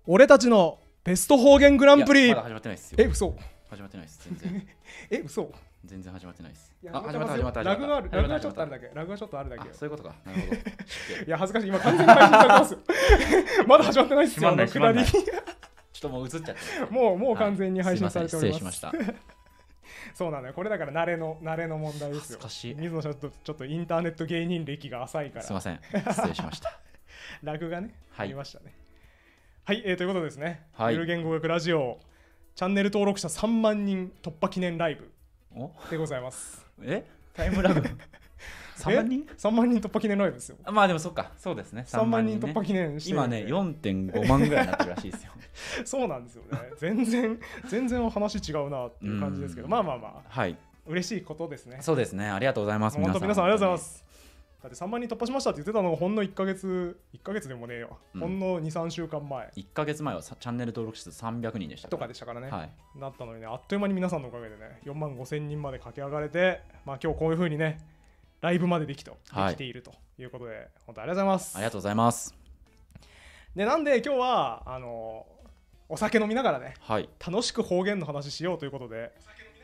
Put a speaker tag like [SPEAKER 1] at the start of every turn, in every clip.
[SPEAKER 1] 俺たちのベスト方言グランプリ。
[SPEAKER 2] まだ始まってないですよ。
[SPEAKER 1] 嘘。
[SPEAKER 2] 始まってないです、全然。
[SPEAKER 1] 嘘。
[SPEAKER 2] 全然始まってないです。
[SPEAKER 1] 始まった。ラグがある。ラグがちょっとあるだけ。ラグがちょっとあるだけ。
[SPEAKER 2] そういうことか。なるほど。
[SPEAKER 1] いや、恥ずかしい。今完全に配信されてますよ。まだ始まってないっすよ。
[SPEAKER 2] 閉まんない。ちょっともう映っちゃって。
[SPEAKER 1] もう完全に配信されております。
[SPEAKER 2] 失礼しました。
[SPEAKER 1] そうなのよ。これだから慣れの問題ですよ。水野さんちょっとインターネット芸人歴が浅いから。
[SPEAKER 2] すいません。失礼しました。
[SPEAKER 1] ラグがね、ありましたね。はい、ということですね。ゆる言語学ラジオチャンネル登録者3万人突破記念ライブでございます。
[SPEAKER 2] タイムラグ3万人
[SPEAKER 1] ?3 万人突破記念ライブですよ。
[SPEAKER 2] まあでもそっか、そうですね。
[SPEAKER 1] 3万人突破記念して
[SPEAKER 2] 今ね 4.5 万ぐらいになってるらしいですよ。
[SPEAKER 1] そうなんですよね。全然話違うなっていう感じですけど、まあ、はい、嬉しいことですね。
[SPEAKER 2] そうですね。ありがとうございます。
[SPEAKER 1] 本当皆さんありがとうございます。だって3万人突破しましたって言ってたのがほんの1ヶ月でもねえよ、ほんの 2,3 週間前。
[SPEAKER 2] 1ヶ月前はチャンネル登録者300人でした
[SPEAKER 1] とかでしたからね、
[SPEAKER 2] はい、
[SPEAKER 1] なったのにね、あっという間に皆さんのおかげでね4万5千人まで駆け上がれて、まあ今日こういう風にねライブまでできているということで、本当ありがとうございます。
[SPEAKER 2] ありがとうございます。
[SPEAKER 1] で、なんで今日はお酒飲みながらね、
[SPEAKER 2] はい、
[SPEAKER 1] 楽しく方言の話しようということで。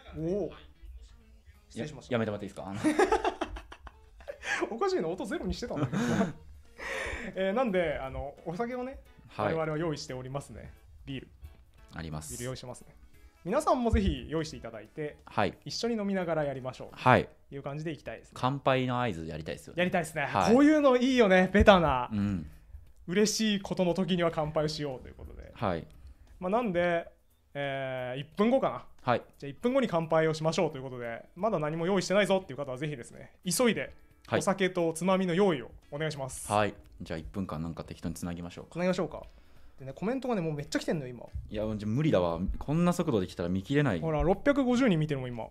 [SPEAKER 1] 失礼しました。
[SPEAKER 2] やめてもらっていいですか？
[SPEAKER 1] おかしいな、音ゼロにしてたんだけどなんでお酒をね、我々は用意しておりますね。ビール
[SPEAKER 2] あります。
[SPEAKER 1] ビール用意してますね。皆さんもぜひ用意していただいて、
[SPEAKER 2] はい、
[SPEAKER 1] 一緒に飲みながらやりましょう、
[SPEAKER 2] はい、
[SPEAKER 1] いう感じでいきたいですね。
[SPEAKER 2] 乾杯の合図やりたいですよね。
[SPEAKER 1] やりたいですね、はい、こういうのいいよね。ベタな、嬉しいことの時には乾杯しようということで、はい、まあ、なんで、1分後かな、はい、じゃあ1分後に乾杯をしましょうということで、まだ何も用意してないぞっていう方はぜひですね、急いでお酒とつまみの用意をお願いします。
[SPEAKER 2] はい、じゃあ1分間なんか適当につなぎましょうか。
[SPEAKER 1] つなぎましょうか。でね、コメントがねもうめっちゃ来てんのよ今。
[SPEAKER 2] いや無理だわ、こんな速度で来たら見切れない。
[SPEAKER 1] ほら650人見てるもん今。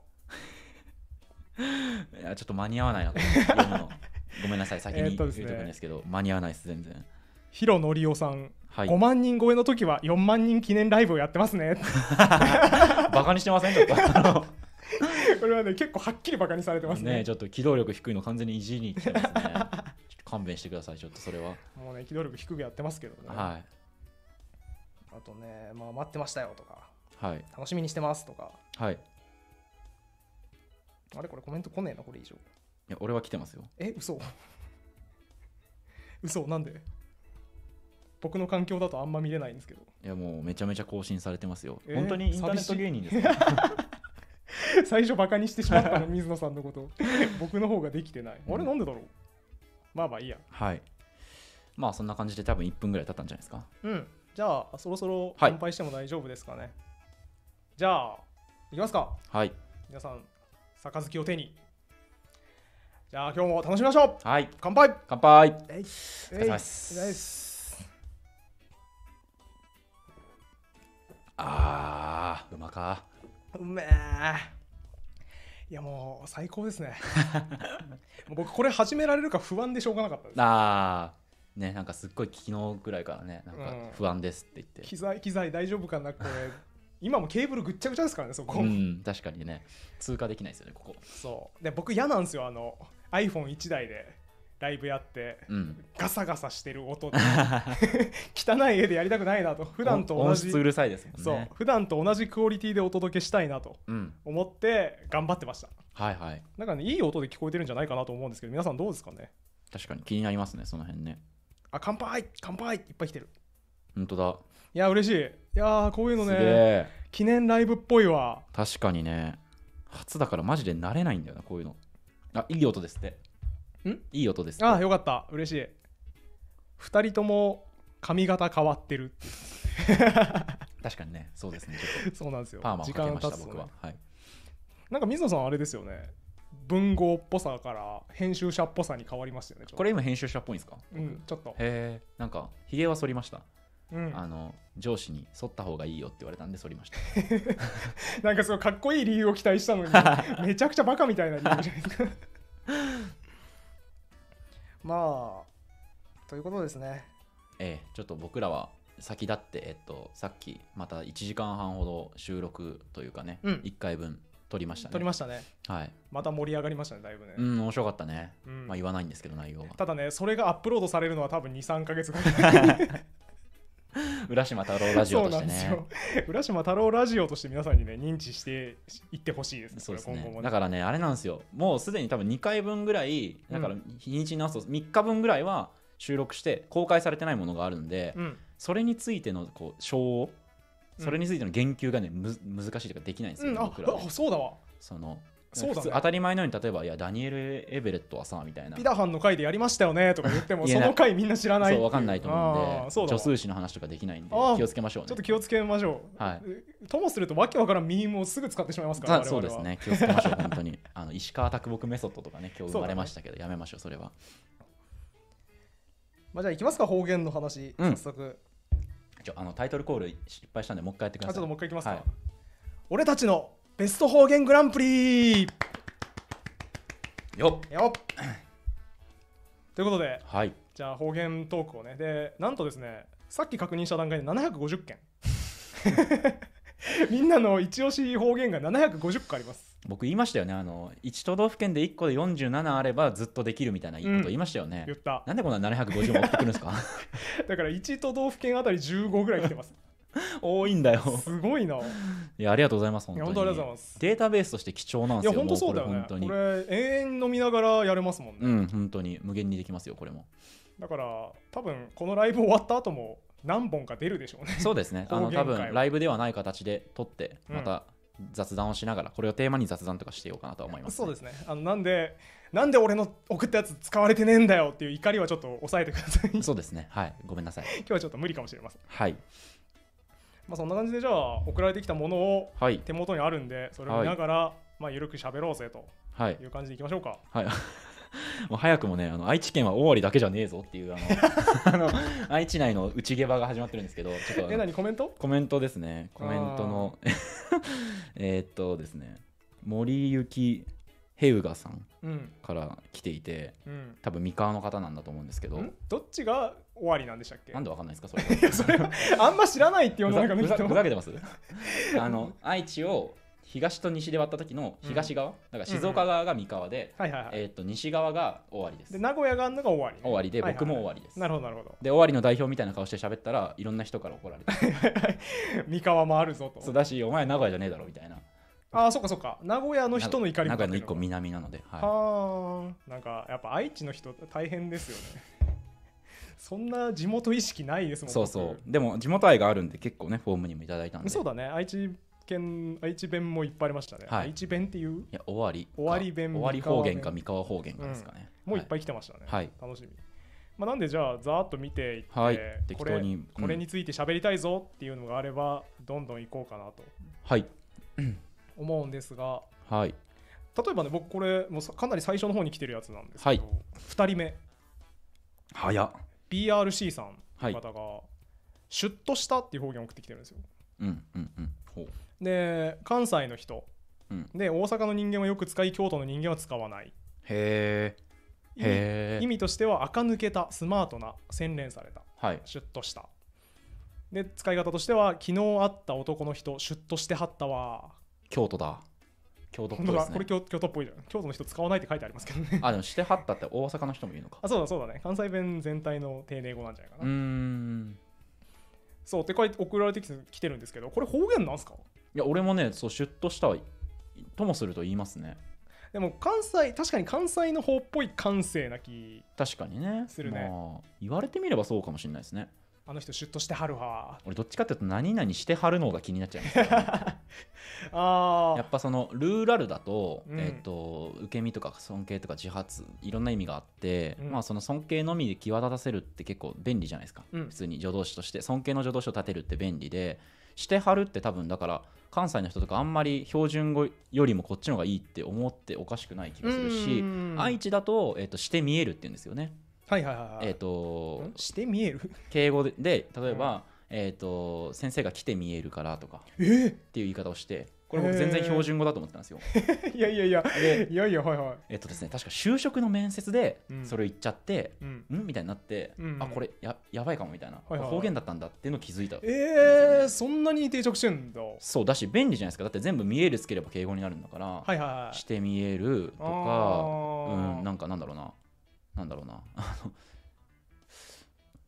[SPEAKER 2] いやちょっと間に合わないなと読むの。ごめんなさい、先に言うとくんですけど、間に合わないです全然。
[SPEAKER 1] ヒロノリオさん、はい、5万人超えの時は4万人記念ライブをやってますね。
[SPEAKER 2] バカにしてません？ちょっと
[SPEAKER 1] これはね結構はっきりバカにされてますね。
[SPEAKER 2] ちょっと機動力低いの完全にいじりに来てますね。ちょっと勘弁してください、ちょっとそれは。
[SPEAKER 1] もうね機動力低くやってますけどね。
[SPEAKER 2] はい。
[SPEAKER 1] あとね、まあ、待ってましたよとか、
[SPEAKER 2] はい、
[SPEAKER 1] 楽しみにしてますとか。
[SPEAKER 2] はい。
[SPEAKER 1] あれこれコメント来ねえな、これ以上。い
[SPEAKER 2] や俺は来てますよ。
[SPEAKER 1] 嘘なんで？僕の環境だとあんま見れないんですけど。
[SPEAKER 2] いやもうめちゃめちゃ更新されてますよ。本当にインターネット芸人ですか？
[SPEAKER 1] 最初バカにしてしまったの水野さんのこと僕の方ができてない、あれなんでだろう。まあいいや。
[SPEAKER 2] はい、まあそんな感じで多分1分ぐらい経ったんじゃないですか。
[SPEAKER 1] じゃあそろそろ乾杯しても大丈夫ですかね。じゃあいきますか。
[SPEAKER 2] はい、
[SPEAKER 1] 皆さん杯を手に、じゃあ今日も楽しみましょう。
[SPEAKER 2] はい、
[SPEAKER 1] 乾杯。
[SPEAKER 2] 乾杯。お疲れ様です。うまか。
[SPEAKER 1] うめえ。いやもう最高ですね。もう僕これ始められるか不安でしょうがなかったです。
[SPEAKER 2] ね、なんかすっごい昨日ぐらいからね、なんか不安ですって言って、
[SPEAKER 1] 機材大丈夫かなこれ。今もケーブルぐっちゃぐちゃですからね、そこ。
[SPEAKER 2] 確かにね、通過できないですよねここ。
[SPEAKER 1] そうで、僕嫌なんですよ、iPhone1 台でライブやって、ガサガサしてる音で汚い絵でやりたくないなと。普段と同じ
[SPEAKER 2] 音質うるさいですもんね。
[SPEAKER 1] そう普段と同じクオリティでお届けしたいなと思って頑張ってました。
[SPEAKER 2] はいはい。
[SPEAKER 1] なんかね、いい音で聞こえてるんじゃないかなと思うんですけど、皆さんどうですかね。
[SPEAKER 2] 確かに気になりますね、その辺ね。
[SPEAKER 1] 乾杯いっぱい来てる。
[SPEAKER 2] 本当だ。
[SPEAKER 1] いや嬉しい。いやこういうのね、記念ライブっぽいわ。
[SPEAKER 2] 確かにね、初だからマジで慣れないんだよな、こういうの。いい音ですって。いい音ですって。
[SPEAKER 1] よかった、嬉しい。2人とも髪型変わってるって
[SPEAKER 2] 確かにね、そうですね。
[SPEAKER 1] そうなんですよ。
[SPEAKER 2] パーマをかけました僕は。はい。
[SPEAKER 1] なんか水野さんあれですよね、文豪っぽさから編集者っぽさに変わりましたよね。
[SPEAKER 2] これ今編集者っぽいんですか？
[SPEAKER 1] ちょっと。
[SPEAKER 2] へえ。なんかひげは剃りました。上司に剃った方がいいよって言われたんで剃りました。
[SPEAKER 1] なんかすごいかっこいい理由を期待したのにめちゃくちゃバカみたいな理由じゃないですか。まあということですね。
[SPEAKER 2] ちょっと僕らは先立ってさっきまた1時間半ほど収録というかね、1回分撮りましたね。
[SPEAKER 1] 撮りましたね。
[SPEAKER 2] はい。
[SPEAKER 1] また盛り上がりましたね、だいぶね。
[SPEAKER 2] 面白かったね。まあ言わないんですけど内容は。
[SPEAKER 1] ただね、それがアップロードされるのは多分 2,3 ヶ月後。
[SPEAKER 2] 浦島太郎ラジオとしてね。
[SPEAKER 1] 浦島太郎ラジオとして皆さんにね認知していってほしいですね。
[SPEAKER 2] そうですね。
[SPEAKER 1] 今後もね。
[SPEAKER 2] だからねあれなんですよ。もうすでに多分2回分ぐらいだから日にちに合わせて3日分ぐらいは収録して公開されてないものがあるんで、それについてのこう章をそれについての言及がね難しいというかできないんですよ、僕らは。
[SPEAKER 1] そうだわ。
[SPEAKER 2] 普通当たり前のように例えばいやダニエル・エベレットはさみたいな
[SPEAKER 1] ピダハンの回でやりましたよねとか言ってもその回みんな知らない。
[SPEAKER 2] そう分かんないと思うんで助数詞の話とかできないんで気をつけましょうね。
[SPEAKER 1] ちょっと気をつけましょう。はい。ともするとわけわからんミームをすぐ使ってしまいますから。
[SPEAKER 2] そうですね。気をつけましょう本当に。石川啄木メソッドとかね今日生まれましたけど、やめましょうそれは。
[SPEAKER 1] じゃあいきますか方言の話、早速。
[SPEAKER 2] タイトルコール失敗したんでもう一回やってください。
[SPEAKER 1] ちょっともう一回いきますか。俺たちのベスト方言グランプリよっということで、じゃあ方言トークをね、でなんとですねさっき確認した段階で750件みんなの一押し方言が750個あります。
[SPEAKER 2] 僕言いましたよね、1都道府県で1個で47あればずっとできるみたいなこと言いましたよね。
[SPEAKER 1] 言った。
[SPEAKER 2] なんでこんな750も送ってくるんですか
[SPEAKER 1] だから1都道府県あたり15ぐらい来てます
[SPEAKER 2] 多いんだよ。
[SPEAKER 1] すごいな。
[SPEAKER 2] いやありがとうございます。本当に
[SPEAKER 1] ありがとうございます。
[SPEAKER 2] データベースとして貴重なんですよ。
[SPEAKER 1] いや本当そうだよね。これ永遠飲みながらやれますもんね。
[SPEAKER 2] 本当に無限にできますよこれも。
[SPEAKER 1] だから多分このライブ終わった後も何本か出るでしょうね。
[SPEAKER 2] そうですね。多分ライブではない形で撮ってまた雑談をしながらこれをテーマに雑談とかしてようかなと思います、
[SPEAKER 1] そうですね。なんで俺の送ったやつ使われてねえんだよっていう怒りはちょっと抑えてください。
[SPEAKER 2] そうですね。はいごめんなさい。
[SPEAKER 1] 今日はちょっと無理かもしれません。
[SPEAKER 2] はい。
[SPEAKER 1] そんな感じでじゃあ送られてきたものを手元にあるんで、それを見ながら、ゆるく喋ろうぜという感じでいきましょうか。
[SPEAKER 2] はいもう早くもね愛知県は尾張だけじゃねえぞっていう愛知内の内ゲバが始まってるんですけど、ちょっと
[SPEAKER 1] 何コメント？
[SPEAKER 2] コメントですね。コメントのですね森幸ヘウガさんから来ていて、多分三河の方なんだと思うんですけど、
[SPEAKER 1] どっちが尾張なんでしたっけ？
[SPEAKER 2] なんでわかんないですかそれ。
[SPEAKER 1] いやそれはあんま知らないっていうのが
[SPEAKER 2] ふざけてます。愛知を東と西で割った時の東側、だから静岡側が三河で、西側が尾張です。
[SPEAKER 1] で名古屋があるのが尾張。
[SPEAKER 2] 尾張で僕も尾張です。
[SPEAKER 1] なるほどなるほど。
[SPEAKER 2] で尾張の代表みたいな顔して喋ったらいろんな人から怒られて
[SPEAKER 1] 三河もあるぞと。
[SPEAKER 2] そうだしお前名古屋じゃねえだろみたいな。
[SPEAKER 1] そっかそっか。名古屋の人の怒り
[SPEAKER 2] も名古屋の一個南なので。
[SPEAKER 1] なんかやっぱ愛知の人大変ですよね。そんな地元意識ないですもん。
[SPEAKER 2] そうでも地元愛があるんで結構ねフォームにもいただいたんで。
[SPEAKER 1] そうだね。愛知弁もいっぱいありましたね。愛知弁っていう？
[SPEAKER 2] いや尾張
[SPEAKER 1] 弁、
[SPEAKER 2] 尾張方言か三河方言かですかね。
[SPEAKER 1] もういっぱい来てましたね。楽しみ。なんでじゃあざーっと見ていって、
[SPEAKER 2] 適当に
[SPEAKER 1] これについて喋りたいぞっていうのがあればどんどん行こうかなと思うんですが、例えばね僕これもうかなり最初の方に来てるやつなんですけど、2人目
[SPEAKER 2] 早っ
[SPEAKER 1] BRC さんの方がシュッとしたっていう方言を送ってきてるんですよ。で関西の人、で大阪の人間はよく使い京都の人間は使わない。意味としては垢抜けた、スマートな、洗練された、シュッとした。で使い方としては昨日会った男の人シュッとしてはったわ。
[SPEAKER 2] 京都だ。京都っぽいですね。
[SPEAKER 1] これ京都っぽいじゃん。京都の人使わないって書いてありますけどね。
[SPEAKER 2] でもしてはったって大阪の人も言うのか。
[SPEAKER 1] そうだね。関西弁全体の丁寧語なんじゃないかな。そうって送られてきてるんですけど、これ方言なんすか？
[SPEAKER 2] いや俺もねそうシュッとしたともすると言いますね。
[SPEAKER 1] でも確かに関西の方っぽい感性な気
[SPEAKER 2] 確かにね
[SPEAKER 1] するね。
[SPEAKER 2] 言われてみればそうかもしれないですね。
[SPEAKER 1] あの人シュッとしてはるわ。
[SPEAKER 2] 俺どっちかっていうと何々してはるのが気になっちゃいます、ね、やっぱそのルーラルだと、受け身とか尊敬とか自発いろんな意味があって、その尊敬のみで際立たせるって結構便利じゃないですか、普通に助動詞として尊敬の助動詞を立てるって便利で、してはるって多分だから関西の人とかあんまり標準語よりもこっちの方がいいって思っておかしくない気がするし、愛知だと、して見えるって言うんですよね。
[SPEAKER 1] して見える
[SPEAKER 2] 敬語で例えば、先生が来て見えるからとかっていう言い方をして、これ僕全然標準語だと思ってたんですよ。
[SPEAKER 1] いや
[SPEAKER 2] ですね、確か就職の面接でそれを言っちゃって、みたいになって、これ やばいかもみたいな、方言だったんだっていうのを気づいた。
[SPEAKER 1] そんなに定着してんだ。
[SPEAKER 2] そうだし便利じゃないですか。だって全部見えるつければ敬語になるんだから、して見えるとか、なんだろうな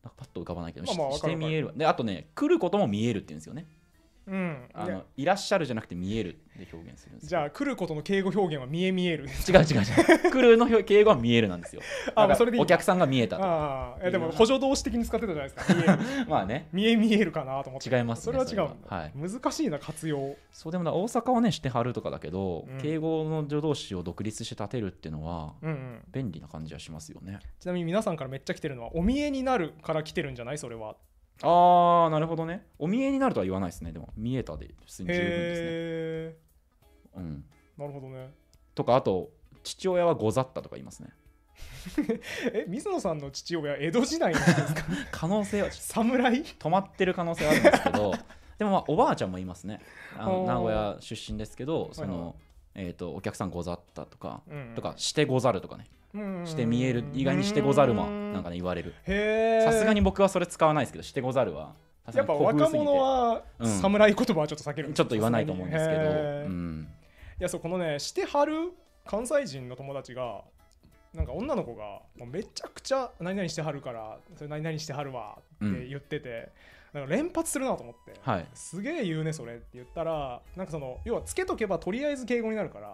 [SPEAKER 2] なんかパッと浮かばないけど、して見える。であとね、来ることも見えるって言うんですよね。いらっしゃるじゃなくて見えるで表現するんです。
[SPEAKER 1] じゃあ来ることの敬語表現は見える。
[SPEAKER 2] 違う来るの敬語は見えるなんですよ。それでいい、お客さんが見えたと。
[SPEAKER 1] でも補助動詞的に使ってたじゃないですか。
[SPEAKER 2] まあね、
[SPEAKER 1] 見えるかなと思って。
[SPEAKER 2] 違いますね。
[SPEAKER 1] それは違う。難しいな、活用。
[SPEAKER 2] そうでも大阪はねしてはるとかだけど、敬語の助動詞を独立して立てるっていうのは便利な感じはしますよね。
[SPEAKER 1] ちなみに皆さんからめっちゃ来てるのは、お見えになるから来てるんじゃない？それは。
[SPEAKER 2] ああ、なるほどね。お見えになるとは言わないですね。でも見えたで普通に十分ですね。
[SPEAKER 1] なるほどね。
[SPEAKER 2] とか、あと父親はござったとか言いますね。
[SPEAKER 1] 水野さんの父親江戸時代なんですか？
[SPEAKER 2] 可能性は
[SPEAKER 1] 侍
[SPEAKER 2] 止まってる可能性はあるんですけどでもおばあちゃんもいますね。名古屋出身ですけど、その、お客さんござったとか、してござるとかね、して見える、意外にしてござるもなんかね言われる。さすがに僕はそれ使わないですけど、してござるは
[SPEAKER 1] やっぱ若者は侍言葉はちょっと避ける、
[SPEAKER 2] ちょっと言わないと思うんですけど、
[SPEAKER 1] いや、そう、このねしてはる関西人の友達が、なんか女の子がもうめちゃくちゃ何々してはるからそれ何々してはるわって言ってて、なんか連発するなと思って、すげえ言うねそれって言ったら、なんかその要はつけとけばとりあえず敬語になるから、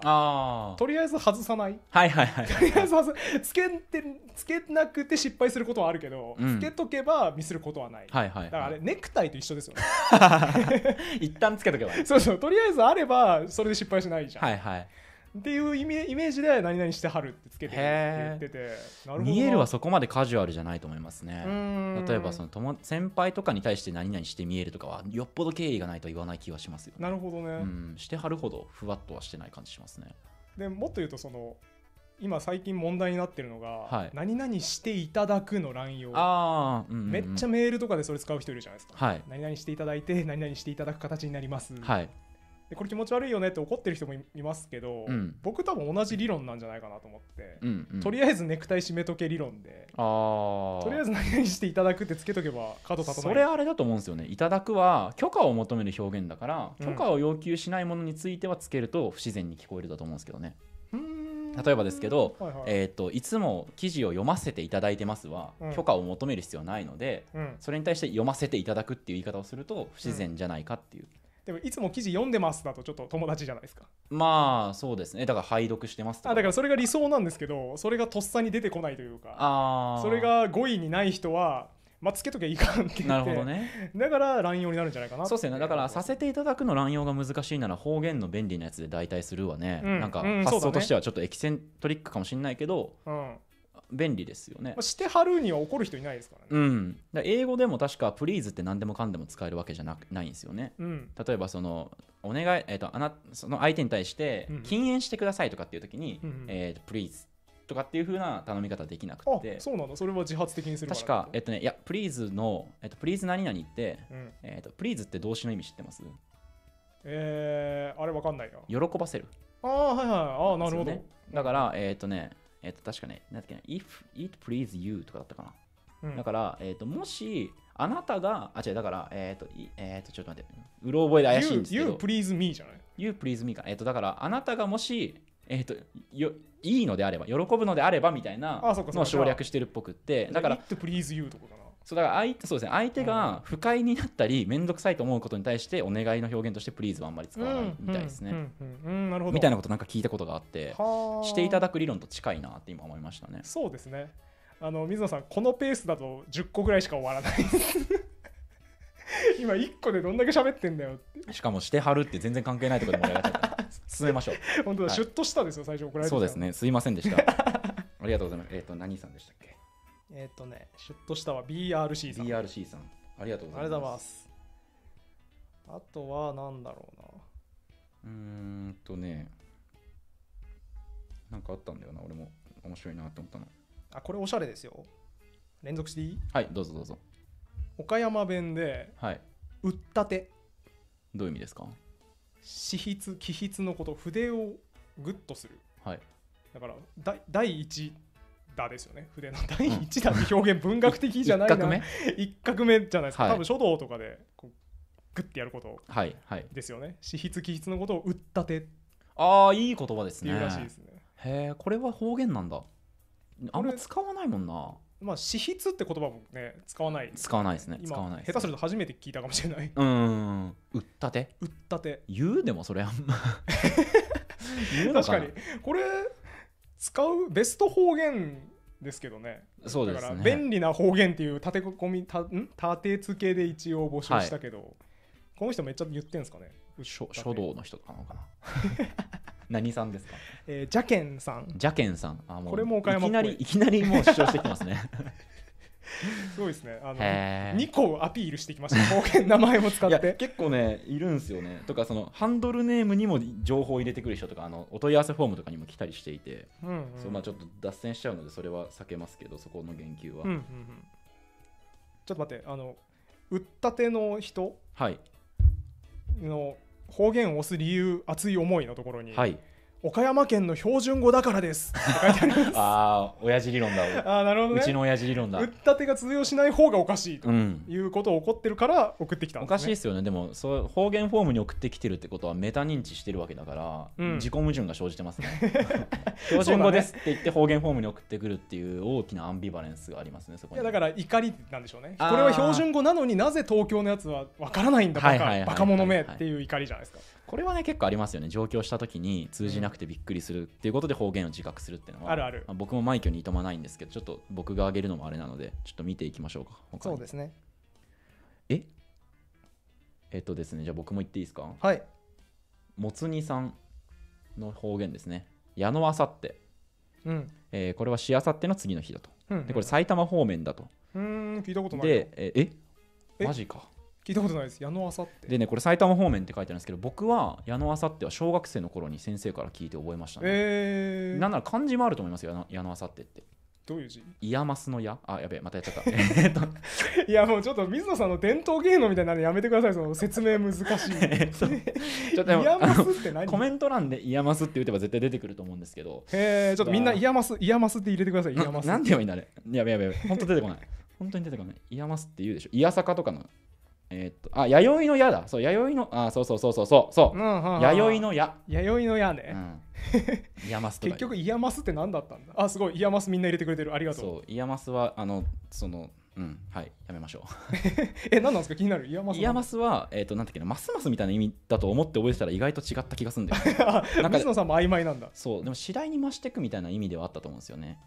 [SPEAKER 1] とりあえず外さない、とりあえずつけなくて失敗することはあるけど、つけとけばミスることはない。だからあれネクタイと一緒ですよね。
[SPEAKER 2] 一旦つけとけば
[SPEAKER 1] そう、とりあえずあればそれで失敗しないじゃん。っていうイメージで何々してはるってつけてるって言ってて、なるほど。
[SPEAKER 2] 見えるはそこまでカジュアルじゃないと思いますね。例えばその先輩とかに対して何々して見えるとかはよっぽど敬意がないと言わない気はしますよ。
[SPEAKER 1] なるほどね。
[SPEAKER 2] してはるほどふわっとはしてない感じしますね。
[SPEAKER 1] でもっと言うと、その今最近問題になってるのが、何々していただくの乱用。めっちゃメールとかでそれ使う人いるじゃないですか。何々していただいて何々していただく形になります。でこれ気持ち悪いよねって怒ってる人もいますけど、僕多分同じ理論なんじゃないかなと思って、とりあえずネクタイ締めとけ理論で、とりあえず何々していただくってつけとけば角立たない。
[SPEAKER 2] それあれだと思うんですよね。いただくは許可を求める表現だから、許可を要求しないものについてはつけると不自然に聞こえるだと思うんですけどね。例えばですけど、いつも記事を読ませていただいてますは、許可を求める必要はないので、それに対して読ませていただくっていう言い方をすると不自然じゃないかっていう。
[SPEAKER 1] でもいつも記事読んでますだとちょっと友達じゃないですか。
[SPEAKER 2] まあそうですね。だから拝読してますとか。
[SPEAKER 1] だからそれが理想なんですけど、それがとっさに出てこないというか、それが語彙にない人はつけときゃいいかんって言って、
[SPEAKER 2] なるほどね。
[SPEAKER 1] だから乱用になるんじゃないかな。
[SPEAKER 2] そうですね。だからさせていただくの乱用が難しいなら方言の便利なやつで代替するわね。なんか発想としてはちょっとエキセントリックかもしれないけど、便利ですよね。
[SPEAKER 1] してはるには怒る人いないですからね。
[SPEAKER 2] 英語でも確かプリーズって何でもかんでも使えるわけじゃないんですよね。例えばそのお願い、その相手に対して禁煙してくださいとかっていう時に、プリーズとかっていう風な頼み方できなくて。
[SPEAKER 1] そうなの。それは自発的にするから。
[SPEAKER 2] 確かいやプリーズのプリーズ何々って、プリーズって動詞の意味知ってます？
[SPEAKER 1] あれわかんないな。
[SPEAKER 2] 喜ばせる。
[SPEAKER 1] なるほど。
[SPEAKER 2] だから確かね、なんだっけな、if it please you とかだったかな。だから、もしあなたが、だから、ちょっと待って、うろ覚えで怪しいんですけど、
[SPEAKER 1] You please me じゃない？
[SPEAKER 2] You please me か。だから、あなたがもし、いいのであれば、喜ぶのであればみたいなのを省略してるっぽくって、だから、
[SPEAKER 1] It please you とかかな。
[SPEAKER 2] そうだからそうですね、相手が不快になったり面倒くさいと思うことに対してお願いの表現としてプリーズはあんまり使わないみたいですね。みたいなことなんか聞いたことがあって、していただく理論と近いなって今思いましたね。
[SPEAKER 1] そうですね。水野さん、このペースだと10個ぐらいしか終わらない今1個でどんだけ喋ってんだよって。
[SPEAKER 2] しかもしてはるって全然関係ないところで盛り上がっちゃった進めましょう。
[SPEAKER 1] 本当だ、シュッとしたですよ、最初怒られてた。
[SPEAKER 2] そうですね、すいませんでしたありがとうございます。何さんでしたっけ？
[SPEAKER 1] シュッとしたは BRC さん。
[SPEAKER 2] BRC さん、ありがとうございます。
[SPEAKER 1] あとはなんだろう
[SPEAKER 2] な。なんかあったんだよな、俺も面白いなって思ったの。
[SPEAKER 1] これおしゃれですよ。連続していい？
[SPEAKER 2] はい、どうぞどうぞ。
[SPEAKER 1] 岡山弁で、うったて。
[SPEAKER 2] どういう意味ですか？
[SPEAKER 1] 起筆のこと、筆をグッとする。だから第一打ですよね。筆の第一打って表現文学的じゃないな。1画目じゃないですか。多分書道とかでこうグッてやることですよね。起筆のことをうったて。
[SPEAKER 2] いい言葉ですね。
[SPEAKER 1] っていうらしいですね。
[SPEAKER 2] へえ、これは方言なんだ。あんま使わないもんな。
[SPEAKER 1] まあ私筆って言葉もね使わない
[SPEAKER 2] ですね。使わないですね。
[SPEAKER 1] 下手すると初めて聞いたかもしれない。
[SPEAKER 2] 売ったて言うでもそれあんま
[SPEAKER 1] 言うのかな。確かにこれ使うベスト方言ですけどね。
[SPEAKER 2] そうですね。
[SPEAKER 1] だから便利な方言っていう立て付けで一応募集したけど、この人めっちゃ言ってんすかね。
[SPEAKER 2] 書道の人とかなのかな何さんですか？
[SPEAKER 1] ジャケンさん。
[SPEAKER 2] もう
[SPEAKER 1] これも岡山っぽい。
[SPEAKER 2] いきなりもう主張してきてますね。
[SPEAKER 1] すごいですね。2個アピールしてきました。方言名前も使って。
[SPEAKER 2] 結構ねいるんですよね。とかそのハンドルネームにも情報を入れてくる人とかお問い合わせフォームとかにも来たりしていて、そうちょっと脱線しちゃうのでそれは避けますけど、そこの言及は。
[SPEAKER 1] ちょっと待って、売ったての人の方言を押す理由、熱い思いのところに、岡山県の標準語だからですって書いてあります。
[SPEAKER 2] 親父理論だ。
[SPEAKER 1] なるほどね。
[SPEAKER 2] うちの親父理論だ。
[SPEAKER 1] 売ったてが通用しない方がおかしいということを怒ってるから送ってきたんですね。
[SPEAKER 2] おかしいですよね。でもそう方言フォームに送ってきてるってことはメタ認知してるわけだから、自己矛盾が生じてますね。標準語ですって言って方言フォームに送ってくるっていう大きなアンビバレンスがありますね。そこに。
[SPEAKER 1] いやだから怒りなんでしょうね。これは標準語なのになぜ東京のやつは分からないんだ、バカ者めっていう怒りじゃないですか。
[SPEAKER 2] これはね結構ありますよね。上京した時に通じなくてびっくりするっていうことで方言を自覚するっていうのは、
[SPEAKER 1] ある。
[SPEAKER 2] 僕も枚挙にいとまないんですけど、ちょっと僕が挙げるのもあれなのでちょっと見ていきましょうか。
[SPEAKER 1] そうですね。
[SPEAKER 2] ですね、じゃあ僕も言っていいですか？
[SPEAKER 1] はい。
[SPEAKER 2] もつ煮さんの方言ですね。矢のあさって、これはしあさっての次の日だと。でこれ埼玉方面だと。
[SPEAKER 1] 聞いたことない。
[SPEAKER 2] でマジか。
[SPEAKER 1] 聞いたことないです。矢のあさって。
[SPEAKER 2] でね、これ埼玉方面って書いてあるんですけど、僕は矢のあさっては小学生の頃に先生から聞いて覚えましたね。なんなら漢字もあると思いますよ。矢のあさってって。どういう字？イヤマスの矢？やべえ、またやっちゃった。
[SPEAKER 1] いやもうちょっと水野さんの伝統芸能みたいなのやめてください。その説明難しい。
[SPEAKER 2] ちょっとイヤマスって何？コメント欄でイヤマスって打てば絶対出てくると思うんですけど。
[SPEAKER 1] ちょっとみんなイヤマスって入れてください。イヤマス。
[SPEAKER 2] なんて言えばいいんだね。やべえ、本当出てこない。本当に出てこない。イヤマスって言うでしょ。イヤサカとかの。弥生の矢だ。そう、弥生の、そう。弥生の矢。
[SPEAKER 1] 弥生の矢ね。
[SPEAKER 2] イヤマスとか。
[SPEAKER 1] 結局、イヤマスって何だったんだ？すごい、イヤマスみんな入れてくれてる。ありがとう。
[SPEAKER 2] そう、イヤマスは、はい、やめましょ
[SPEAKER 1] う。何なんですか？気になる。イヤマス。
[SPEAKER 2] イヤマスは、なんだっけな、ますますみたいな意味だと思って覚えてたら意外と違った気がするんだよ。
[SPEAKER 1] 水野さんも曖昧なんだ。
[SPEAKER 2] そう、でも次第に増していくみたいな意味ではあったと思うんですよね。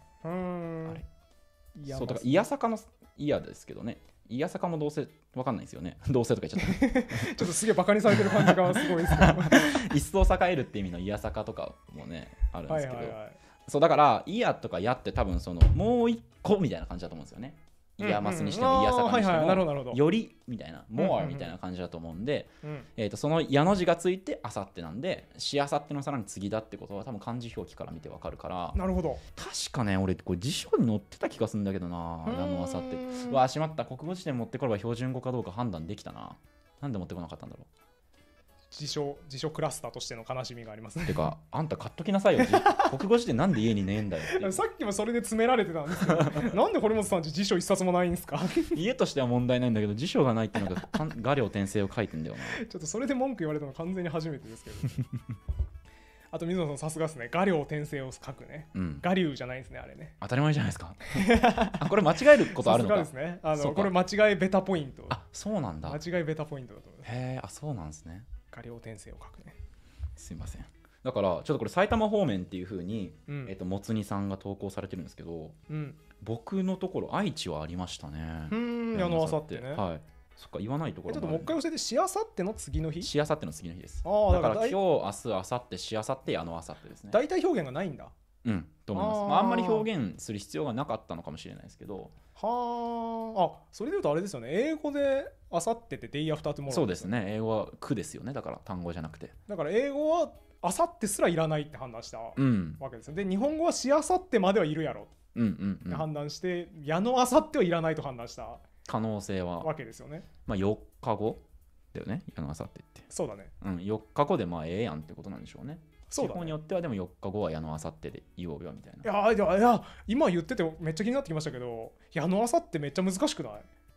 [SPEAKER 2] そう、だから、イヤサカのイヤですけどね。イヤサカもどうせわかんないですよね。どうせとか言っちゃった。
[SPEAKER 1] ちょっとすげえバカにされてる感じがすごいですけど。
[SPEAKER 2] 一層栄えるって意味のイヤサカとかもねあるんですけど、そうだからイヤとかヤって多分そのもう一個みたいな感じだと思うんですよね。イヤマスにしてもイヤサカにしてもよりみたいなモアみたいな感じだと思うんで、その矢の字がついてあさってなんでしあさってのさらに次だってことは多分漢字表記から見てわかるから。
[SPEAKER 1] なるほど。
[SPEAKER 2] 確かね俺これ辞書に載ってた気がするんだけどな。矢のあさってしまった。国語辞典持ってこれば標準語かどうか判断できたな。なんで持ってこなかったんだろう。
[SPEAKER 1] 辞書クラスターとしての悲しみがありますね。
[SPEAKER 2] てかあんた買っときなさいよ。国語辞典なんで家にねえんだよって。
[SPEAKER 1] さっきもそれで詰められてたんですけどなんで堀本さんち辞書一冊もないんですか？
[SPEAKER 2] 家としては問題ないんだけど辞書がないっていうのが画量転生を書いてんだよな。
[SPEAKER 1] ちょっとそれで文句言われたの完全に初めてですけどあと水野さんさすがですね。画量転生を書くね。画流じゃないですねあれね。
[SPEAKER 2] 当たり前じゃないですか。これ間違えることあるのか。
[SPEAKER 1] さすがですね。これ間違いベタポイント。
[SPEAKER 2] そうなんだ。
[SPEAKER 1] 間違いベタポイントだと思います。
[SPEAKER 2] へえ、そうなんですね。
[SPEAKER 1] 画量転生を書くね。
[SPEAKER 2] すいません。だからちょっとこれ埼玉方面っていう風にもつ煮さんが投稿されてるんですけど、僕のところ愛知はありましたね。
[SPEAKER 1] 矢のあさってね。
[SPEAKER 2] はい。そっか言わないところ。
[SPEAKER 1] ちょっともう一回教えて。しあさっての次の日。
[SPEAKER 2] しあさっての次の日です。だから今日明日明後日しあさって矢のあさってですね。
[SPEAKER 1] 代替表現がないんだ。
[SPEAKER 2] と思います。あんまり表現する必要がなかったのかもしれないですけど。
[SPEAKER 1] それでいうとあれですよね。英語であさってってデイアフタートゥモロー。
[SPEAKER 2] そうですね。英語は句ですよね。だから単語じゃなくて。
[SPEAKER 1] だから英語はあさってすらいらないって判断したわけですよ。で日本語はしあさってまではいるやろって判断して、矢のあさってはいらないと判断した
[SPEAKER 2] 可能性は
[SPEAKER 1] わけですよね。
[SPEAKER 2] 4日後だよね。矢のあさってって。
[SPEAKER 1] そうだね。
[SPEAKER 2] 4日後でええやんってことなんでしょうね。
[SPEAKER 1] そうだね、
[SPEAKER 2] 地方によってはでも4日後は矢のあさってで言おうよみたいな。
[SPEAKER 1] いや今言っててめっちゃ気になってきましたけど、矢のあさってめっちゃ難しくない？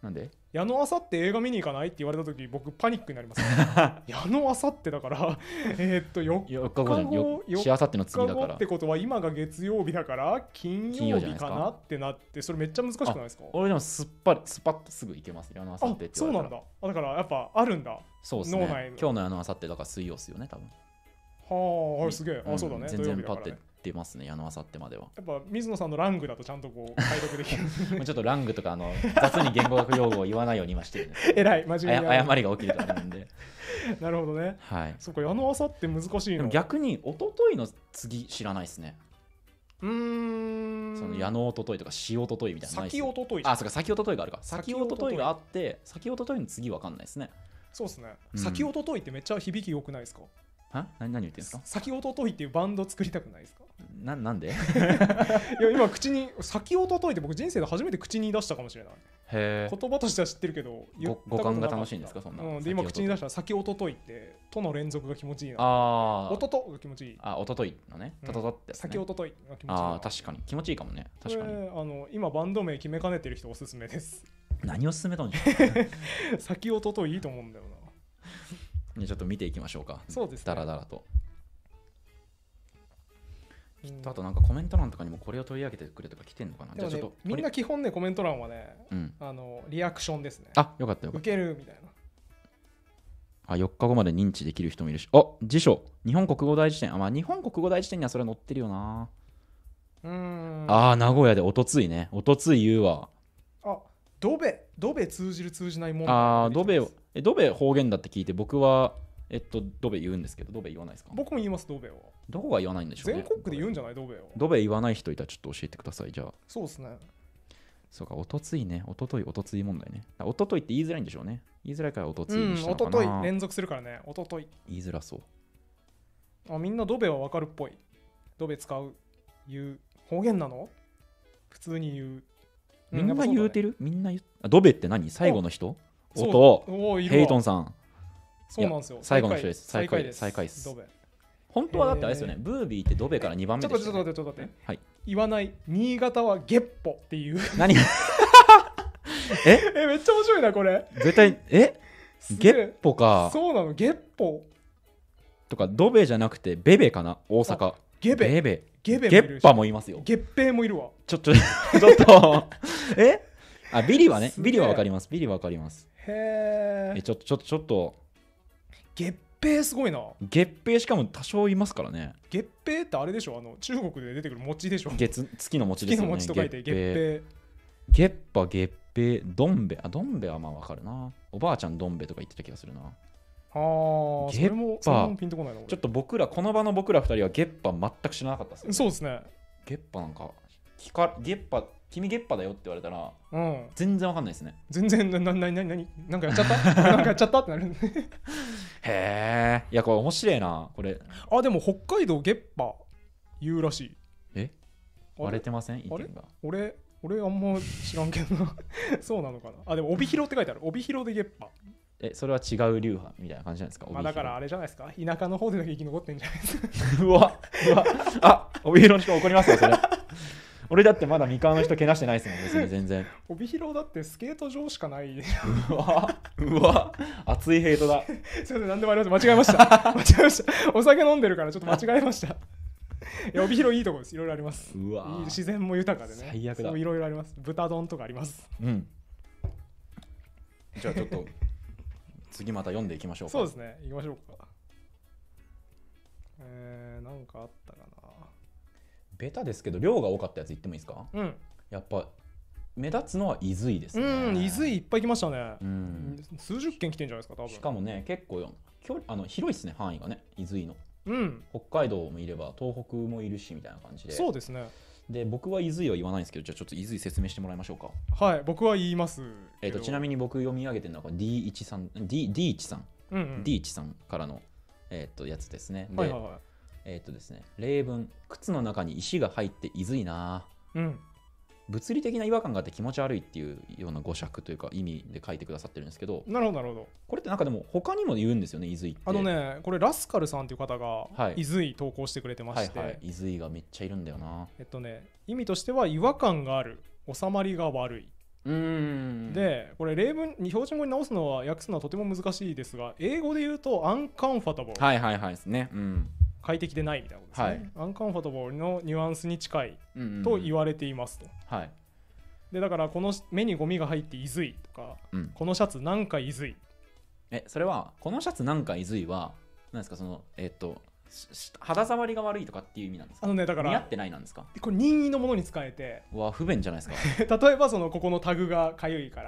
[SPEAKER 2] なんで
[SPEAKER 1] 矢野あさって映画見に行かないって言われた時僕パニックになります、ね、矢野あさってだから4日後
[SPEAKER 2] しあさっての次だから
[SPEAKER 1] ってことは今が月曜日だから金曜日かなってなってそれめっちゃ難しくないですか？
[SPEAKER 2] 俺でもスパッとすぐ行けます矢野あさってって言われたら。
[SPEAKER 1] そうなんだ。だからやっぱあるんだ。
[SPEAKER 2] そうですね。今日の矢野あさってだから水曜っすよね多分。
[SPEAKER 1] はあすげえ。そうだね。
[SPEAKER 2] 全然パッて出ますね矢野あさってまでは。
[SPEAKER 1] やっぱ水野さんのラングだとちゃんとこう解読できる。
[SPEAKER 2] ちょっとラングとか雑に言語学用語を言わないように今してるんです。
[SPEAKER 1] 偉い真面目に
[SPEAKER 2] 誤りが起きるとあれなんで。
[SPEAKER 1] なるほどね。
[SPEAKER 2] はい。
[SPEAKER 1] そっか矢野あさって難しいの。
[SPEAKER 2] でも逆に一昨日の次知らないですね。その矢野おとといとかしおとといみたいな
[SPEAKER 1] 先おととい。
[SPEAKER 2] そうか先おとといがあるか。先おとといがあって先おとといの次わかんないですね。
[SPEAKER 1] そうですね。先おとといってめっちゃ響き良くないですか？
[SPEAKER 2] 何言ってんですか？
[SPEAKER 1] 先おとといっていうバンド作りたくないですか？
[SPEAKER 2] なんで？い
[SPEAKER 1] や今口に先おとといって僕人生で初めて口に出したかもしれない。
[SPEAKER 2] へ
[SPEAKER 1] 言葉としては知ってるけど
[SPEAKER 2] 五感が楽しいんですかそんな。
[SPEAKER 1] で今口に出した先おとといってとの連続が気持ちいいな。おととが気持ちいい。
[SPEAKER 2] おとといのね。とととって
[SPEAKER 1] 先おとといが気持ちいいな。
[SPEAKER 2] 確かに気持ちいいかもね。確かに。
[SPEAKER 1] 今バンド名決めかねてる人おすすめです。
[SPEAKER 2] 何を勧めたんじ
[SPEAKER 1] ゃ先おとといいいと思うんだよ
[SPEAKER 2] な。ちょっと見ていきましょうか。
[SPEAKER 1] そうですね。
[SPEAKER 2] だらだらと。あとなんかコメント欄とかにもこれを取り上げてくれとか来てんのかな。
[SPEAKER 1] でもね、じゃあちょっとみんな基本ねコメント欄はね、リアクションですね。
[SPEAKER 2] よかったよかった。
[SPEAKER 1] 受けるみたいな。
[SPEAKER 2] 4日後まで認知できる人もいるし。辞書日本国語大辞典。日本国語大辞典にはそれは載ってるよな。名古屋でおとついね。おとつい言うわ。
[SPEAKER 1] ドベ通じる通じないも
[SPEAKER 2] ん。ドベ方言だって聞いて僕はドベ言うんですけど、ドベ言わないですか？
[SPEAKER 1] 僕も言います、ドベを。
[SPEAKER 2] どこが言わないんでしょうね。
[SPEAKER 1] 全国区で言うんじゃない、ドベを。
[SPEAKER 2] ドベ言わない人いたらちょっと教えてください、じゃあ。
[SPEAKER 1] そうですね。
[SPEAKER 2] そうか、おとついね。おととい問題ね。おとといって言いづらいんでしょうね。言いづらいからおとついにしたのかな。
[SPEAKER 1] おととい連続するからね、おととい。
[SPEAKER 2] 言いづらそう。
[SPEAKER 1] みんなドベは分かるっぽい。ドベ使う、言う。方言なの？普通に言う。
[SPEAKER 2] みんな言うてる？みんな言う。ドベって何？最後の人？ヘイトンさん。
[SPEAKER 1] そうなんですよ。
[SPEAKER 2] 最後の人です。最下位です。本当はだってあれですよね。ブービーってドベから2番目ですよね。
[SPEAKER 1] ちょっと待って。
[SPEAKER 2] はい。
[SPEAKER 1] 言わない。新潟はゲッポっていう。
[SPEAKER 2] 何？めっ
[SPEAKER 1] ちゃ面白いなこれ。
[SPEAKER 2] 絶対ゲッポか。
[SPEAKER 1] そうなのゲッポ。
[SPEAKER 2] とかドベじゃなくてベベかな大阪。
[SPEAKER 1] ゲベ。
[SPEAKER 2] ゲッパも言いますよ。
[SPEAKER 1] ゲッペーもいるわ。
[SPEAKER 2] ちょっとビリはね。ビリはわかります。へえ。ちょっと。
[SPEAKER 1] ゲッペーすごいな。
[SPEAKER 2] ゲッペーしかも多少いますからね。
[SPEAKER 1] ゲッペーってあれでしょ、中国で出てくる餅でしょ。
[SPEAKER 2] 月の餅ですよね。
[SPEAKER 1] 月の餅と書いてゲッペー。
[SPEAKER 2] ゲッパ、ゲッペー、ドンベ。ドンベはまあわかるな。おばあちゃんドンベとか言ってた気がするな。
[SPEAKER 1] ゲッパピンとこないな。
[SPEAKER 2] ちょっとこの場の僕ら2人はゲッパ全く知らなかったですね。
[SPEAKER 1] そうですね。
[SPEAKER 2] ゲッパなんか君ゲッパだよって言われたら、全然わかんないですね。
[SPEAKER 1] 全然なんかやっちゃったなんかやっちゃったってなる。
[SPEAKER 2] へえ。いやこれ面白いなこれ。
[SPEAKER 1] でも北海道ゲッパ言うらしい。
[SPEAKER 2] 割れてません？意見が。
[SPEAKER 1] 俺あんま知らんけどな。そうなのかな。でも帯広って書いてある。帯広でゲッパ。
[SPEAKER 2] それは違う流派みたいな感じなんですか？
[SPEAKER 1] だからあれじゃないですか。田舎の方でだけ生き残ってんじゃないですか。
[SPEAKER 2] うわ帯広の人怒りますよそれ。俺だってまだ三河の人けなしてないですもん別に全然。
[SPEAKER 1] 帯広だってスケート場しかない。
[SPEAKER 2] うわ熱いヘイトだ。
[SPEAKER 1] すいません、何でもありません。間違えました。お酒飲んでるからちょっと間違えました。帯広いいとこです。いろいろあります。いい自然も豊かでね。
[SPEAKER 2] 最悪だ。
[SPEAKER 1] いろいろあります。豚丼とかあります。
[SPEAKER 2] じゃあちょっと次また読んでいきましょうか。
[SPEAKER 1] そうですね、行きましょうか。なんかあったかな。
[SPEAKER 2] ベタですけど量が多かったやつ言ってもいいですか？やっぱ目立つのは伊豆ですね。
[SPEAKER 1] 伊豆いっぱい来ましたね。数十件来てんじゃないですか多分。
[SPEAKER 2] しかもね結構広いですね範囲がね伊豆の。北海道もいれば東北もいるしみたいな感じで。
[SPEAKER 1] そうですね。
[SPEAKER 2] で僕は伊豆は言わないんですけど、じゃあちょっと伊豆説明してもらいましょうか。
[SPEAKER 1] はい、僕は言います。
[SPEAKER 2] ちなみに僕読み上げてるのは D1 さん D1 さんからのやつですね。でですね、例文、靴の中に石が入っていずいな、物理的な違和感があって気持ち悪いっていうような語釈というか意味で書いてくださってるんですけど。
[SPEAKER 1] なるほど。
[SPEAKER 2] これってなんかでも他にも言うんですよね、いずいって。
[SPEAKER 1] これラスカルさんという方がいずい投稿してくれてまして、
[SPEAKER 2] いずいがめっちゃいるんだよな。
[SPEAKER 1] 意味としては違和感がある、収まりが悪い、 でこれ例文に標準語に直すのは訳すのはとても難しいですが、英語で言うと uncomfortable、
[SPEAKER 2] はいはいはいですね、
[SPEAKER 1] 快適でないみたいなことですね、はい、uncomfortable のニュアンスに近いと言われていますと、はい、でだからこの目にゴミが入っていずいとか、このシャツなんかいずい、
[SPEAKER 2] それはこのシャツなんかいずいは何ですか、その肌触りが悪いとかっていう意味なんですか。だから似合ってないなんですか。
[SPEAKER 1] これ任意のものに使えて、
[SPEAKER 2] 不便じゃないですか
[SPEAKER 1] 例えばそのここのタグがかゆいから、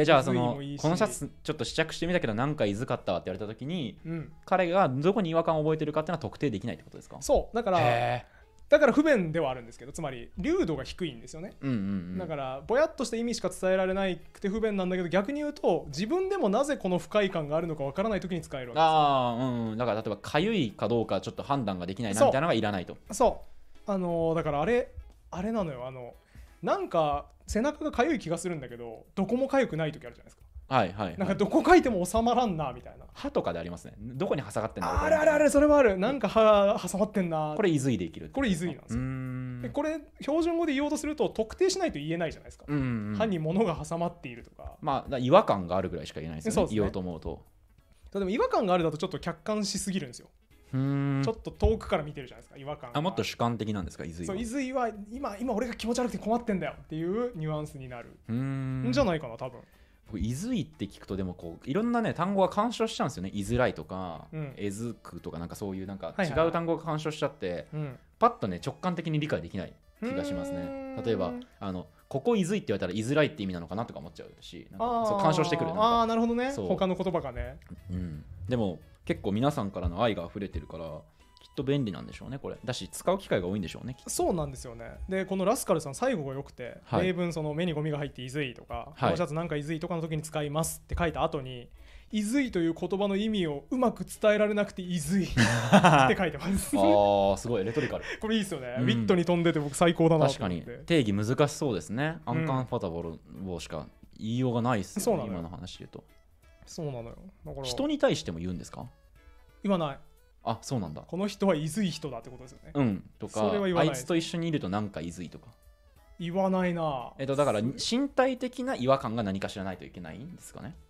[SPEAKER 2] じゃあそのこのシャツちょっと試着してみたけどなんかいずかったわって言われた時に、彼がどこに違和感を覚えてるかっていうのは特定できないってことですか。
[SPEAKER 1] そうだから不便ではあるんですけど、つまり流度が低いんですよね、だからぼやっとした意味しか伝えられなくて不便なんだけど、逆に言うと自分でもなぜこの不快感があるのかわからない時に使えるわけです。
[SPEAKER 2] だから例えばかゆいかどうかちょっと判断ができないなみたいなのがいらないと。
[SPEAKER 1] そうだからあれなのよ、なんか背中がかゆい気がするんだけどどこもかゆくない時あるじゃないですか。なんかどこ書いても収まらんなみたいな。
[SPEAKER 2] 歯とかでありますね。どこに挟がってんだろう。
[SPEAKER 1] あれそれもある。なんか歯挟まってんな。
[SPEAKER 2] これいずいでいける。
[SPEAKER 1] これいずいなんですよ。でこれ標準語で言おうとすると特定しないと言えないじゃないですか。歯に物が挟まっているとか。
[SPEAKER 2] 違和感があるぐらいしか言えないですよね。言おうと思うと。
[SPEAKER 1] でも違和感があるだとちょっと客観しすぎるんですよ。ちょっと遠くから見てるじゃないですか、違和感。
[SPEAKER 2] もっと主観的なんですか、いずいは。
[SPEAKER 1] そう、いずいは今俺が気持ち悪くて困ってんだよっていうニュアンスになるんじゃないかな多分。
[SPEAKER 2] いずいって聞くとでもこういろんなね単語が干渉しちゃうんですよね。いづらいとか、えずくとかなんかそういうなんか違う単語が干渉しちゃって、パッとね直感的に理解できない気がしますね。例えばここいずいって言われたらいづらいって意味なのかなとか思っちゃうし、なんかそう干渉してくる。
[SPEAKER 1] なるほどね。他の言葉がね。
[SPEAKER 2] でも結構皆さんからの愛が溢れてるからきっと便利なんでしょうねこれ。だし使う機会が多いんでしょうね。
[SPEAKER 1] そうなんですよね。でこのラスカルさん最後が良くて、例文その目にゴミが入っていずいとか、このシャツなんかいずいとかの時に使いますって書いた後に、いずいという言葉の意味をうまく伝えられなくていずいって書いてます。
[SPEAKER 2] すごいレトリカル。
[SPEAKER 1] これいいですよね。ウィットに飛んでて僕最高だなと思って。
[SPEAKER 2] 確かに定義難しそうですね。アンカンファタボルをしか言いようがないですよね、今の話で言うと。
[SPEAKER 1] そうなのよ。だから
[SPEAKER 2] 人に対しても言うんですか。
[SPEAKER 1] 言わない。
[SPEAKER 2] そうなんだ。
[SPEAKER 1] この人はいずい人だってことですよね。
[SPEAKER 2] とかあいつと一緒にいるとなんかいずいとか
[SPEAKER 1] 言わないな。
[SPEAKER 2] だから身体的な違和感が何か知らないといけないんですかね。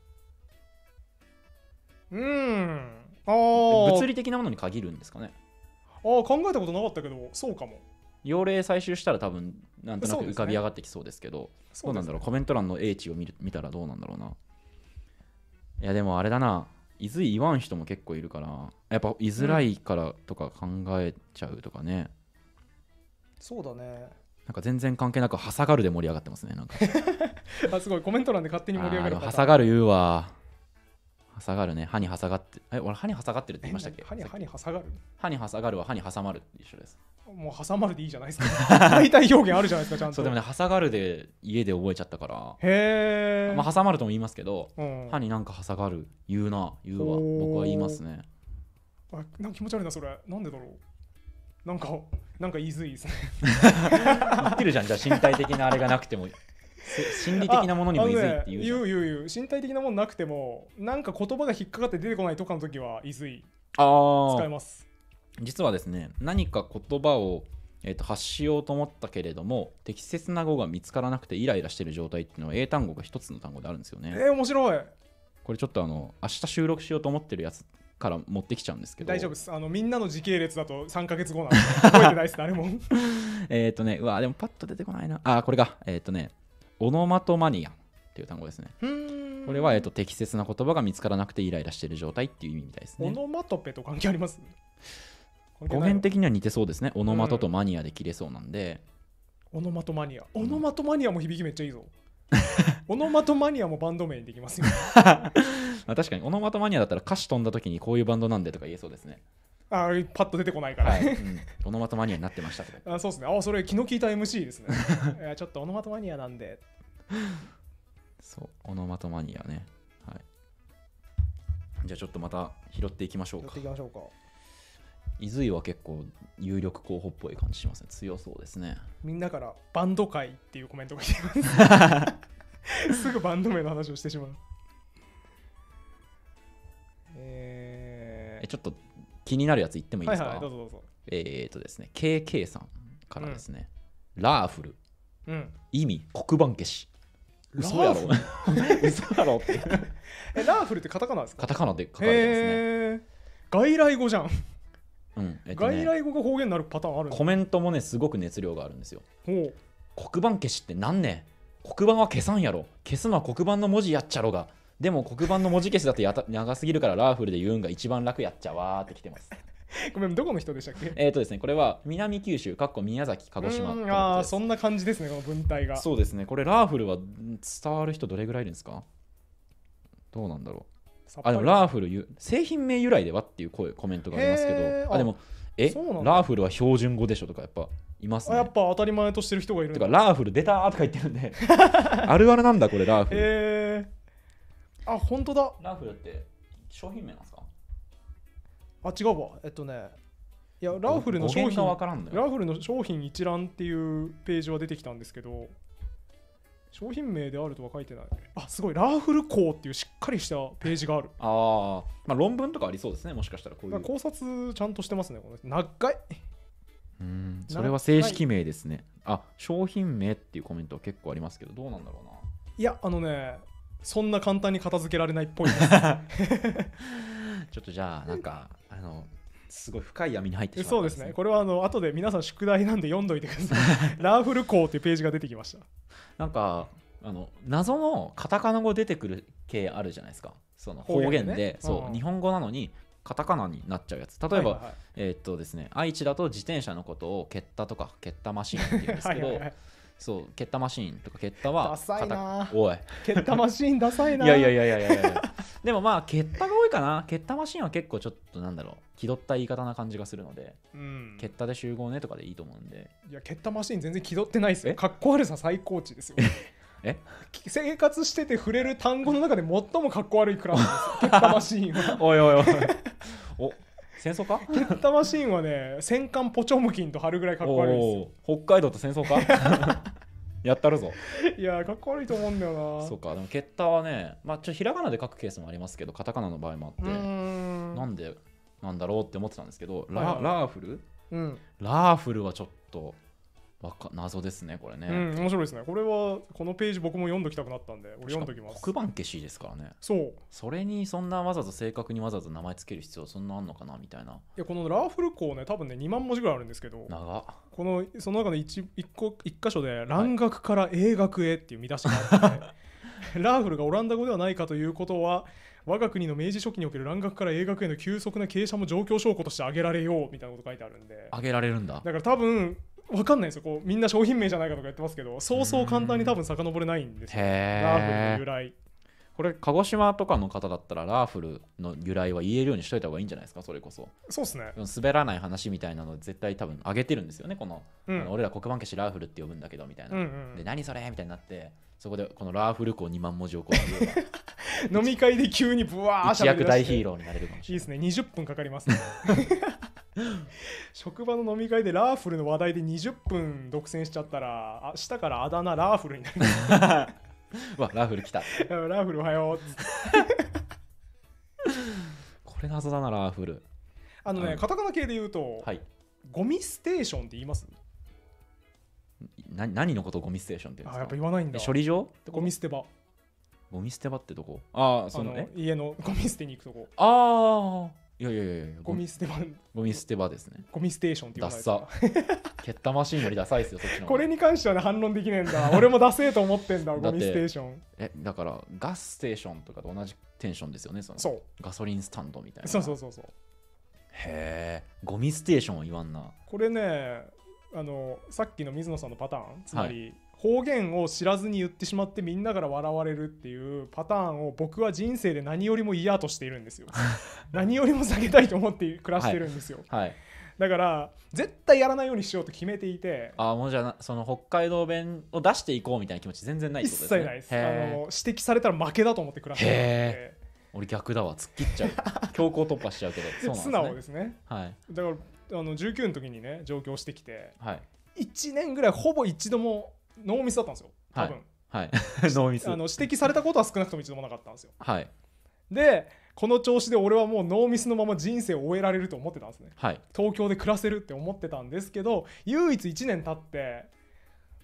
[SPEAKER 2] 物理的なものに限るんですかね。
[SPEAKER 1] 考えたことなかったけどそうかも。
[SPEAKER 2] 用例採集したら多分なんとなく浮かび上がってきそうですけど、どうなんだろう。コメント欄の英知を見たらどうなんだろうな。いやでもあれだな、いずい言わん人も結構いるから、やっぱ居づらいからとか考えちゃうとかね。
[SPEAKER 1] そうだね。
[SPEAKER 2] なんか全然関係なくはさがるで盛り上がってますね。なんか
[SPEAKER 1] すごいコメント欄で勝手に盛り上がる。
[SPEAKER 2] はさがる言うわ。はさがるね。歯にはさがって俺歯にはさがってるって言いましたっけ。
[SPEAKER 1] 歯にはさがる。
[SPEAKER 2] 歯にはさがるは歯に挟まるって一緒です。
[SPEAKER 1] もう挟まるでいいじゃないですか。大体表現あるじゃないですかちゃんと。
[SPEAKER 2] そうでもね、はさがるで家で覚えちゃったから。
[SPEAKER 1] へえ。
[SPEAKER 2] 挟まるとも言いますけど、歯になんかはさがる言うわ。僕は言いますね。
[SPEAKER 1] なんか気持ち悪いなそれ。なんでだろう。なんか言いづいですね。
[SPEAKER 2] 言ってるじゃん。じゃあ身体的なあれがなくても心理的なものにもいずいって言うじゃん。
[SPEAKER 1] 言う身体的なものなくてもなんか言葉が引っかかって出てこないとかの時はいずい使います。
[SPEAKER 2] 実はですね、何か言葉を、発しようと思ったけれども適切な語が見つからなくてイライラしている状態っていうのは英単語が一つの単語であるんですよね。
[SPEAKER 1] 面白い。
[SPEAKER 2] これちょっと明日収録しようと思ってるやつから持ってきちゃうんですけど。
[SPEAKER 1] 大丈夫です。みんなの時系列だと3ヶ月後なんで覚えてないです誰も。
[SPEAKER 2] うわでもパッと出てこないな。これがオノマトマニアっていう単語ですね。これは、適切な言葉が見つからなくてイライラしている状態っていう意味みたいですね。
[SPEAKER 1] オノマトペと関係あります？
[SPEAKER 2] 語源的には似てそうですね。オノマトとマニアで切れそうなんで。
[SPEAKER 1] オノマトマニアも響きめっちゃいいぞ。オノマトマニアもバンド名にできますよ。
[SPEAKER 2] 確かにオノマトマニアだったら歌詞飛んだ時にこういうバンドなんでとか言えそうですね。
[SPEAKER 1] パッと出てこないから、
[SPEAKER 2] オノマトマニアになってましたとか。
[SPEAKER 1] そうですね。それ気の利いた MC ですね。ちょっとオノマトマニアなんで。
[SPEAKER 2] そうオノマトマニアね。じゃあちょっとまた拾っていきましょうか。伊豆は結構有力候補っぽい感じしますね。強そうですね。
[SPEAKER 1] みんなからバンド界っていうコメントが来てます。すぐバンド名の話をしてしまう。
[SPEAKER 2] ちょっと気になるやつ言ってもいいですか。
[SPEAKER 1] どうぞ。
[SPEAKER 2] ですね KK さんからですね、ラーフル、意味黒板消し。 嘘やろ嘘やろって
[SPEAKER 1] ラーフルってカタカナですか？
[SPEAKER 2] カタカナで書かれてますね。
[SPEAKER 1] 外来語じゃん。
[SPEAKER 2] うん
[SPEAKER 1] 外来語が方言になるパターンあるんだ。
[SPEAKER 2] コメントもねすごく熱量があるんですよ。黒板消しってなんね黒板は消さんやろ、消すのは黒板の文字やっちゃろが、でも黒板の文字消しだと長すぎるからラーフルで言うんが一番楽やっちゃわーってきてます。
[SPEAKER 1] ごめん、どこの人でしたっけ？
[SPEAKER 2] ですね、これは南九州宮崎鹿児島。
[SPEAKER 1] ああ、そんな感じですね、この文体が。
[SPEAKER 2] そうですね、これラーフルは伝わる人どれぐらいいるんですか？どうなんだろう。でもラーフル製品名由来ではっていうコメントがありますけど、でもラーフルは標準語でしょとかやっぱいますね。
[SPEAKER 1] やっぱ当たり前としてる人がいるんだ。
[SPEAKER 2] てかラーフル出たーとか言ってるんであるあるなんだこれラーフル。
[SPEAKER 1] あ、本当だ。
[SPEAKER 2] ラーフルって商品名なんですか？
[SPEAKER 1] あ、違うわ。いや、ラーフルの商品、ラーフルの商品一覧っていうページは出てきたんですけど、商品名であるとは書いてない。あ、すごい、ラーフル校っていうしっかりしたページがある。
[SPEAKER 2] まあ論文とかありそうですね、もしかしたらこういう。
[SPEAKER 1] 考察ちゃんとしてますね、この長い。
[SPEAKER 2] それは正式名ですね。商品名っていうコメントは結構ありますけど、どうなんだろうな。
[SPEAKER 1] いや、そんな簡単に片付けられないっぽいです。
[SPEAKER 2] ちょっとじゃあ、なんか、すごい深い闇に入ってしまった、
[SPEAKER 1] そうですね。これは後で皆さん宿題なんで読んどいてください。ラーフル校っていうページが出てきました。
[SPEAKER 2] なんか謎のカタカナ語出てくる系あるじゃないですか。その方言で、ね、日本語なのにカタカナになっちゃうやつ。例えば、ですね、愛知だと自転車のことをケッタとかケッタマシンって言うんですけどそうケッタマシーンとかケッタは
[SPEAKER 1] ダサいな。
[SPEAKER 2] おい
[SPEAKER 1] ケッタマシーンダサいな。
[SPEAKER 2] いやでもまあケッタが多いかな。ケッタマシーンは結構ちょっとなんだろう、気取った言い方な感じがするので、ケッタで集合ねとかでいいと思うんで。
[SPEAKER 1] いや、ケッタマシーン全然気取ってないですよ。かっこ悪さ最高値ですよ。生活してて触れる単語の中で最もかっこ悪いクラスです。ケッタマシーンは。
[SPEAKER 2] おいお戦争か？
[SPEAKER 1] ケッタマシーンはね、戦艦ポチョムキンと貼るぐらいかっこ悪いですよ。
[SPEAKER 2] 北海道と戦争か？やったるぞ。
[SPEAKER 1] いや、かっこ悪いと思うんだよな。
[SPEAKER 2] そうか、でもケッタはね、ひらがなで書くケースもありますけど、カタカナの場合もあって、なんでなんだろうって思ってたんですけど、ラーフル？ラーフルはちょっと謎ですね、これね。
[SPEAKER 1] 面白いですね。これはこのページ僕も読んどきたくなったんで、俺読んどきます。
[SPEAKER 2] 黒板消しですからね。それにそんなわざわざ正確にわざわざ名前つける必要そんなあんのかなみたいな。い
[SPEAKER 1] や、このラーフル校ね、多分ね2万文字ぐらいあるんですけど、その中で一箇所で蘭学から英学へっていう見出しがあって、ラーフルがオランダ語ではないかということは、我が国の明治初期における蘭学から英学への急速な傾斜も状況証拠として挙げられようみたいなこと書いてあるんで。
[SPEAKER 2] 挙げられるんだ。
[SPEAKER 1] だから多分分かんないですよ。みんな商品名じゃないかとか言ってますけど、そうそう簡単に多分遡れないんですよ。ラーフルの由来。
[SPEAKER 2] これ鹿児島とかの方だったらラーフルの由来は言えるようにしといた方がいいんじゃないですか。それこそ
[SPEAKER 1] そうですね。
[SPEAKER 2] 滑らない話みたいなの絶対多分上げてるんですよね。俺ら黒板消しラーフルって呼ぶんだけどみたいな、で何それみたいになって、そこでこのラーフル校2万文字をこ
[SPEAKER 1] う飲み会で急にブワー
[SPEAKER 2] 一躍大ヒーローになれるかもしれない。
[SPEAKER 1] いいですね。20分かかりますね。職場の飲み会でラーフルの話題で20分独占しちゃったら、明日からあだ名ラーフルになります。
[SPEAKER 2] わ、ラーフル来た。
[SPEAKER 1] ラーフルおはよう。
[SPEAKER 2] これ謎だな、ラーフル。
[SPEAKER 1] カタカナ系で言うと、ゴミステーションって言います？
[SPEAKER 2] 何のことをゴミステーションって言うんですか？
[SPEAKER 1] やっぱ言わないんだ。
[SPEAKER 2] 処理場？
[SPEAKER 1] ゴミ捨て場。
[SPEAKER 2] ゴミ捨て場ってどこ？
[SPEAKER 1] 家のゴミ捨てに行くとこ。いやゴミ捨て
[SPEAKER 2] 場ですね。
[SPEAKER 1] ゴミステーションって言わないです
[SPEAKER 2] か？ケッタマシンよりダサいですよ、そっちの。
[SPEAKER 1] これに関してはね、反論できねえんだ。俺もダセえと思ってんだ、ゴミステーション。
[SPEAKER 2] だからガスステーションとかと同じテンションですよね。そう。ガソリンスタンドみたいな。
[SPEAKER 1] そう。
[SPEAKER 2] へえ、ゴミステーションは言わんな。
[SPEAKER 1] これね、さっきの水野さんのパターン、つまり、方言を知らずに言ってしまってみんなから笑われるっていうパターンを僕は人生で何よりも嫌としているんですよ。何よりも避けたいと思って暮らしてるんですよ。だから絶対やらないようにしようと決めていて。
[SPEAKER 2] もうじゃあその北海道弁を出していこうみたいな気持ち全然ないってことですね。
[SPEAKER 1] 一切ないです。指摘されたら負けだと思って暮らしてるので。
[SPEAKER 2] 俺逆だわ、突っ切っちゃう。強行突破しちゃうけど。そうなんですね。
[SPEAKER 1] 素直ですね。だから19の時にね上京してきて、1年ぐらいほぼ一度もノーミスだったんですよ、多分。
[SPEAKER 2] ノーミス。
[SPEAKER 1] 指摘されたことは少なくとも一度もなかったんですよ。
[SPEAKER 2] はい。
[SPEAKER 1] で、この調子で俺はもうノーミスのまま人生を終えられると思ってたんですね。東京で暮らせるって思ってたんですけど、唯一1年経って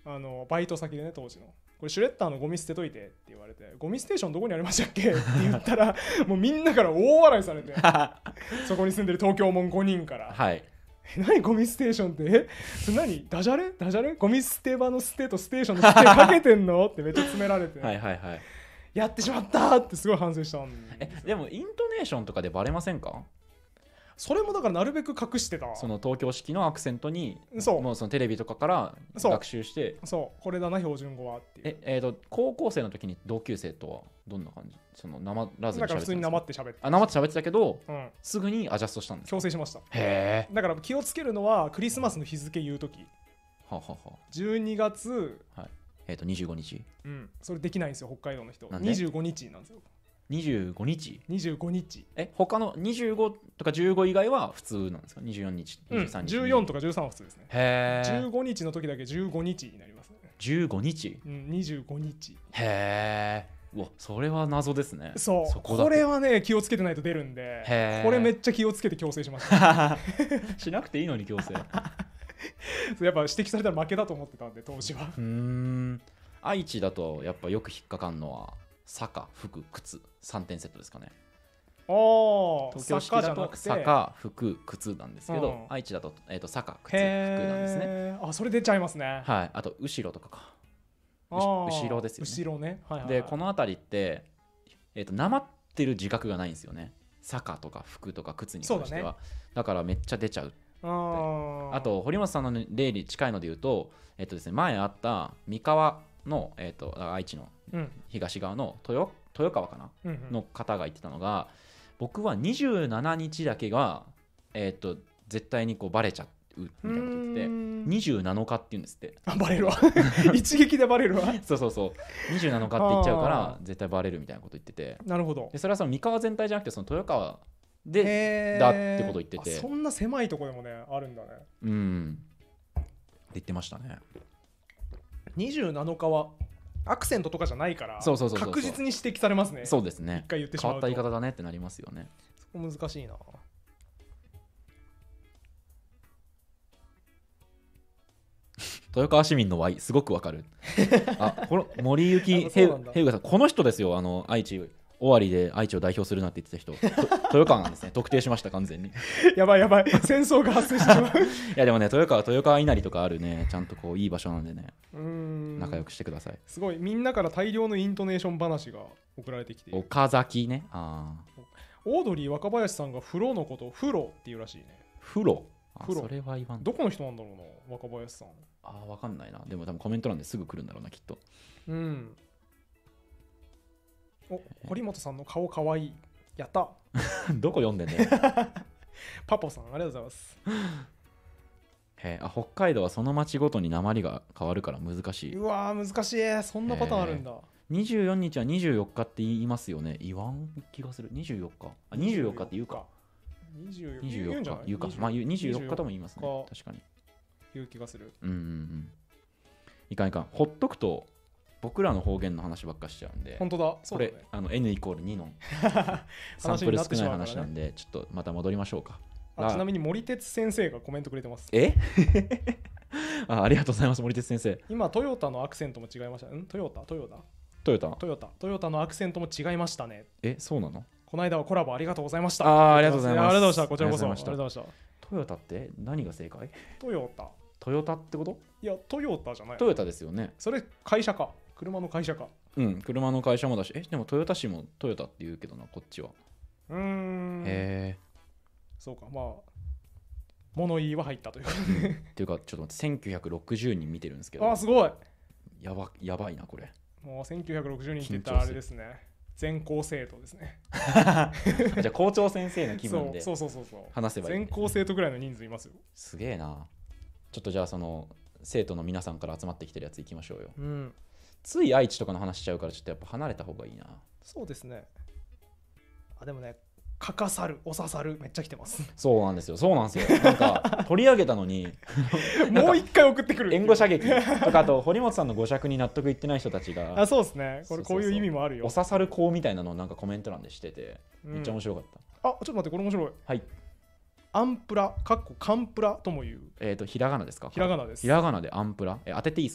[SPEAKER 1] バイト先でね、当時のこれシュレッダーのゴミ捨てといてって言われて、ゴミステーションどこにありましたっけって言ったらもうみんなから大笑いされてそこに住んでる東京もん5人から、はい、何ゴミステーションってそれ何ダジャレゴミ捨て場の捨てとステーションの捨てかけてんのってめっちゃ詰められてはいはい、はい、やってしまったってすごい反省したんで
[SPEAKER 2] でもイントネーションとかでバレませんか？
[SPEAKER 1] それもだからなるべく隠してた。
[SPEAKER 2] その東京式のアクセントにもうそのテレビとかから学習して、
[SPEAKER 1] そうこれだな標準語はっていう。
[SPEAKER 2] 高校生の時に同級生とはどんな感じ？そのなまらずに喋ってたんですか？
[SPEAKER 1] だから普通になまって喋って
[SPEAKER 2] なまって喋ってたけど、すぐにアジャストしたんですか？
[SPEAKER 1] 強制しました。
[SPEAKER 2] へえ。
[SPEAKER 1] だから気をつけるのはクリスマスの日付言う時、12月、
[SPEAKER 2] はい、25日、
[SPEAKER 1] それできないんですよ北海道の人。25日なんですよ。
[SPEAKER 2] 25日
[SPEAKER 1] 25日
[SPEAKER 2] 他の25とか15以外は普通なんですか？24日、23日、
[SPEAKER 1] 14とか13は普通ですね。
[SPEAKER 2] へえ。
[SPEAKER 1] 15日の時だけ15日になりますね。
[SPEAKER 2] 15日
[SPEAKER 1] 25日。
[SPEAKER 2] へえ。うわ、それは謎ですね。
[SPEAKER 1] そうこれはね気をつけてないと出るんで、これめっちゃ気をつけて強制しました
[SPEAKER 2] しなくていいのに強制やっぱ
[SPEAKER 1] 指摘されたら負けだと思ってたんで当時は。
[SPEAKER 2] 愛知だとやっぱよく引っかかんのは坂、服、靴3点セットですかね。東京式だと坂、服、靴なんですけど、愛知だと、坂、靴、服なんですね。
[SPEAKER 1] それ出ちゃいますね。
[SPEAKER 2] はい。あと後ろとかか。後ろですよね。
[SPEAKER 1] 後ろね。はいはい、
[SPEAKER 2] でこの辺りって、なまってる自覚がないんですよね。坂とか服とか靴に関しては。だからめっちゃ出ちゃう。あと堀本さんの例に近いので言うと、ですね、前あった三河の、愛知の東側の豊川かな、の方が言ってたのが、僕は27日だけが、絶対にこうバレちゃうみたいなこと言ってて、27日って言うんですって。
[SPEAKER 1] バレるわ一撃でバレるわ
[SPEAKER 2] そう27日って言っちゃうから絶対バレるみたいなこと言ってて。
[SPEAKER 1] なるほど。
[SPEAKER 2] でそれはその三河全体じゃなくてその豊川でだってこと言ってて、
[SPEAKER 1] そんな狭いところでもねあるんだね。
[SPEAKER 2] って言ってましたね。
[SPEAKER 1] 27日はアクセントとかじゃないから確実に指摘されますね。
[SPEAKER 2] そうですね。
[SPEAKER 1] 一回言ってしまうと
[SPEAKER 2] 変わった言い方だねってなりますよね。
[SPEAKER 1] そこ難しいな。
[SPEAKER 2] 豊川市民の Y すごくわかるこの森幸平吾さん、この人ですよ。愛知尾張で愛知を代表するなって言ってた人豊川なんですね。特定しました完全に
[SPEAKER 1] やばい戦争が発生してしまうい
[SPEAKER 2] やでもね、豊川稲荷とかあるね、ちゃんとこういい場所なんでね、仲良くしてください。
[SPEAKER 1] すごいみんなから大量のイントネーション話が送られてきている。
[SPEAKER 2] 岡崎ね。
[SPEAKER 1] オードリー若林さんが風呂のことを風呂っていうらしいね。
[SPEAKER 2] 風呂それは言わん。
[SPEAKER 1] どこの人なんだろうな若林さん。
[SPEAKER 2] わかんないな。でも多分コメント欄ですぐ来るんだろうなきっと。
[SPEAKER 1] 堀本さんの顔かわいい。やった
[SPEAKER 2] どこ読んでんだよ
[SPEAKER 1] パポさんありがとうございます。
[SPEAKER 2] 北海道はその町ごとに訛りが変わるから難しい。
[SPEAKER 1] うわー難しい。そんなパターンあるんだ。
[SPEAKER 2] 24日は24日って言いますよね。言わん気がする。24日24日って言うか。24日言うか。24日とも言いますね。確かに
[SPEAKER 1] 言う気がする。
[SPEAKER 2] いかんほっとくと僕らの方言の話ばっかしちゃうんで。
[SPEAKER 1] 本当だ。
[SPEAKER 2] これN=2のサンプル少ない話なんで、ちょっとまた戻りましょうか。
[SPEAKER 1] ちなみに森哲先生がコメントくれてます。
[SPEAKER 2] ありがとうございます森哲先生。
[SPEAKER 1] 今トヨタのアクセントも違いました。トヨタのアクセントも違いましたね。
[SPEAKER 2] そうなの？
[SPEAKER 1] この間はコラボありがとうございました。
[SPEAKER 2] ありがとうございます。
[SPEAKER 1] ありがとうございました。こちらこそありがとうございました。
[SPEAKER 2] トヨタって何が正解？
[SPEAKER 1] トヨタってこと？いやトヨタじゃない。
[SPEAKER 2] トヨタですよね。
[SPEAKER 1] それ会社か。車の会社か。
[SPEAKER 2] 車の会社もだし、でもトヨタ市もトヨタって言うけどな、こっちは。
[SPEAKER 1] そうか、まあ物言いは入ったという
[SPEAKER 2] っていうか、ちょっと待って、1960人見てるんですけど。
[SPEAKER 1] すごい。
[SPEAKER 2] やばいなこれ。
[SPEAKER 1] もう1960人って言ったらあれですね。全校生徒ですね
[SPEAKER 2] じゃあ校長先生の気分で話せばいい。
[SPEAKER 1] 全校生徒ぐらいの人数いますよ。
[SPEAKER 2] すげえな。ちょっとじゃあその生徒の皆さんから集まってきてるやついきましょうよ。つい愛知とかの話しちゃうからちょっとやっぱ離れた方がいいな。
[SPEAKER 1] そうですね。でもね、かかさるお刺さるめっちゃ来てます。
[SPEAKER 2] そうなんですよ。なんか取り上げたのに
[SPEAKER 1] もう一回送ってくる
[SPEAKER 2] 援護射撃とか、あと堀本さんの語尺に納得いってない人たちが
[SPEAKER 1] そうですね。こういう意味もあるよ。
[SPEAKER 2] お刺さる子みたいなのをなんかコメント欄でしてて、めっちゃ面白かった。
[SPEAKER 1] ちょっと待って、これ面白い。
[SPEAKER 2] はい。
[SPEAKER 1] アンプラカンプラとも言う。
[SPEAKER 2] ひらがなですか？
[SPEAKER 1] ひらがなです。
[SPEAKER 2] ひらがなでアンプラ。当てていいですか？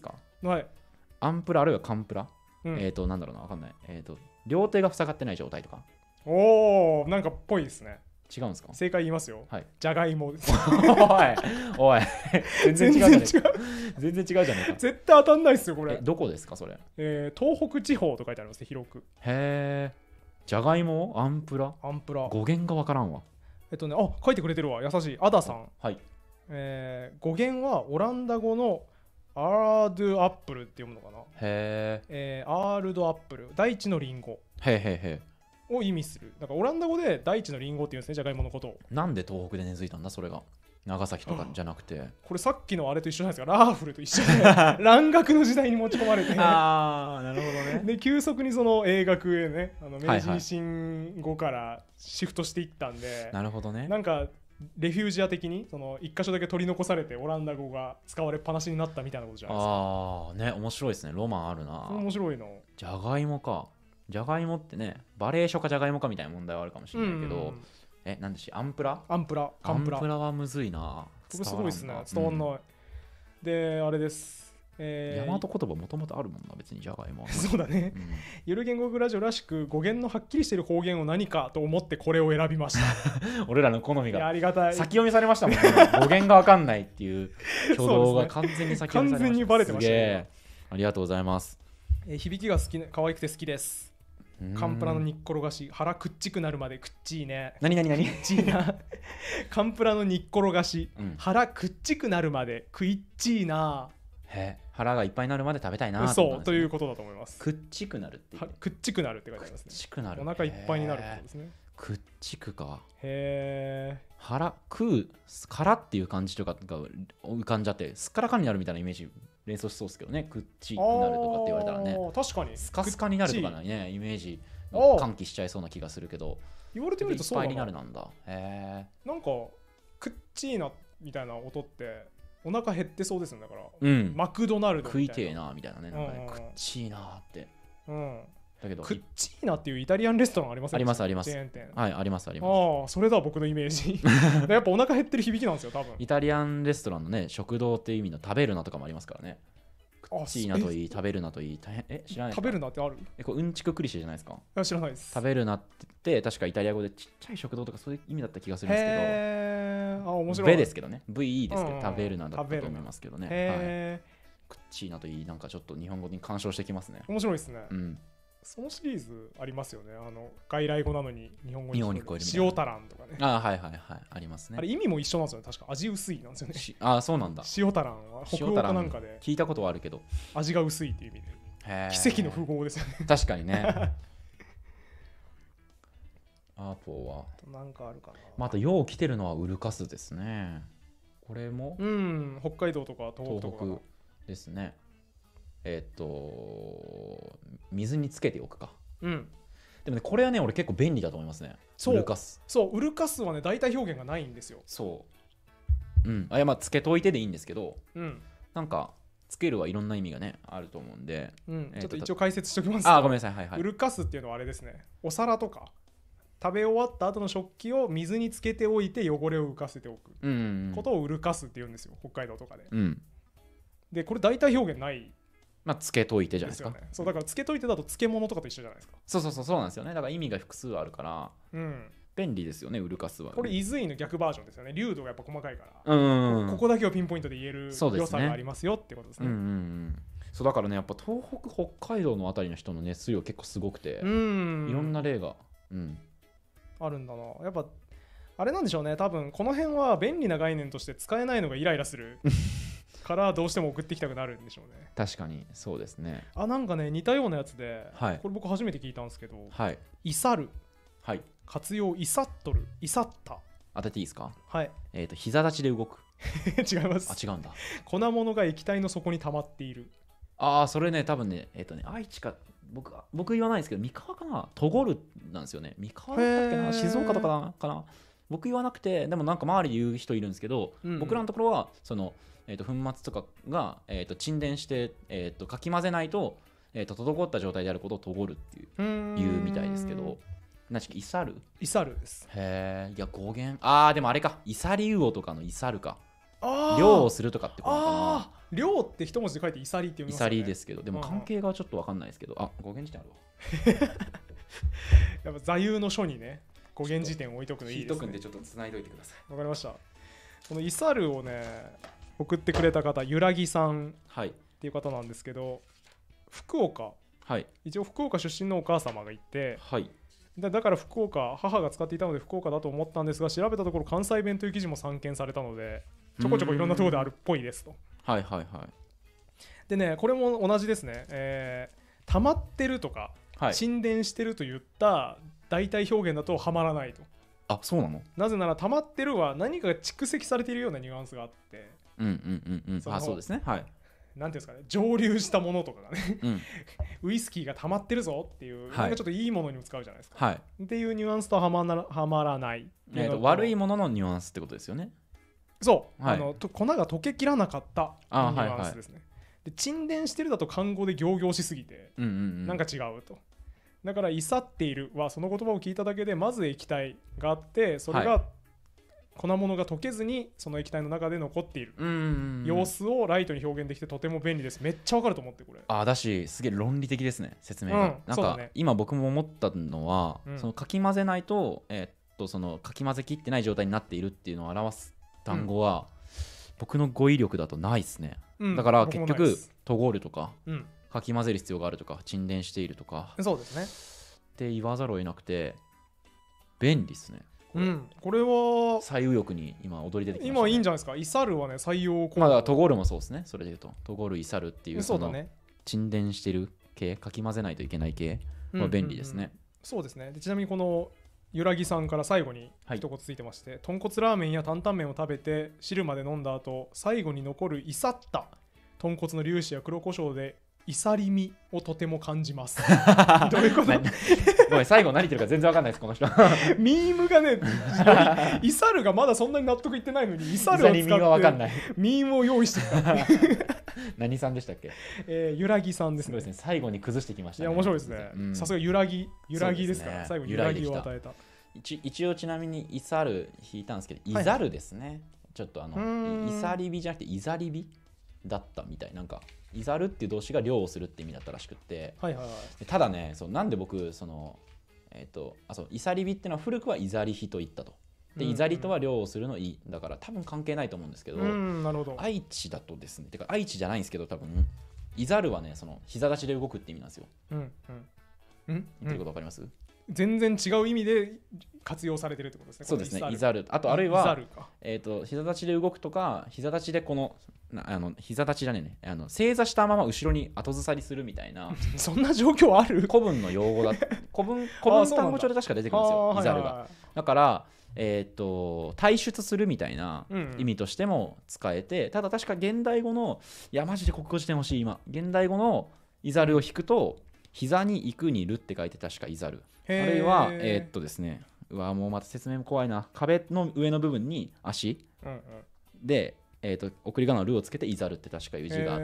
[SPEAKER 1] はい、
[SPEAKER 2] アンプラあるいはカンプラ、なんだろうな、分かんない、両手が塞がってない状態とか。
[SPEAKER 1] おー、なんかっぽいですね。
[SPEAKER 2] 違うんですか？
[SPEAKER 1] 正解言いますよ。
[SPEAKER 2] はい。
[SPEAKER 1] じゃがいもです。
[SPEAKER 2] おい全然違うじゃねえか。全然違うじゃねえか。
[SPEAKER 1] 絶対当たんないっすよこれ。
[SPEAKER 2] どこですかそれ？
[SPEAKER 1] 東北地方と書いてありますね、広く。
[SPEAKER 2] へえ。じゃがいもアンプラ語源がわからんわ。
[SPEAKER 1] 書いてくれてるわ、優しい。アダさん。
[SPEAKER 2] はい。
[SPEAKER 1] 語源はオランダ語のアードアップルって読むのかな。
[SPEAKER 2] へ
[SPEAKER 1] え。アールドアップル、大地のリンゴ。
[SPEAKER 2] へへ
[SPEAKER 1] を意味する。だからオランダ語で大地のリンゴって言うんですね、じゃがいものことを。
[SPEAKER 2] なんで東北で根付いたんだそれが。長崎とかじゃなくて。
[SPEAKER 1] これさっきのあれと一緒じゃないですか。ラーフルと一緒で蘭学の時代に持ち込まれて
[SPEAKER 2] ああ、なるほどね。
[SPEAKER 1] で急速にその英学へね、明治維新後からシフトしていったんで、
[SPEAKER 2] なるほどね。
[SPEAKER 1] なんかレフュージア的にその一箇所だけ取り残されてオランダ語が使われっぱなしになったみたいなことじゃないですか。
[SPEAKER 2] ああね、面白いですね。ロマンあるな。
[SPEAKER 1] 面白いの。
[SPEAKER 2] じゃがいもか。じゃがいもってね、バレー書かじゃがいもかみたいな問題はあるかもしれないけど、なんでしアンプラ
[SPEAKER 1] カンプラ
[SPEAKER 2] はむずいな。
[SPEAKER 1] 僕すごいですね、伝わんない、であれです、
[SPEAKER 2] 大和言葉もともとあるもんな、別にじゃがいも
[SPEAKER 1] そうだね、ゆる言語学ラジオらしく語源のはっきりしている方言を何かと思ってこれを選びました
[SPEAKER 2] 俺らの好みが
[SPEAKER 1] ありがたい、
[SPEAKER 2] 先読みされましたもんね語源が分かんないっていう挙動が完全に先読みされました。
[SPEAKER 1] 完全にバレてましたね。
[SPEAKER 2] ありがとうございます。
[SPEAKER 1] 響きが好き、可愛くて好きです。カンプラの煮っころがし、腹くっちくなるまでくっちいね。
[SPEAKER 2] 何
[SPEAKER 1] くっちいなカンプラの煮っころがし、腹くっちくなるまでくいっちいな。
[SPEAKER 2] 腹がいっぱいになるまで食べたいな。
[SPEAKER 1] そうということだと思います。
[SPEAKER 2] くっちくなるって
[SPEAKER 1] くっちくなるって書いてありますね。
[SPEAKER 2] くっちくなる、
[SPEAKER 1] お腹いっぱいになるってことですね。
[SPEAKER 2] くっちくか。
[SPEAKER 1] へえ。
[SPEAKER 2] 腹食うからっていう感じとかが浮かんじゃって、すっからかになるみたいなイメージ連想しそうですけどね。くっちくなるとかって言われたらね、
[SPEAKER 1] 確かに
[SPEAKER 2] スカスカになるとかないね、イメージ喚起しちゃいそうな気がするけど、
[SPEAKER 1] 言われてみるとそうだな。
[SPEAKER 2] いっぱいになるなんだ。
[SPEAKER 1] なんかくっちーなみたいな音ってお腹減ってそうですね。だから、マクドナルド
[SPEAKER 2] 食いてえなみたいなね、なんかね、くっちーなって、だけど
[SPEAKER 1] クッチーナっていうイタリアンレストランありますよね。
[SPEAKER 2] ありますあります。
[SPEAKER 1] チェーン店。
[SPEAKER 2] はい、ありますあります。
[SPEAKER 1] ああ、それだ僕のイメージやっぱお腹減ってる響きなんですよ多分。
[SPEAKER 2] イタリアンレストランのね、食堂っていう意味の食べるなとかもありますからね。クッチーナといい、食べるなといい、大変知らないですか？
[SPEAKER 1] 食べるなってある？
[SPEAKER 2] これうんちくクリシェじゃないですか？
[SPEAKER 1] 知らないです。
[SPEAKER 2] 食べるなって言って確かイタリア語でちっちゃい食堂とかそういう意味だった気がするんですけど、
[SPEAKER 1] 面白い。
[SPEAKER 2] ベですけどね、VE ですけど、食べるなだったと思いますけどね。クッチーナといい、なんかちょっと日本語に干渉してきますね。
[SPEAKER 1] 面白いですね。そのシリーズありますよね。外来語なのに日本語に聞こえる塩タランとかね。
[SPEAKER 2] はいありますね。
[SPEAKER 1] あれ意味も一緒なんですよね。確か味薄いなんですよね。
[SPEAKER 2] そうなんだ。
[SPEAKER 1] 塩タランは北欧かなんかで
[SPEAKER 2] 聞いたことはあるけど
[SPEAKER 1] 味が薄いっていう意味で奇跡の符号ですよね。
[SPEAKER 2] 確かにねアポは
[SPEAKER 1] なんかあるかな。
[SPEAKER 2] あとよう来てるのはウルカスですね。これも
[SPEAKER 1] 北海道とか東北
[SPEAKER 2] ですね。水につけておくか。でもね、これはね、俺結構便利だと思いますね。ウルカス。
[SPEAKER 1] そう、ウルカスはね、代替表現がないんですよ。
[SPEAKER 2] そう。いや、まあ、つけといてでいいんですけど、なんか、つけるはいろんな意味がね、あると思うんで。
[SPEAKER 1] ちょっと一応解説しておきますと。
[SPEAKER 2] ごめんなさい。
[SPEAKER 1] ウルカスっていうのはあれですね、お皿とか、食べ終わった後の食器を水につけておいて汚れを浮かせておくことをウルカスって言うんですよ、北海道とかで。で、これ代替表現ない。
[SPEAKER 2] まあ、つけといてじゃないですか。
[SPEAKER 1] そうだからつけといてだと漬物とかと一緒じゃないですか。
[SPEAKER 2] そうなんですよね。だから意味が複数あるから、便利ですよね、ウルカスは。
[SPEAKER 1] これイズイの逆バージョンですよね。流度がやっぱ細かいから、ここだけをピンポイントで言える良さがありますよってことですね。
[SPEAKER 2] そうだからね、やっぱ東北北海道のあたりの人の熱量結構すごくて、いろんな例が、
[SPEAKER 1] あるんだな。やっぱあれなんでしょうね。多分この辺は便利な概念として使えないのがイライラするからどうしても送ってきたくなるんでしょうね。
[SPEAKER 2] 確かにそうですね。
[SPEAKER 1] なんかね、似たようなやつで、これ僕初めて聞いたんですけど、イサル、活用イサットル、イサッタ。
[SPEAKER 2] 当てていいですか？
[SPEAKER 1] はい。
[SPEAKER 2] 膝立ちで動く。
[SPEAKER 1] 違います。
[SPEAKER 2] 違うんだ。
[SPEAKER 1] 粉物が液体の底に溜まっている。
[SPEAKER 2] それね、多分ね、愛知か、僕言わないですけど、三河かな、トゴルなんですよね。三河だったっけな、静岡とかかな。僕言わなくて、でもなんか周りで言う人いるんですけど、僕らのところはその粉末とかが沈殿してかき混ぜないと滞った状態であることをトゴルっていう言うみたいですけど、何でしたっけ？イサル？
[SPEAKER 1] イサルです。
[SPEAKER 2] へえ、いや語源、でもあれか、イサリウオとかのイサルか。漁をするとかってことかな。
[SPEAKER 1] 量って一文字で書いてイサリって読みますよね。
[SPEAKER 2] イサリですけど、でも関係がちょっと分かんないですけど、あ、語源辞典あるわ。
[SPEAKER 1] やっぱ座右の書にね語源辞典を置いとくのいいですね。
[SPEAKER 2] 引いとくんでちょっと繋いどいてください。
[SPEAKER 1] わかりました。このイサルをね送ってくれた方、ゆらぎさんっていう方なんですけど、福岡、はい、一応福岡出身のお母様がいて、はい、だから福岡、母が使っていたので福岡だと思ったんですが、調べたところ関西弁という記事も散見されたので、ちょこちょこいろんなところであるっぽいですと。はいはいはい。でね、これも同じですね、溜まってるとか、はい、沈殿してるといった代替表現だとはまらないと。
[SPEAKER 2] あ、そうなの？
[SPEAKER 1] なぜなら溜まってるは何かが蓄積されているようなニュアンスがあって、
[SPEAKER 2] あ、そうですね。はい。
[SPEAKER 1] なんていうんですかね、蒸留したものとかがね、ウイスキーが溜まってるぞっていう、なんかちょっといいものにも使うじゃないですか。はい、っていうニュアンスとはまらない。
[SPEAKER 2] 悪いもののニュアンスってことですよね。
[SPEAKER 1] そう、はい、粉が溶けきらなかったニュアンスですね。で沈殿してるだと漢語で仰々しすぎて、なんか違うと。だから「いさっている」はその言葉を聞いただけでまず液体があって、それが粉物が溶けずにその液体の中で残っている様子をライトに表現できてとても便利です。めっちゃわかると思って、これ。
[SPEAKER 2] あ、だしすげえ論理的ですね、説明が。なんか、ね、今僕も思ったのは、そのかき混ぜないと、そのかき混ぜきってない状態になっているっていうのを表す単語は、僕の語彙力だとないですね。だから結局とごるとか、かき混ぜる必要があるとか、沈殿しているとか、
[SPEAKER 1] そうですね
[SPEAKER 2] って言わざるを得なくて便利ですね。
[SPEAKER 1] これは
[SPEAKER 2] 左右翼に今踊り出てきましたね。
[SPEAKER 1] 今いいんじゃないですか。イサルはね採用
[SPEAKER 2] 効果。まあトゴルもそうですね。それで言うとトゴルイサルっていうその沈殿してる系、かき混ぜないといけない系は便利ですね。
[SPEAKER 1] そうですね。でちなみにこのゆらぎさんから最後に一言ついてまして、豚骨ラーメンや担々麺を食べて汁まで飲んだ後、最後に残るイサった豚骨の粒子や黒胡椒でイサリミをとても感じます。どういうこと？
[SPEAKER 2] ごめん、最後何言ってるか全然わかんないです、この人。
[SPEAKER 1] ミームがね、イサルがまだそんなに納得いってないのに、イサルを使ってミームを用意してた。
[SPEAKER 2] 何さんでしたっけ？
[SPEAKER 1] ゆらぎさんですね。
[SPEAKER 2] 最後に崩してきましたね。
[SPEAKER 1] いや、面白いですね。さすがゆらぎですから、最後にゆらぎを与えた。
[SPEAKER 2] 一応ちなみにイサル引いたんですけど、イザルですね。ちょっとイサリビじゃなくてイザリビだったみたい。なんかイザルっていう動詞が漁をするって意味だったらしくって、ただね、なんで僕そのそうイサリビっていうのは古くはイザリヒと言ったと。でイザリとは漁をするのいだから多分関係ないと思うんですけど、
[SPEAKER 1] なるほど。
[SPEAKER 2] 愛知だとですね、てか愛知じゃないんですけど、多分イザルはね、その膝立ちで動くって意味なんですよ。言ってることわかります？
[SPEAKER 1] 全然違う意味で活用されてるってことですね。
[SPEAKER 2] そうですね。イザル、あとあるいは膝立ちで動くとか、膝立ちでこの膝立ちだね、正座したまま後ろに後ずさりすするみたいな
[SPEAKER 1] そんな状況ある？
[SPEAKER 2] 古文の用語だ。古文単語帳で確か出てくるんですよ、イザルが。だから退出するみたいな意味としても使えて、ただ確か現代語の、いやマジで国語辞典欲しい今、現代語のイザルを引くと膝に行くにるって書いて確かイザル、あるいはですね、うわもうまた説明も怖いな、壁の上の部分に足、で送り仮名のるをつけてイザルって確かいう字があって、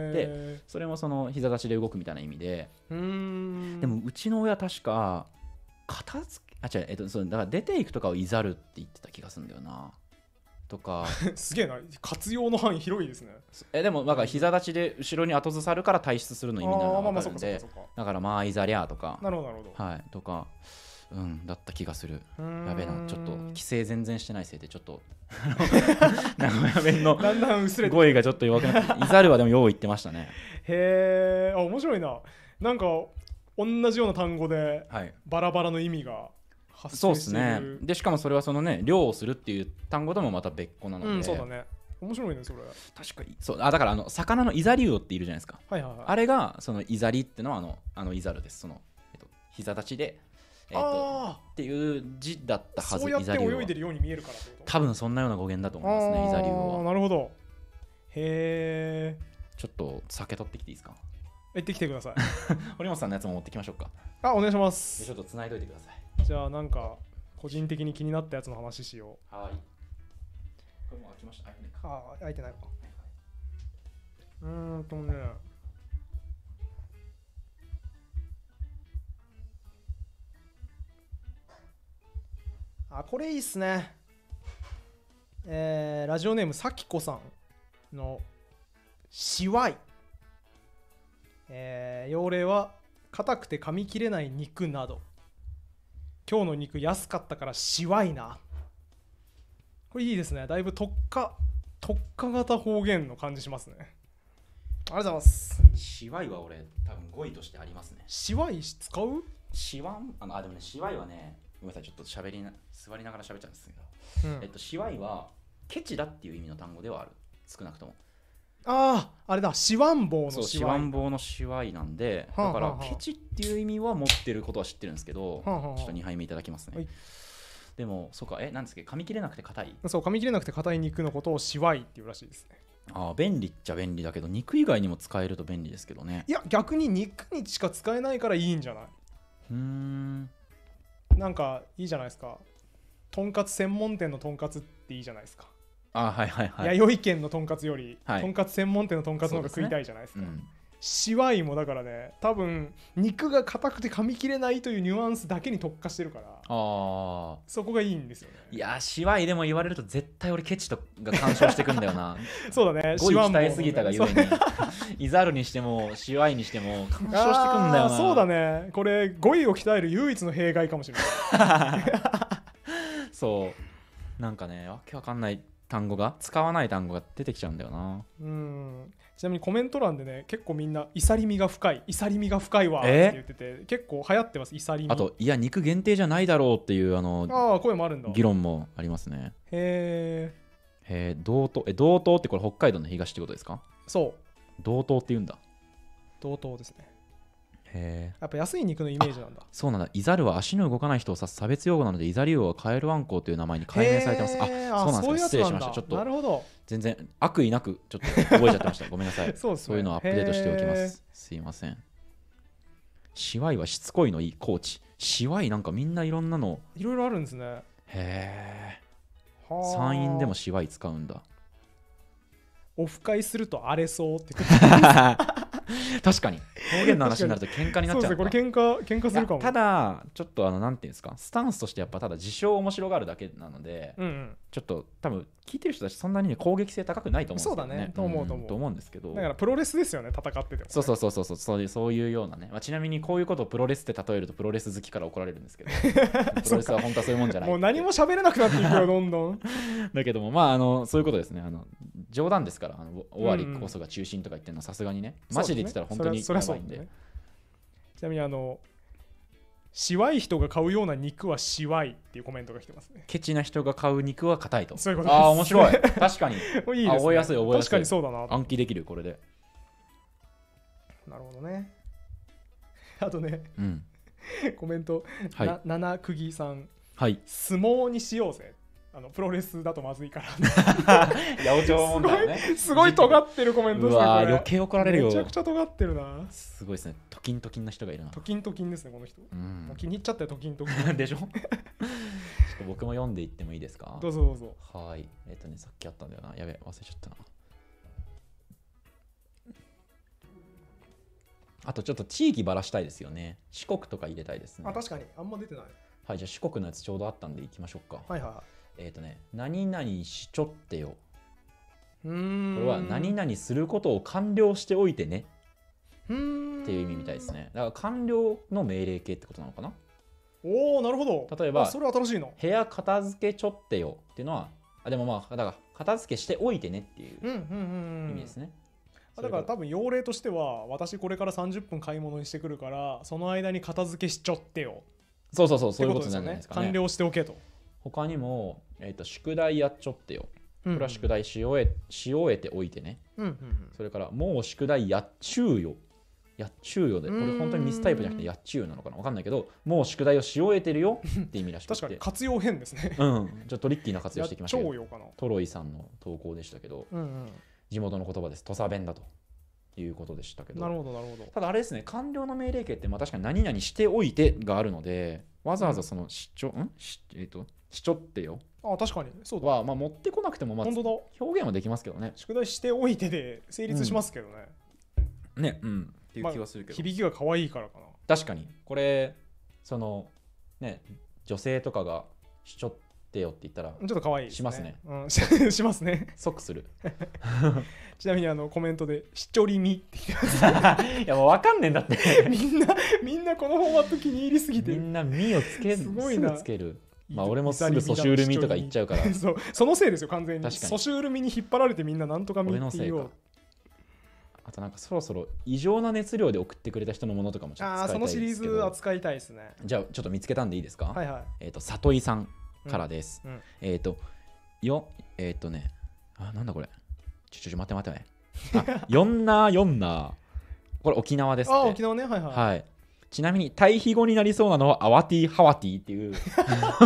[SPEAKER 2] それもその膝立ちで動くみたいな意味で、でもうちの親確か片付けそうだから出ていくとかをイザルって言ってた気がするんだよなとか
[SPEAKER 1] すげえな、活用の範囲広いですね。
[SPEAKER 2] でもだから膝立ちで後ろに後ずさるから退出するの意味なのが分かるんで、だからまあイザリャーとか、
[SPEAKER 1] なるほどなるほど、
[SPEAKER 2] はいとかだった気がする。やべえな、ちょっと規制全然してないせいでちょっと名古屋弁の語彙がちょっと弱くなってイザルはでもよう言ってましたね。
[SPEAKER 1] へえ、面白いな。なんか同じような単語でバラバラの意味が発生している。
[SPEAKER 2] そうですね。でしかもそれはそのね、漁をするっていう単語ともまた別個なので、
[SPEAKER 1] そうだね、面白いねそれ。
[SPEAKER 2] 確かにそう。だから魚のイザリウオっているじゃないですか、あれがそのイザリってのはイザルです。その膝立ちでっていう字だったはず。
[SPEAKER 1] そうやって泳いでるように見えるからってこと？
[SPEAKER 2] 多分そんなような語源だと思いますね、イザリウオは。
[SPEAKER 1] なるほど。へえ。
[SPEAKER 2] ちょっと酒取ってきていいですか？
[SPEAKER 1] 行ってきてください。
[SPEAKER 2] 堀本さんのやつも持ってきましょうか。
[SPEAKER 1] お願いします。
[SPEAKER 2] ちょっと繋いどいてください。
[SPEAKER 1] じゃあなんか個人的に気になったやつの話しよ
[SPEAKER 2] う。はい。これも開きました。
[SPEAKER 1] 開いてないか。これいいっすね。ラジオネームさきこさんのしわい、用例は硬くて噛み切れない肉など。今日の肉安かったからしわいな。これいいですね。だいぶ特化型方言の感じしますね。ありがとうございます。
[SPEAKER 2] しわいは俺多分語彙としてありますね。
[SPEAKER 1] しわい使う？
[SPEAKER 2] しわんでもね、しわいはね、ごめんなさい、ちょっと座りながら喋っちゃうんですけど、しわいはケチだっていう意味の単語ではある、少なくとも。
[SPEAKER 1] あれだ、しわんぼうのしわい。
[SPEAKER 2] しわんぼうのしわいなんで、だからケチっていう意味は持ってることは知ってるんですけど、ちょっと2杯目いただきますね。でもそうか、なんですか、噛み切れなくて硬い。
[SPEAKER 1] そう、噛み切れなくて硬い肉のことをしわいっていうらしいですね。
[SPEAKER 2] 便利っちゃ便利だけど、肉以外にも使えると便利ですけどね。
[SPEAKER 1] いや、逆に肉にしか使えないからいいんじゃない？なんかいいじゃないですか。とんかつ専門店のとんかつっていいじゃないですか。
[SPEAKER 2] はいはいはい。
[SPEAKER 1] 弥生県のとんかつより、とんかつ専門店のとんかつの方が食いたいじゃないですか。しわいもだからね、多分肉が硬くて噛み切れないというニュアンスだけに特化してるから、そこがいいんですよね。
[SPEAKER 2] いや、しわいでも言われると絶対俺ケチとが干渉してくんだよな。
[SPEAKER 1] そうだね、
[SPEAKER 2] 語彙鍛えすぎたがゆえにいざるにしてもしわいにしても干渉してくんだよな。
[SPEAKER 1] そうだね、これ語彙を鍛える唯一の弊害かもしれない。
[SPEAKER 2] そうなんかね、わけわかんない単語が、使わない単語が出てきちゃうんだよな。
[SPEAKER 1] ちなみにコメント欄でね、結構みんなイサリミが深いわって言ってて、結構流行ってます。イサリミ。
[SPEAKER 2] あと、いや肉限定じゃないだろうっていう
[SPEAKER 1] 声もあるんだ。
[SPEAKER 2] 議論もありますね。
[SPEAKER 1] へ
[SPEAKER 2] え。道東ってこれ北海道の東ってことですか？
[SPEAKER 1] そう、
[SPEAKER 2] 道東って言うんだ。
[SPEAKER 1] 道東ですね。
[SPEAKER 2] や
[SPEAKER 1] っぱ安い肉のイメージなんだ。
[SPEAKER 2] そうなんだ。イザルは足の動かない人を指す差別用語なので、イザリウオはカエルワンコウという名前に改名されてます。そうなんですか。失礼しました。ちょっと
[SPEAKER 1] なるほど、
[SPEAKER 2] 全然悪意なくちょっと覚えちゃってました。ごめんなさい。そういうのをアップデートしておきます。すいません。しわいはしつこいのいいコーチ。しわいなんかみんないろんなの
[SPEAKER 1] いろいろあるんですね。
[SPEAKER 2] へえ。山陰でもしわい使うんだ。
[SPEAKER 1] オフ会すると荒れそうって言ってた。
[SPEAKER 2] 確かに方言の話になると喧嘩になっちゃう。
[SPEAKER 1] そうですね、これ喧嘩するかも。
[SPEAKER 2] ただちょっとなんていうんですか、スタンスとしてやっぱただ自称面白がるだけなので、ちょっと多分聞いてる人たちそんなに、ね、攻撃性高くないと思うんですよね。
[SPEAKER 1] そうだね、と思うんです
[SPEAKER 2] けど、
[SPEAKER 1] だからプロレスですよね、戦ってても、ね、
[SPEAKER 2] そういうようなね、ちなみにこういうことをプロレスって例えるとプロレス好きから怒られるんですけどプロレスは本当はそういうもんじゃない。
[SPEAKER 1] もう何も喋れなくなっていくよどんどん
[SPEAKER 2] だけどもそういうことですね。冗談ですから、終わりこそが中心とか言ってるのはさすがにね、マジで言ってたら本当にやばいんで。
[SPEAKER 1] ちなみにしわい人が買うような肉はしわいっていうコメントが来てますね。
[SPEAKER 2] ケチな人が買う肉は硬いと。
[SPEAKER 1] そういうことです。
[SPEAKER 2] 面白い。確かに。
[SPEAKER 1] いいですね。
[SPEAKER 2] 覚えやすい。
[SPEAKER 1] 確かにそうだな。
[SPEAKER 2] 暗記できるこれで。
[SPEAKER 1] なるほどね。あとね、コメント、七釘さん、相撲にしようぜ。プロレスだとまずいから八
[SPEAKER 2] 百長問題ね。
[SPEAKER 1] すごい尖ってるコメントですね。
[SPEAKER 2] 余計怒られるよ。
[SPEAKER 1] めちゃくちゃ尖ってるな。
[SPEAKER 2] すごいですね。トキントキンな人がいるな。
[SPEAKER 1] トキントキンですね、この人。気に入っちゃったよ、トキントキン。
[SPEAKER 2] でしょ。ちょっと僕も読んでいってもいいですか？
[SPEAKER 1] どうぞどうぞ。
[SPEAKER 2] はい。さっきあったんだよな。やべ、忘れちゃったな。あとちょっと地域ばらしたいですよね。四国とか入れたいですね。
[SPEAKER 1] 確かにあんま出てない。
[SPEAKER 2] はい、じゃあ四国のやつちょうどあったんでいきましょうか。
[SPEAKER 1] はいはい。
[SPEAKER 2] 何々しちょってよ。これは何々することを完了しておいてねっていう意味みたいですね。だから完了の命令形ってことなのかな。
[SPEAKER 1] なるほど。
[SPEAKER 2] 例えば
[SPEAKER 1] それは新しいの。
[SPEAKER 2] 部屋片付けちょってよっていうのはでもだから片付けしておいてねっていう意味ですね。
[SPEAKER 1] だから多分要例としては、私これから30分買い物にしてくるからその間に片付けしちょってよ。
[SPEAKER 2] そういうことなんじゃないですかね。
[SPEAKER 1] 完了しておけと。
[SPEAKER 2] 他にも、宿題やっちょってよ。これは宿題し終えておいてね。それからもう宿題やっちゅうよ。やっちゅうよで、これ本当にミスタイプじゃなくてやっちゅうなのかな、分かんないけど、もう宿題をし終えてるよって意味らしくて。
[SPEAKER 1] 確かに活用編ですね。
[SPEAKER 2] ちょっとトリッキーな活用してきましたけど、
[SPEAKER 1] かな。
[SPEAKER 2] トロイさんの投稿でしたけど、地元の言葉です。土佐弁だということでしたけど。
[SPEAKER 1] なるほどなるほど。
[SPEAKER 2] ただあれですね、完了の命令形って確かに何々しておいてがあるので、わざわざそのしちょってよ。
[SPEAKER 1] 確かにそうだ。
[SPEAKER 2] は持ってこなくても表現はできますけどね。
[SPEAKER 1] 宿題しておいてで成立しますけどね。
[SPEAKER 2] っていう気はするけど、
[SPEAKER 1] 響きが可愛いからかな。
[SPEAKER 2] 確かにこれ女性とかがしちょっってよって言ったら
[SPEAKER 1] ちょっと可愛い
[SPEAKER 2] しますね。
[SPEAKER 1] しますね。
[SPEAKER 2] 即する。
[SPEAKER 1] ちなみにコメントで「しちょりみ」って言ってます。
[SPEAKER 2] いやもう分かんねえんだって。
[SPEAKER 1] みんなこのフォーマット気に入りすぎて、
[SPEAKER 2] みんな「み」をつける、
[SPEAKER 1] すごいな。
[SPEAKER 2] すぐつける。まあ俺もすぐソシュールミとか言っちゃうから。
[SPEAKER 1] そのせいですよ完全に。
[SPEAKER 2] 確かに
[SPEAKER 1] ソシュールミに引っ張られてみんななんとかみって言おう。
[SPEAKER 2] あとなんかそろそろ異常な熱量で送ってくれた人のものとかもちょっと使いたいですけど。
[SPEAKER 1] そのシリーズ扱いたいですね。
[SPEAKER 2] じゃあちょっと見つけたんでいいですか。
[SPEAKER 1] はいはい。
[SPEAKER 2] 里井さんからです。
[SPEAKER 1] うん、
[SPEAKER 2] なんだこれ。待ってね。ヨンナーヨンナー。これ沖縄ですって。
[SPEAKER 1] 沖縄ね。はいはい。
[SPEAKER 2] はい。ちなみに対比語になりそうなのはアワティハワティっていうちょ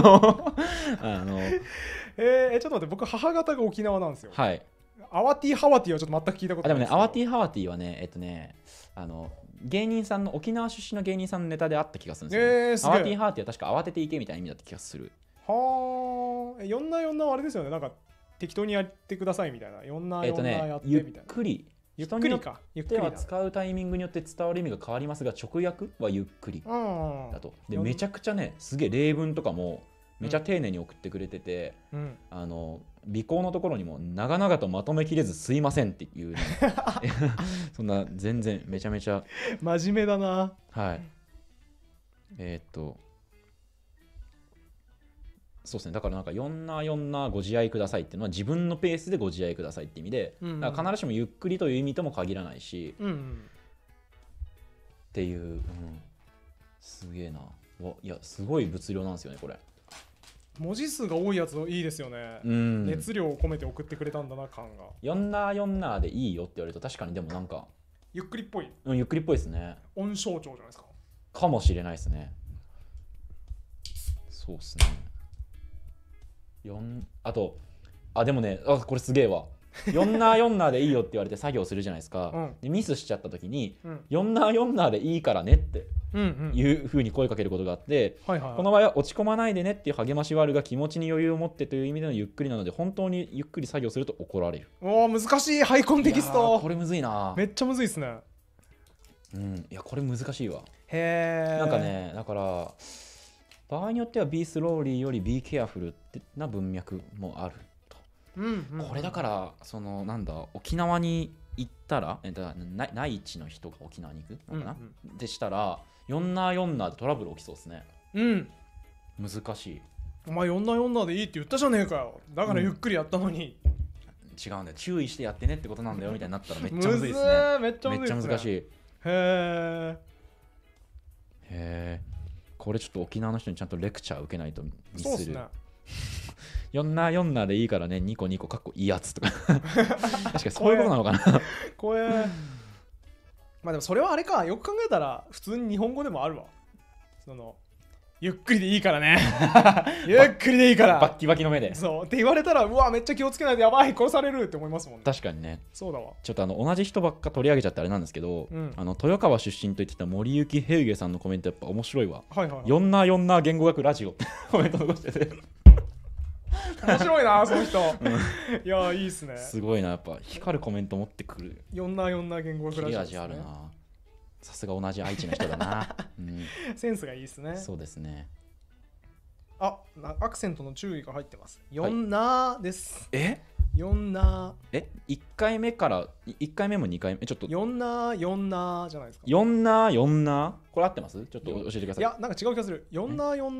[SPEAKER 1] っと待って、僕母方が沖縄なんですよ。
[SPEAKER 2] はい。
[SPEAKER 1] アワティハワティはちょっと全く聞いたことない
[SPEAKER 2] です。でもね、アワティハワティはね芸人さんの沖縄出身の芸人さんのネタであった気がするんですよ、ね。アワティハワティは確か慌てていけみたいな意味だった気がする。
[SPEAKER 1] はあ。4なはあれですよね。なんか適当にやってくださいみたいな。4なやってみたいな。
[SPEAKER 2] ゆっくり。
[SPEAKER 1] 人によって
[SPEAKER 2] は使うタイミングによって伝わる意味が変わりますが、直訳はゆっくりだと。でめちゃくちゃね、すげえ例文とかもめちゃ丁寧に送ってくれてて、尾行のところにも長々とまとめきれずすいませんっていう、ね、そんな全然めちゃめちゃ
[SPEAKER 1] 真面目だな。
[SPEAKER 2] はい。そうですね。だからなんか4なご自愛くださいっていうのは自分のペースでご自愛くださいって意味で、だから必ずしもゆっくりという意味とも限らないし、っていう、すげえな。いやすごい物量なんですよねこれ。
[SPEAKER 1] 文字数が多いやついいですよね。熱量を込めて送ってくれたんだな感が。
[SPEAKER 2] 4なでいいよって言われると確かにでもなんか
[SPEAKER 1] ゆっくりっぽい。
[SPEAKER 2] ゆっくりっぽいですね。
[SPEAKER 1] 音象徴じゃないですか。
[SPEAKER 2] かもしれないですね。そうですね。でもね、これすげえわ。4なでいいよって言われて作業するじゃないですか。でミスしちゃった時に、4なでいいからねっていう風に声かけることがあって、この場合は落ち込まないでねっていう励ましはあるが気持ちに余裕を持ってという意味でのゆっくりなので、本当にゆっくり作業すると怒られる。
[SPEAKER 1] 難しい。ハイコンテキスト。
[SPEAKER 2] これむずいな。
[SPEAKER 1] めっちゃむずいですね。
[SPEAKER 2] いやこれ難しいわ。
[SPEAKER 1] へえ。
[SPEAKER 2] なんかね、だから場合によっては Be slowly より Be careful な文脈もあると。これだからなんだ沖縄に行ったら内地の人が沖縄に行くのかな、でしたら4なでトラブル起きそうですね。難しい。
[SPEAKER 1] お前4なでいいって言ったじゃねえかよ。だからゆっくりやったのに。
[SPEAKER 2] 違うんだよ。注意してやってねってことなんだよみたいになったらめっちゃむずいですね。めっちゃ難しい。
[SPEAKER 1] へ
[SPEAKER 2] え。これちょっと沖縄の人にちゃんとレクチャー受けないとミスる。そうですね。4なでいいからね、ニコかっこいいやつとか。確かにそういうことなのかな。
[SPEAKER 1] これまあでもそれはあれか。よく考えたら普通に日本語でもあるわ。ゆっくりでいいからね。ゆっくりでいいから。
[SPEAKER 2] バッキバキの目で。
[SPEAKER 1] そうって言われたら、うわめっちゃ気をつけないとやばい殺されるって思いますもんね。
[SPEAKER 2] 確かにね。
[SPEAKER 1] そうだわ。
[SPEAKER 2] ちょっと同じ人ばっか取り上げちゃってあれなんですけど、豊川出身と言ってた森幸平家さんのコメントやっぱ面白いわ。4な言語学ラジオってコメント残してて。
[SPEAKER 1] 面白いなその人。いやいいっすね。
[SPEAKER 2] すごいな。やっぱ光るコメント持ってくる。
[SPEAKER 1] 4な言語学ラジオ。
[SPEAKER 2] 切れ味あるな。さすが同じ愛知の人だな。
[SPEAKER 1] センスがいいですね。
[SPEAKER 2] そうですね。
[SPEAKER 1] アクセントの注意が入ってます。4なです。4な。
[SPEAKER 2] 1回目から1回目も2回目ちょっと
[SPEAKER 1] 4なじゃないですか。
[SPEAKER 2] 4なこれ合ってます？ちょっと教えてください。
[SPEAKER 1] いやなんか違う気がする。4な
[SPEAKER 2] 4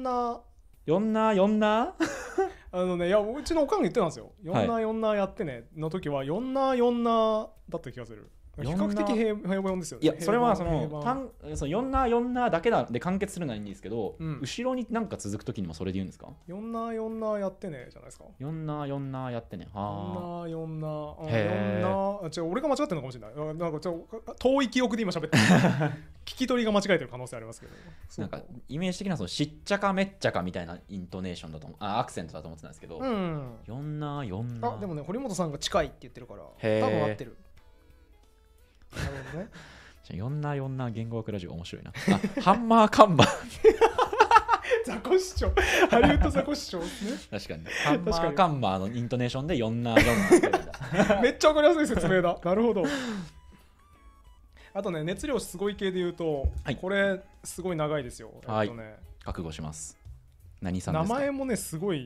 [SPEAKER 1] ね、いやうちのおかんが言ってたんですよ。4なやってねの時は4なだった気がする。比較的平凡ですよね。
[SPEAKER 2] いやそれは4なだけで完結するのはいいんですけど、後ろになんか続く時にもそれで言うんですか
[SPEAKER 1] ？4なやってねじゃないですか。
[SPEAKER 2] 4なやってね。
[SPEAKER 1] 4な俺が間違ってるのかもしれない。なんか遠い記憶で今喋ってる。聞き取りが間違えてる可能性ありますけど。
[SPEAKER 2] なんかイメージ的なしっちゃかめっちゃかみたいなイントネーションだとアクセントだと思ってたんですけど、4な
[SPEAKER 1] でもね堀本さんが近いって言ってるから多分合ってる。なるほどね。
[SPEAKER 2] 4な言語学ラジオ面白いな。ハンマーカンバー。
[SPEAKER 1] ザコシショウ。ハリウッドザコシショウです
[SPEAKER 2] ね。確かに。ハンマーカンバーのイントネーションで4な
[SPEAKER 1] めっちゃわかりやすい説明だ。なるほど。あとね熱量すごい系で言うと、これすごい長いですよ。
[SPEAKER 2] 覚悟します。何さんですか？
[SPEAKER 1] 名前もねすごい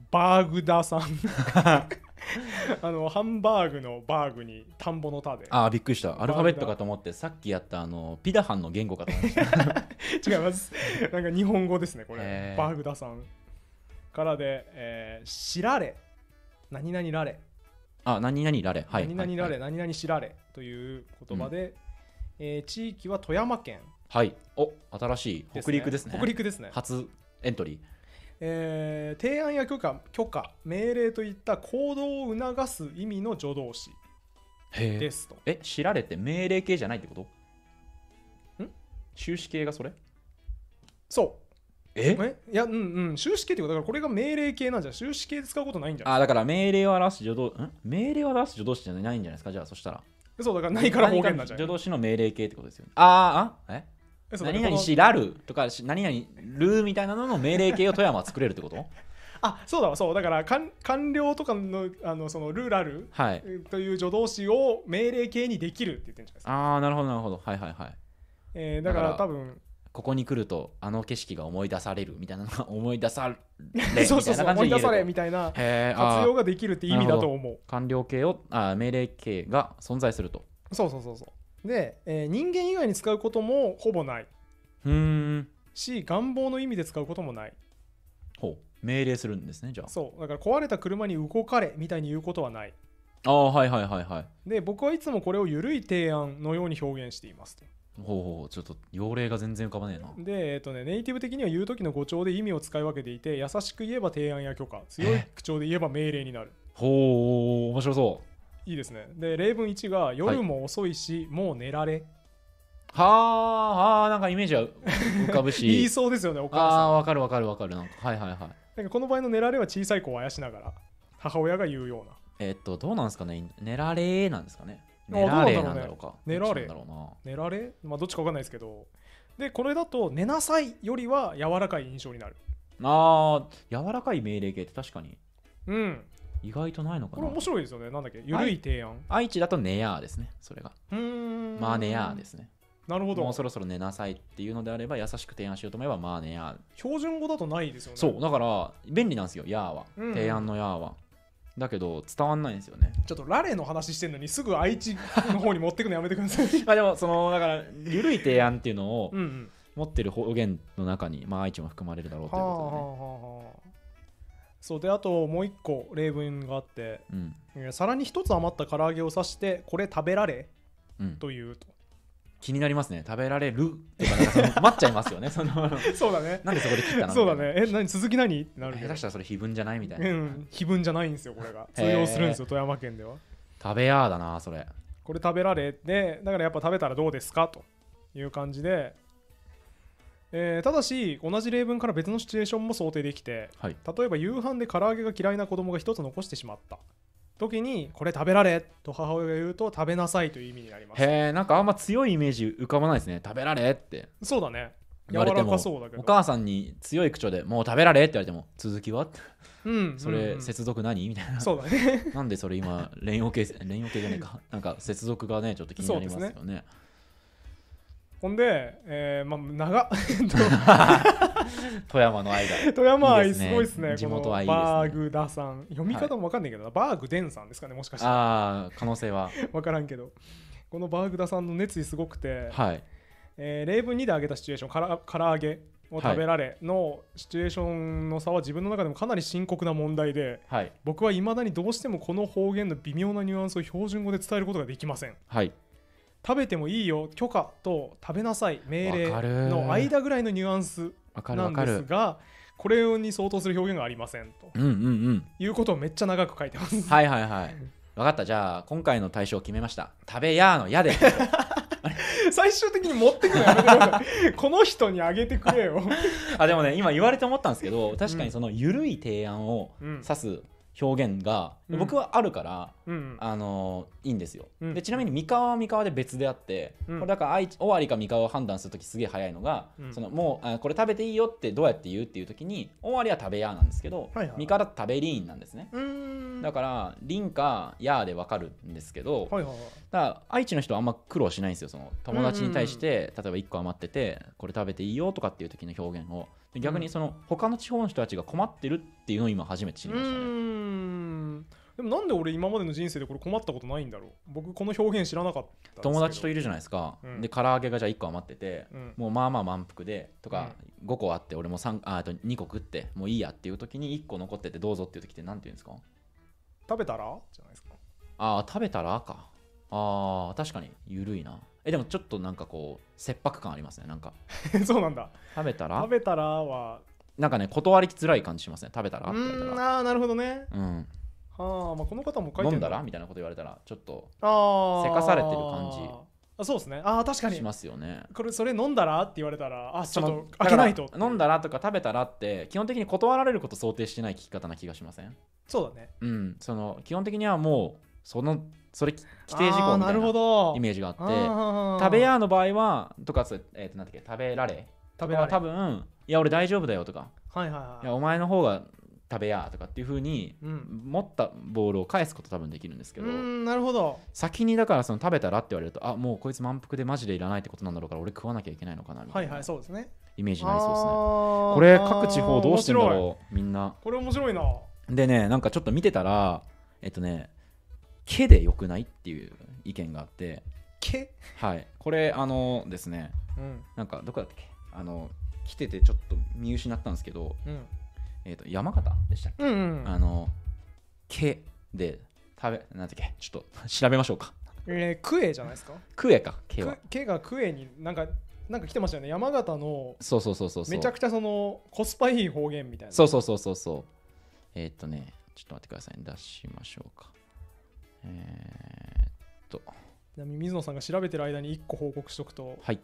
[SPEAKER 1] バーグダさんハンバーグのバーグに田んぼの田で。
[SPEAKER 2] びっくりした。アルファベットかと思って、さっきやったピダハンの言語かと思いました
[SPEAKER 1] 違います。なんか日本語ですねこれ。バーグダさんからで、しられ何々られ、
[SPEAKER 2] 何々られ、はい、
[SPEAKER 1] 何々られ、何々しられという言葉で、地域は富山県。
[SPEAKER 2] はい。新しい北陸ですね。
[SPEAKER 1] 北陸ですね。
[SPEAKER 2] 初エントリ
[SPEAKER 1] ー。提案や許可、命令といった行動を促す意味の助動詞ですと。
[SPEAKER 2] 知られて命令形じゃないってこと？終止形がそれ？
[SPEAKER 1] そう。いや、終止形ってことだから、これが命令形なんじゃ、終止形で使うことないんじゃない？
[SPEAKER 2] だから命令を表す助動、命令を表す助動詞じゃないんじゃないですか、じゃあそしたら。
[SPEAKER 1] そうだからないから方言なんじゃない？
[SPEAKER 2] 助動詞の命令形ってことですよね。何々しらるとか何々るみたいなのの命令形を富山は作れるってこと？
[SPEAKER 1] そうだわ。そうだから完了とかのそのルーラル、はい、という助動詞を命令形にできるって言ってるんじゃないですか。
[SPEAKER 2] なるほどなるほど。はいはいはい。
[SPEAKER 1] だから多分
[SPEAKER 2] ここに来ると景色が思い出されるみたいなのが思い出されみたいな感じで
[SPEAKER 1] 思い出されみたいな活用ができるって意味だと思う。
[SPEAKER 2] 完了形を命令形が存在すると。
[SPEAKER 1] そうで、人間以外に使うこともほぼないし、願望の意味で使うこともない。
[SPEAKER 2] 命令するんですね。じゃあ
[SPEAKER 1] そうだから壊れた車に動かれみたいに言うことはない。
[SPEAKER 2] はいはいはいはい。
[SPEAKER 1] で僕はいつもこれを緩い提案のように表現していますと。
[SPEAKER 2] ちょっと用例が全然浮かばねえな。
[SPEAKER 1] で、ネイティブ的には言う時の語調で意味を使い分けていて、優しく言えば提案や許可、強い口調で言えば命令になる。
[SPEAKER 2] 面白そう。
[SPEAKER 1] いいですね。で例文1が夜も遅いし、もう寝られ。
[SPEAKER 2] なんかイメージは浮かぶし
[SPEAKER 1] 言いそうですよね、お母さん。
[SPEAKER 2] わかるなんかはいはいはい。
[SPEAKER 1] なんかこの場合の寝られは小さい子をあやしながら母親が言うよう
[SPEAKER 2] な。どうなんですかね。寝られなんですかね。寝られなんだろうか。
[SPEAKER 1] 寝られどっちか分かんないですけど。でこれだと寝なさいよりは柔らかい印象になる。
[SPEAKER 2] 柔らかい命令形って確かに意外とないのかな。
[SPEAKER 1] これ面白いですよね。なんだっけ、ゆるい提案。
[SPEAKER 2] 愛知だと寝やーですね。それが寝やーですね。
[SPEAKER 1] なるほど。
[SPEAKER 2] もうそろそろ寝なさいっていうのであれば優しく提案しようと思えば寝やー。
[SPEAKER 1] 標準語だとないですよね。
[SPEAKER 2] そうだから便利なんですよ、やーは。提案のやーはだけど伝わんないんですよね。
[SPEAKER 1] ちょっとラレの話してるのにすぐ愛知の方に持ってくのやめてください。
[SPEAKER 2] でもだからゆるい提案っていうのを持ってる方言の中に愛知も含まれるだろうということでね。
[SPEAKER 1] そうで、あともう一個例文があって、皿に一つ余った唐揚げを指してこれ食べられ、というと。
[SPEAKER 2] 気になりますね。食べられるとか待っちゃいますよね。そう
[SPEAKER 1] だね。
[SPEAKER 2] なんでそこで切ったの？
[SPEAKER 1] そうだね。続き何ってなるけど。
[SPEAKER 2] 下手したらそれ碑文じゃないみたいな。
[SPEAKER 1] 碑文じゃないんですよ。これが通用するんですよ、富山県では。
[SPEAKER 2] 食べやーだなそれ。
[SPEAKER 1] これ食べられで、だからやっぱ食べたらどうですかという感じで、ただし同じ例文から別のシチュエーションも想定できて、例えば夕飯で唐揚げが嫌いな子供が一つ残してしまった時にこれ食べられと母親が言うと食べなさいという意味になります。
[SPEAKER 2] なんかあんま強いイメージ浮かばないですね。食べられって。
[SPEAKER 1] そうだね。
[SPEAKER 2] 柔らかそうだけど、お母さんに強い口調でもう食べられって言われても続きはそれ接続何みたいな。
[SPEAKER 1] そうだね。
[SPEAKER 2] なんでそれ今連用形じゃねえか。なんか接続がねちょっと気になりますよね。
[SPEAKER 1] ほんで、長
[SPEAKER 2] 富山の愛が
[SPEAKER 1] 富山愛すごいですね。
[SPEAKER 2] 地元愛
[SPEAKER 1] いいですね。バーグダさん、読み方も分かんないけどな、バーグデンさんですかね、もしかして。
[SPEAKER 2] 可能性は
[SPEAKER 1] 分からんけど、このバーグダさんの熱意すごくて、例文2で挙げたシチュエーション、唐揚げを食べられのシチュエーションの差は自分の中でもかなり深刻な問題で、僕はいまだにどうしてもこの方言の微妙なニュアンスを標準語で伝えることができません。食べてもいいよ許可と食べなさい命令の間ぐらいのニュアンスなんですが、これに相当する表現がありませんと、いうことをめっちゃ長く書いてます。
[SPEAKER 2] 分かった。じゃあ今回の対象を決めました。食べやーのやで
[SPEAKER 1] 最終的に持ってくのやめてください。この人にあげてくれよ。
[SPEAKER 2] でもね、今言われて思ったんですけど、確かにその緩い提案を指す表現が僕はあるから、いいんですよ。でちなみに三河は三河で別であって、これだから終わりか三河を判断するときすげえ早いのが、もうこれ食べていいよってどうやって言うっていうときに終わりは食べやーなんですけど、三河だと食べりーんなんですね。 だから「りん」か「や」で分かるんですけど、だから愛知の人はあんま苦労しないんですよ。その友達に対して、例えば1個余っててこれ食べていいよとかっていう時の表現を、逆にその他の地方の人たちが困ってるっていうのを今初めて知りましたね。
[SPEAKER 1] でもなんで俺今までの人生でこれ困ったことないんだろう。僕この表現知らなかったですけど。
[SPEAKER 2] 友達といるじゃないですか、で唐揚げがじゃあ1個余ってて、もうまあまあ満腹でとか、5個あって俺もあと2個食ってもういいやっていう時に1個残っててどうぞっていう時って何て言うんですか？
[SPEAKER 1] 食べたらじゃないですか。
[SPEAKER 2] 食べたらか。確かにゆるいな。でもちょっとなんかこう切迫感ありますね。なんか
[SPEAKER 1] そうなんだ。
[SPEAKER 2] 食べたら
[SPEAKER 1] は
[SPEAKER 2] なんかね断りづらい感じしますね。食べたらって言われたら。
[SPEAKER 1] なるほどね。この方も書いてる。
[SPEAKER 2] 飲んだらみたいなこと言われたらちょっとせかされてる感じ。
[SPEAKER 1] そうですね。確かに
[SPEAKER 2] しますよね。
[SPEAKER 1] それ飲んだらって言われたらちょっと開けないと。
[SPEAKER 2] 飲んだらとか食べたらって基本的に断られること想定してない聞き方な気がしません？
[SPEAKER 1] そうだね。
[SPEAKER 2] その基本的にはもうそれ規定事項みたいなイメージがあって食べやの場合はとかなんだっけ食べられ多分いや俺大丈夫だよとか、いやお前の方が食べやとかっていう風に持ったボールを返すこと多分できるんですけど、
[SPEAKER 1] なるほど。
[SPEAKER 2] 先にだからその食べたらって言われるともうこいつ満腹でマジでいらないってことなんだろうから俺食わなきゃいけないのかなみたいな
[SPEAKER 1] そうですね。
[SPEAKER 2] イメージになりそうですね。これ各地方どうしてんだろうみんな。
[SPEAKER 1] これ面白いな。
[SPEAKER 2] でねなんかちょっと見てたら毛でよくないっていう意見があって。
[SPEAKER 1] 毛？
[SPEAKER 2] はい。これですね、なんかどこだったっけ来ててちょっと見失ったんですけど、山形でしたっけ？毛でなんだっけちょっと調べましょうか。
[SPEAKER 1] クエじゃないですか？
[SPEAKER 2] クエか。
[SPEAKER 1] 毛がクエになんか来てましたよね。山形の
[SPEAKER 2] そう
[SPEAKER 1] めちゃくちゃそのコスパいい方言みたいな。
[SPEAKER 2] そうちょっと待ってください。出しましょうか。
[SPEAKER 1] ちなみに水野さんが調べてる間に1個報告しとくと、
[SPEAKER 2] はい。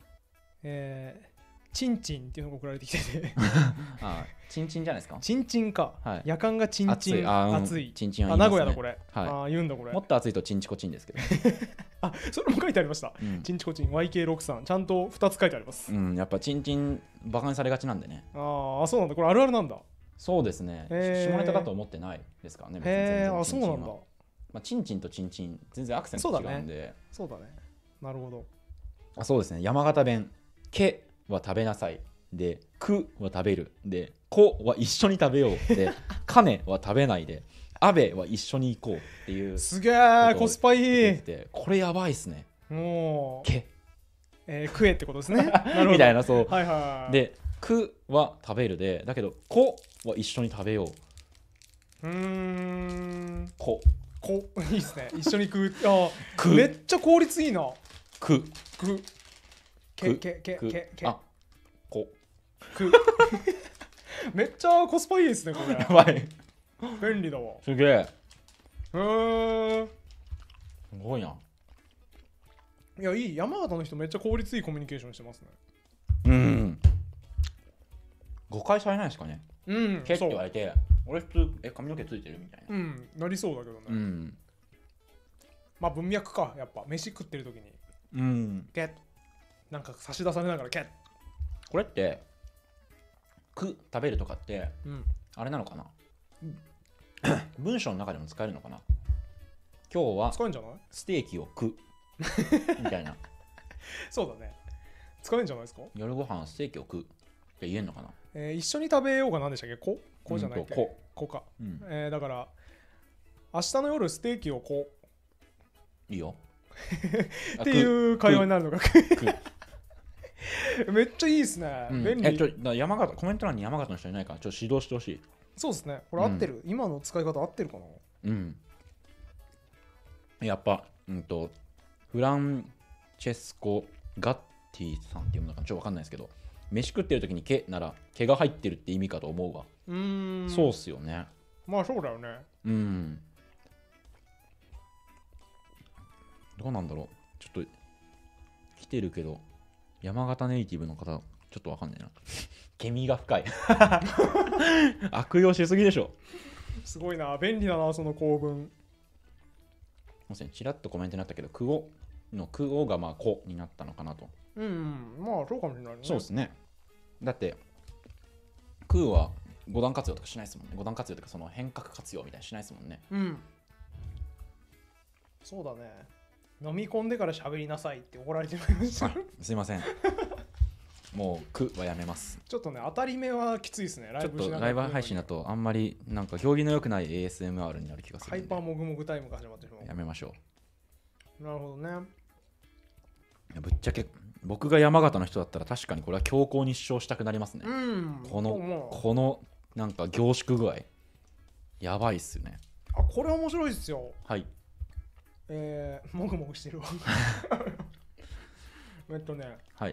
[SPEAKER 1] チンチンっていうのが送られてきてて
[SPEAKER 2] チンチンじゃないですか。
[SPEAKER 1] チンチンか。夜間がチンチン暑い。
[SPEAKER 2] チンチンは言いますね。
[SPEAKER 1] 名古屋だこれ。言うんだこれ。
[SPEAKER 2] もっと暑いとチンチコチンですけど。
[SPEAKER 1] それも書いてありました。チンチコチン YK63 ちゃんと2つ書いてあります。
[SPEAKER 2] やっぱチンチンバカにされがちなんでね。
[SPEAKER 1] そうなんだ。これあるあるなんだ。
[SPEAKER 2] そうですね。下ネタだと思ってないですからね。
[SPEAKER 1] そうなんだ。
[SPEAKER 2] チンチンとチンチン全然アクセント違うんで。
[SPEAKER 1] そうだね。なるほど。
[SPEAKER 2] そうですね。山形弁毛は食べなさいで、くは食べるで、こは一緒に食べようで、かねは食べないで、あべは一緒に行こうっていう。
[SPEAKER 1] すげえコスパいい。
[SPEAKER 2] これやばいっすね。
[SPEAKER 1] もう
[SPEAKER 2] 毛
[SPEAKER 1] 食えってことですね。
[SPEAKER 2] みたいな。そうで、くは食べるで、だけどこは一緒に食べよう。こ
[SPEAKER 1] いいっすね。一緒に食う。めっちゃ効率いいな。
[SPEAKER 2] こ
[SPEAKER 1] めっちゃコスパいいですねこれ。
[SPEAKER 2] やばい。
[SPEAKER 1] 便利だわ。
[SPEAKER 2] すげえ。すごいな。
[SPEAKER 1] いやいい。山形の人めっちゃ効率いいコミュニケーションしてます
[SPEAKER 2] ね。誤解されないですかね。毛って言われて俺普通髪の毛ついてるみたいな。
[SPEAKER 1] なりそうだけどね。まあ文脈か。やっぱ飯食ってる時にケッなんか差し出されながらケッ。
[SPEAKER 2] これって食べるとかって、あれなのかな文章の中でも使えるのかな。今日は
[SPEAKER 1] 使えんじゃない？
[SPEAKER 2] ステーキを食うみたいな。
[SPEAKER 1] そうだね。使えんじゃないですか？
[SPEAKER 2] 夜ご飯ステーキを食うって言えんのかな。
[SPEAKER 1] 一緒に食べようが何でしたっけ？こじゃないっけ？こか。だから明日の夜ステーキを
[SPEAKER 2] いいよ
[SPEAKER 1] っていう会話になるのがめっちゃいいですね。便利。
[SPEAKER 2] 山形コメント欄に山形の人いないからちょっと指導してほしい。
[SPEAKER 1] そうですね。これ合ってる？今の使い方合ってるかな？
[SPEAKER 2] やっぱフランチェスコ・ガッティさんっていうのかちょっと分かんないですけど、飯食ってる時に毛なら毛が入ってるって意味かと思うわ。そうっすよね。
[SPEAKER 1] まあそうだよね。
[SPEAKER 2] どうなんだろう。ちょっと来てるけど山形ネイティブの方ちょっと分かんないな。ケミが深い。悪用しすぎでしょ。
[SPEAKER 1] すごいな。便利だなその構文。
[SPEAKER 2] ちらっとコメントになったけど、クオのクオがまあコになったのかなと。
[SPEAKER 1] まあそうかもしれないね。
[SPEAKER 2] そうですね。だってクは五段活用とかしないですもんね。五段活用とかその変革活用みたいにしないですもんね。
[SPEAKER 1] そうだね。飲み込んでから喋りなさいって怒られてまいました。
[SPEAKER 2] すいません。もう句はやめます。
[SPEAKER 1] ちょっとね、当たり目はきついですね。
[SPEAKER 2] ちょっとライブ配信だとあんまりなんか表現の良くない ASMR になる気がする。
[SPEAKER 1] ハイパーモグモグタイムが始まってしまう。
[SPEAKER 2] やめましょ
[SPEAKER 1] う。なるほどね。
[SPEAKER 2] ぶっちゃけ僕が山形の人だったら確かにこれは強硬に主張したくなりますね。このなんか凝縮具合やばいっすよね。
[SPEAKER 1] あ、これ面白いっすよ。
[SPEAKER 2] はい。
[SPEAKER 1] もぐもぐしてるわ。
[SPEAKER 2] はい。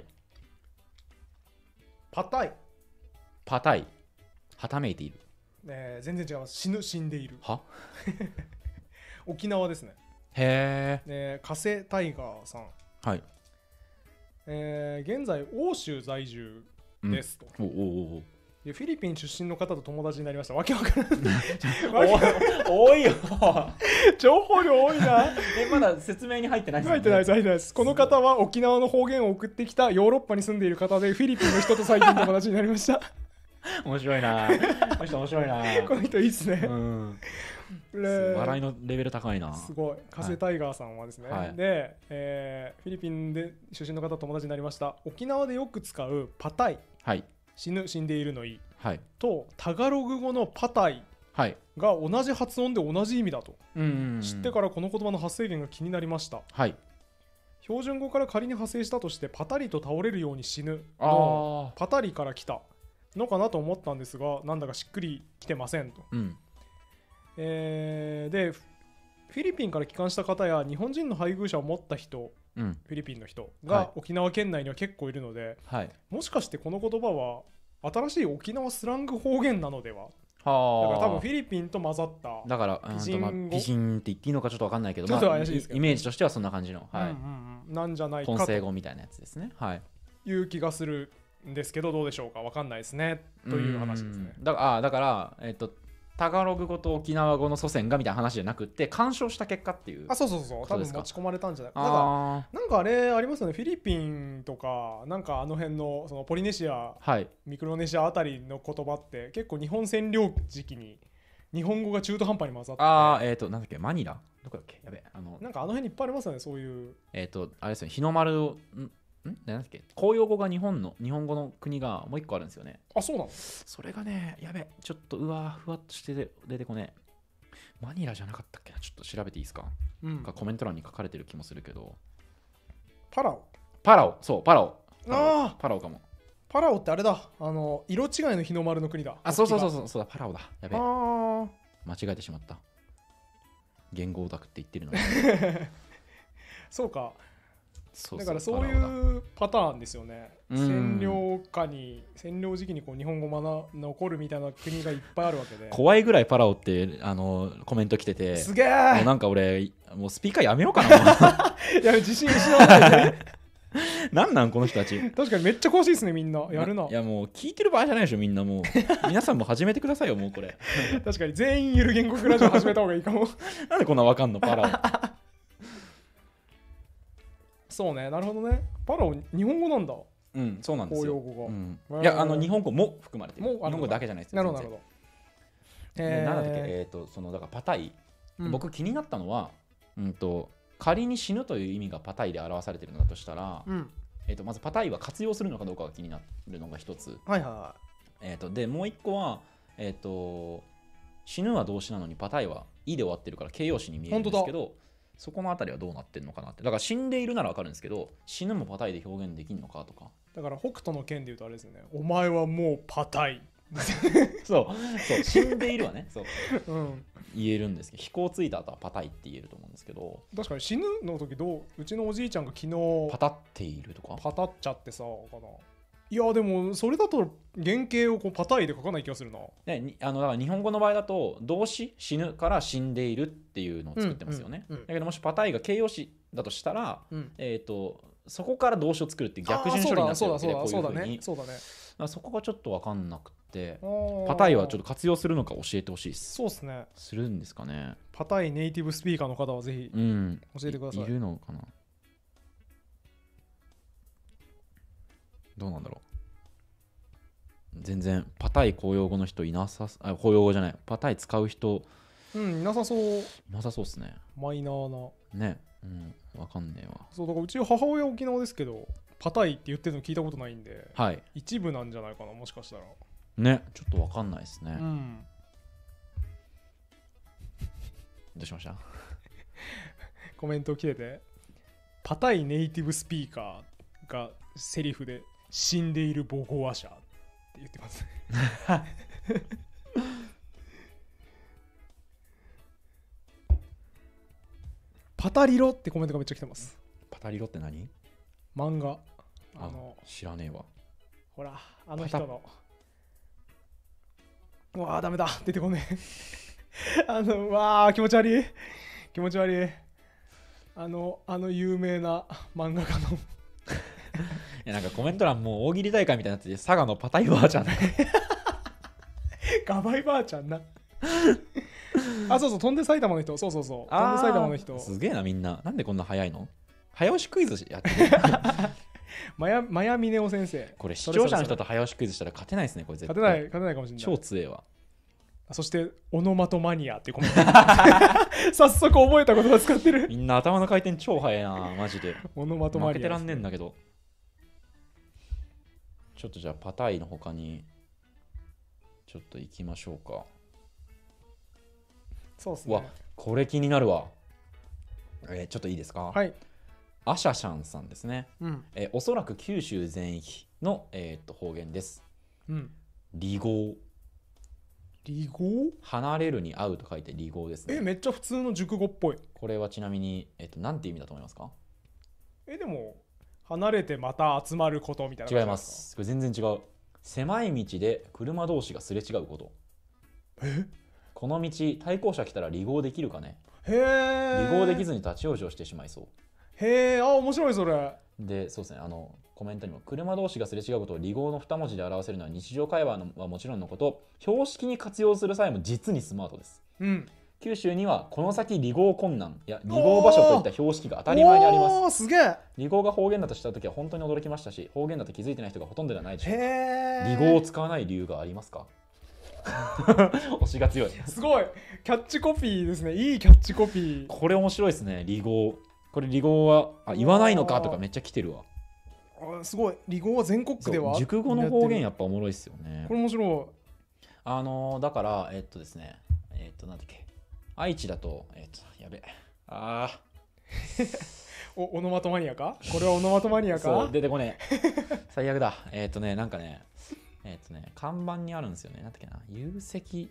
[SPEAKER 1] パタイ。
[SPEAKER 2] パタイ。はためいている。
[SPEAKER 1] 全然違います。死んでいる。
[SPEAKER 2] は
[SPEAKER 1] 沖縄ですね。
[SPEAKER 2] へえ。
[SPEAKER 1] 加瀬タイガーさん。
[SPEAKER 2] はい。
[SPEAKER 1] 現在欧州在住ですと。フィリピン出身の方と友達になりました。わけわからない
[SPEAKER 2] 多いよ。
[SPEAKER 1] 情報量多いな。
[SPEAKER 2] まだ説明に入ってないですね。
[SPEAKER 1] 入ってないです。この方は沖縄の方言を送ってきたヨーロッパに住んでいる方で、フィリピンの人と最近友達になりました。
[SPEAKER 2] 面白いな。この人面白いな。
[SPEAKER 1] この人いいっすね。
[SPEAKER 2] 笑いのレベル高いな。
[SPEAKER 1] すごい。加瀬タイガーさんはですね、で、フィリピンで出身の方と友達になりました。沖縄でよく使うパタイ、死んでいるのい、とタガログ語のパタイが同じ発音で同じ意味だと知ってから、この言葉の発生源が気になりました。標準語から仮に派生したとして、パタリと倒れるように死ぬのパタリから来たのかなと思ったんですが、なんだかしっくりきてませんと。でフィリピンから帰還した方や日本人の配偶者を持った人、フィリピンの人が沖縄県内には結構いるので、もしかしてこの言葉は新しい沖縄スラング方言なのでは。だから多分フィリピンと混ざった、
[SPEAKER 2] だからピジンって言っていいのかちょっと分かんないけど、
[SPEAKER 1] ちょっと怪しいですけど、
[SPEAKER 2] イメージとしてはそんな感じの、
[SPEAKER 1] なんじゃないかと
[SPEAKER 2] 混声語みたいなやつですね。
[SPEAKER 1] いう気がするんですけど、どうでしょうか。分かんないですねという話ですね。
[SPEAKER 2] だからタガログ語と沖縄語の祖先がみたいな話じゃなくて、干渉した結果っていう。
[SPEAKER 1] そう多分持ち込まれたんじゃないかな。なんかあれありますよね。フィリピンとかなんかあの辺のそのポリネシア、ミクロネシアあたりの言葉って結構日本占領時期に日本語が中途半端に混ざって、
[SPEAKER 2] なんだっけ、マニラどこだっけ、やべ、
[SPEAKER 1] なんかあの辺にいっぱいありますよね、そういう。
[SPEAKER 2] あれですよね、日の丸なんだっけ、公用語が日本語の国がもう一個あるんですよね。
[SPEAKER 1] そうなの？
[SPEAKER 2] それがね、やべ、ちょっとふわっとして出てこねえ。マニラじゃなかったっけな、ちょっと調べていいですか。コメント欄に書かれてる気もするけど。
[SPEAKER 1] パラオ、
[SPEAKER 2] そう、パラオかも。
[SPEAKER 1] パラオってあれだ、色違いの日の丸の国だ。
[SPEAKER 2] そうだ、パラオだ。やべえ、間違えてしまった。言語オタクって言ってるのに。
[SPEAKER 1] そうか。だからそういうパターンですよね。占領時期にこう日本語残るみたいな国がいっぱいあるわけで、
[SPEAKER 2] 怖いぐらいパラオってコメント来てて、
[SPEAKER 1] すげえ、
[SPEAKER 2] もうなんか俺もうスピーカーやめようかな。
[SPEAKER 1] いや、自信失わないで。
[SPEAKER 2] なんこの人たち。
[SPEAKER 1] 確かにめっちゃ詳しいですね、みんな。やるな。
[SPEAKER 2] いや、もう聞いてる場合じゃないでしょ、みんな。もう皆さんも始めてくださいよ、もうこれ。
[SPEAKER 1] 確かに全員ゆる言語ラジオ始めた方がいいかも。
[SPEAKER 2] なんでこんなわかんの、パラオ。
[SPEAKER 1] そうね、なるほどね。パラオ日本語なんだ。
[SPEAKER 2] そうなんですよ。
[SPEAKER 1] 公用語が。
[SPEAKER 2] いや、日本語も含まれてる。日本語だけじゃないですよ。
[SPEAKER 1] なるほど。
[SPEAKER 2] なんだっけ、だからパタイ。僕気になったのは、仮に死ぬという意味がパタイで表されているのだとしたら、まずパタイは活用するのかどうかが気になるのが一つ。で、もう一個は、死ぬは動詞なのにパタイは「い」で終わってるから形容詞に見えるんですけど、そこのあたりはどうなってるのかなって。だから死んでいるなら分かるんですけど、死ぬもパタイで表現できるのかとか。
[SPEAKER 1] だから北斗の拳で言うとあれですよね、お前はもうパタイ。
[SPEAKER 2] そう死んでいるはね、そう、言えるんですけど、飛行ついた後はパタイって言えると思うんですけど。
[SPEAKER 1] 確かに死ぬの時うちのおじいちゃんが昨日
[SPEAKER 2] パタっているとか、
[SPEAKER 1] パタっちゃってさかな。いやでもそれだと原型をこうパタイで書かない気がするな。
[SPEAKER 2] だから日本語の場合だと動詞死ぬから死んでいるっていうのを作ってますよね。だけどもしパタイが形容詞だとしたら、そこから動詞を作るっていう逆順処理になってるわけで、こういうふうに。そこがちょっと分かんなくて、パタイはちょっと活用するのか教えてほしいです。
[SPEAKER 1] そうですね。
[SPEAKER 2] するんですかね。
[SPEAKER 1] パタイネイティブスピーカーの方はぜひ教えてください。
[SPEAKER 2] いるのかな。どうなんだろう。 全然パタイ公用語の人いなさ、あ、公用語じゃない、パタイ使う人
[SPEAKER 1] いなさそう。い
[SPEAKER 2] なさそうっすね。
[SPEAKER 1] マイナーな
[SPEAKER 2] ね。わかんねえわ。
[SPEAKER 1] そうだからうち母親沖縄ですけど、パタイって言ってるの聞いたことないんで、
[SPEAKER 2] はい、
[SPEAKER 1] 一部なんじゃないかな、もしかしたら
[SPEAKER 2] ね。ちょっとわかんないですね。どうしました
[SPEAKER 1] コメント来てて、パタイネイティブスピーカーがセリフで死んでいる母語話者って言ってますパタリロってコメントがめっちゃ来てます。
[SPEAKER 2] パタリロって何？
[SPEAKER 1] 漫画。
[SPEAKER 2] 知らねえわ。
[SPEAKER 1] ほら、あの人の。うわー、ダメだ。出てこねえ。うわー、気持ち悪い。気持ち悪い。有名な漫画家の。
[SPEAKER 2] いや、なんかコメント欄もう大喜利大会みたいになってて、佐賀のパタイばあちゃん。
[SPEAKER 1] ガバイばあちゃんな。あ、そうそう、飛んで埼玉の人。そうそうそう。飛んで埼玉の人。
[SPEAKER 2] すげえな、みんな。なんでこんな早いの？早押しクイズやってる。
[SPEAKER 1] マヤミネオ先生。
[SPEAKER 2] これ視聴者の人と早押しクイズしたら勝てないですね、これ絶対。
[SPEAKER 1] 勝てないかもしれない。
[SPEAKER 2] 超強えわ。
[SPEAKER 1] そしてオノマトマニアっていうコメント。早速覚えた言葉使ってる。
[SPEAKER 2] みんな頭の回転超早いな、マジで。
[SPEAKER 1] オノマトマニア。
[SPEAKER 2] 負けてらんねえんだけど。ちょっとじゃあパタイの他にちょっと行きましょうか。
[SPEAKER 1] そうっすね。
[SPEAKER 2] わ、これ気になるわ。ちょっといいですか？
[SPEAKER 1] はい。
[SPEAKER 2] アシャシャンさんですね。おそらく九州全域の、方言です。離合。
[SPEAKER 1] 離合？
[SPEAKER 2] 離れるに会うと書いて離合ですね。
[SPEAKER 1] めっちゃ普通の熟語っぽい。
[SPEAKER 2] これはちなみに、なんて意味だと思いますか？
[SPEAKER 1] でも離れてまた集まることみたいな。
[SPEAKER 2] 違います。これ全然違う。狭い道で車同士がすれ違うこと。この道対向車来たら離合できるかね？離合できずに立ち往生してしまいそう。
[SPEAKER 1] 面白いそれ。
[SPEAKER 2] で、そうですね、コメントにも車同士がすれ違うことを離合の2文字で表せるのは日常会話はもちろんのこと、標識に活用する際も実にスマートです。九州にはこの先離合困難や離合場所といった標識が当たり前にあります。
[SPEAKER 1] すげえ。
[SPEAKER 2] 離合が方言だとしたときは本当に驚きましたし、方言だと気づいてない人がほとんどではないでしょうか。離合を使わない理由がありますか？推しが強い。
[SPEAKER 1] すごいキャッチコピーですね。いいキャッチコピー。
[SPEAKER 2] これ面白いですね。離合。これ離合は言わないのかとかめっちゃ来てるわ。
[SPEAKER 1] すごい。離合は全国区では
[SPEAKER 2] 熟語の方言やっぱおもろいっすよね。
[SPEAKER 1] これ面白
[SPEAKER 2] い。だからですね、なんだっけ、愛知だとやべ
[SPEAKER 1] オノマトマニアか？これはオノマトマニアか？
[SPEAKER 2] そう出てこねえ。最悪だ。なんかね、看板にあるんですよね。なんだっけな、有積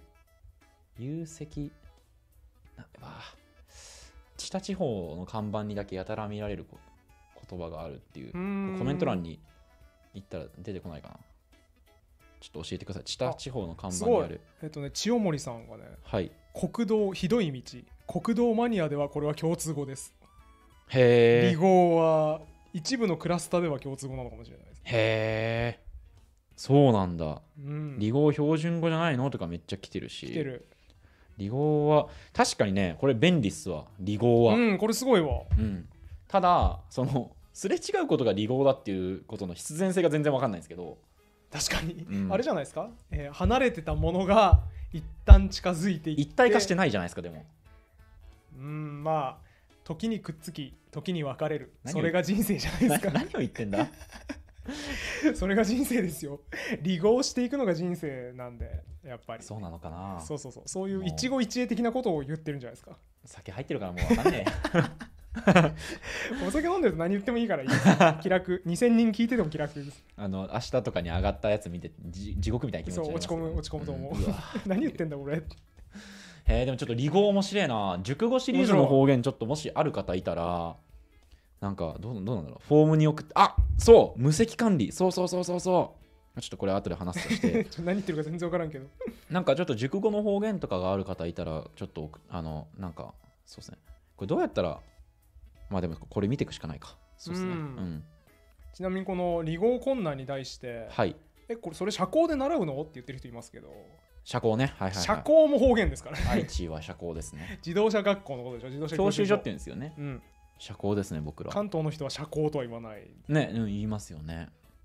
[SPEAKER 2] 知多地方の看板にだけやたら見られる言葉があるっていう、コメント欄に行ったら出てこないかな。ちょっと教えてください。知多地方の看板にある。
[SPEAKER 1] 千代森さんがね、
[SPEAKER 2] はい、
[SPEAKER 1] 国道ひどい道、国道マニアではこれは共通語です。
[SPEAKER 2] へえ。
[SPEAKER 1] 離合は一部のクラスターでは共通語なのかもしれないです。
[SPEAKER 2] へえ、そうなんだ。離合標準語じゃないのとかめっちゃ来てるし。
[SPEAKER 1] 来てる。
[SPEAKER 2] 離合は確かにね、これ便利っすわ。離合は。
[SPEAKER 1] これすごいわ。
[SPEAKER 2] ただすれ違うことが離合だっていうことの必然性が全然わかんないんですけど。
[SPEAKER 1] 確かに、あれじゃないですか、離れてたものが一旦近づいていって
[SPEAKER 2] 一体化してないじゃないですか。でも
[SPEAKER 1] まあ時にくっつき時に別れる、それが人生じゃないですか。
[SPEAKER 2] 何を言ってんだ。
[SPEAKER 1] それが人生ですよ。離合していくのが人生なんで、やっぱり
[SPEAKER 2] そうなのかな。
[SPEAKER 1] そういう一期一会的なことを言ってるんじゃないですか。
[SPEAKER 2] 酒入ってるからもう分かんね
[SPEAKER 1] え。お酒飲んでると何言ってもいいからいい。気楽。2000人聞いてても気楽です。
[SPEAKER 2] 明日とかに上がったやつ見て地獄みたいな気持ちになります。
[SPEAKER 1] そう落ち込むと思う。何言ってんだ俺。
[SPEAKER 2] でもちょっと離合面白いな。熟語シリーズの方言ちょっともしある方いたら、なんかどうなんだろう。フォームに送って、そう無責管理、そうちょっとこれ後で話すとして
[SPEAKER 1] 何言ってるか全然分からんけど、
[SPEAKER 2] なんかちょっと熟語の方言とかがある方いたらちょっとなんかそうですね、これどうやったら、でもこれ見ていくしかないか。そうですね。
[SPEAKER 1] ちなみにこの離合困難に対して、
[SPEAKER 2] はい、
[SPEAKER 1] これそれ社交で習うのって言ってる人いますけど、
[SPEAKER 2] 社交ね、
[SPEAKER 1] 社交も方言ですからね。
[SPEAKER 2] 愛知は社交ですね。
[SPEAKER 1] 自動車学校のことでしょ。自動車
[SPEAKER 2] 教習所って言うんですよね。社交ですね、僕ら。
[SPEAKER 1] 関東の人は社交とは言わない
[SPEAKER 2] ね。言いますよね。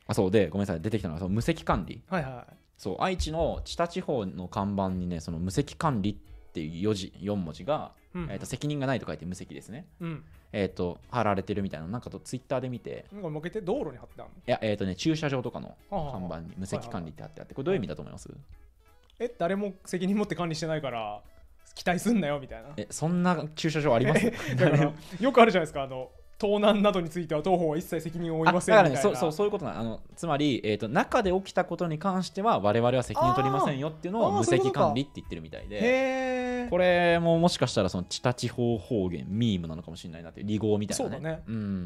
[SPEAKER 2] そうで、ごめんなさい、出てきたのがその無責管理。
[SPEAKER 1] はいはい。
[SPEAKER 2] そう、愛知の知多地方の看板にね、その無責管理っていう4文字が、責任がないと書いて無責ですね。貼られてるみたいな、なんかとツイッターで見て。
[SPEAKER 1] なんか向けて道路に貼ってあるの？
[SPEAKER 2] いや、駐車場とかの看板に無責管理って貼ってあって、これどういう意味だと思います？
[SPEAKER 1] 誰も責任持って管理してないから期待すんなよみたいな。
[SPEAKER 2] そんな駐車場あります？
[SPEAKER 1] だからよくあるじゃないですか、盗難などについては当方は一切責任を負いませんみたいな。
[SPEAKER 2] だからね、そういうことなつまり、中で起きたことに関しては我々は責任を取りませんよっていうのを無責管理って言ってるみたいで、これももしかしたらその知多地方方言ミームなのかもしれないなっていう、離合みたいなね。
[SPEAKER 1] そうだね。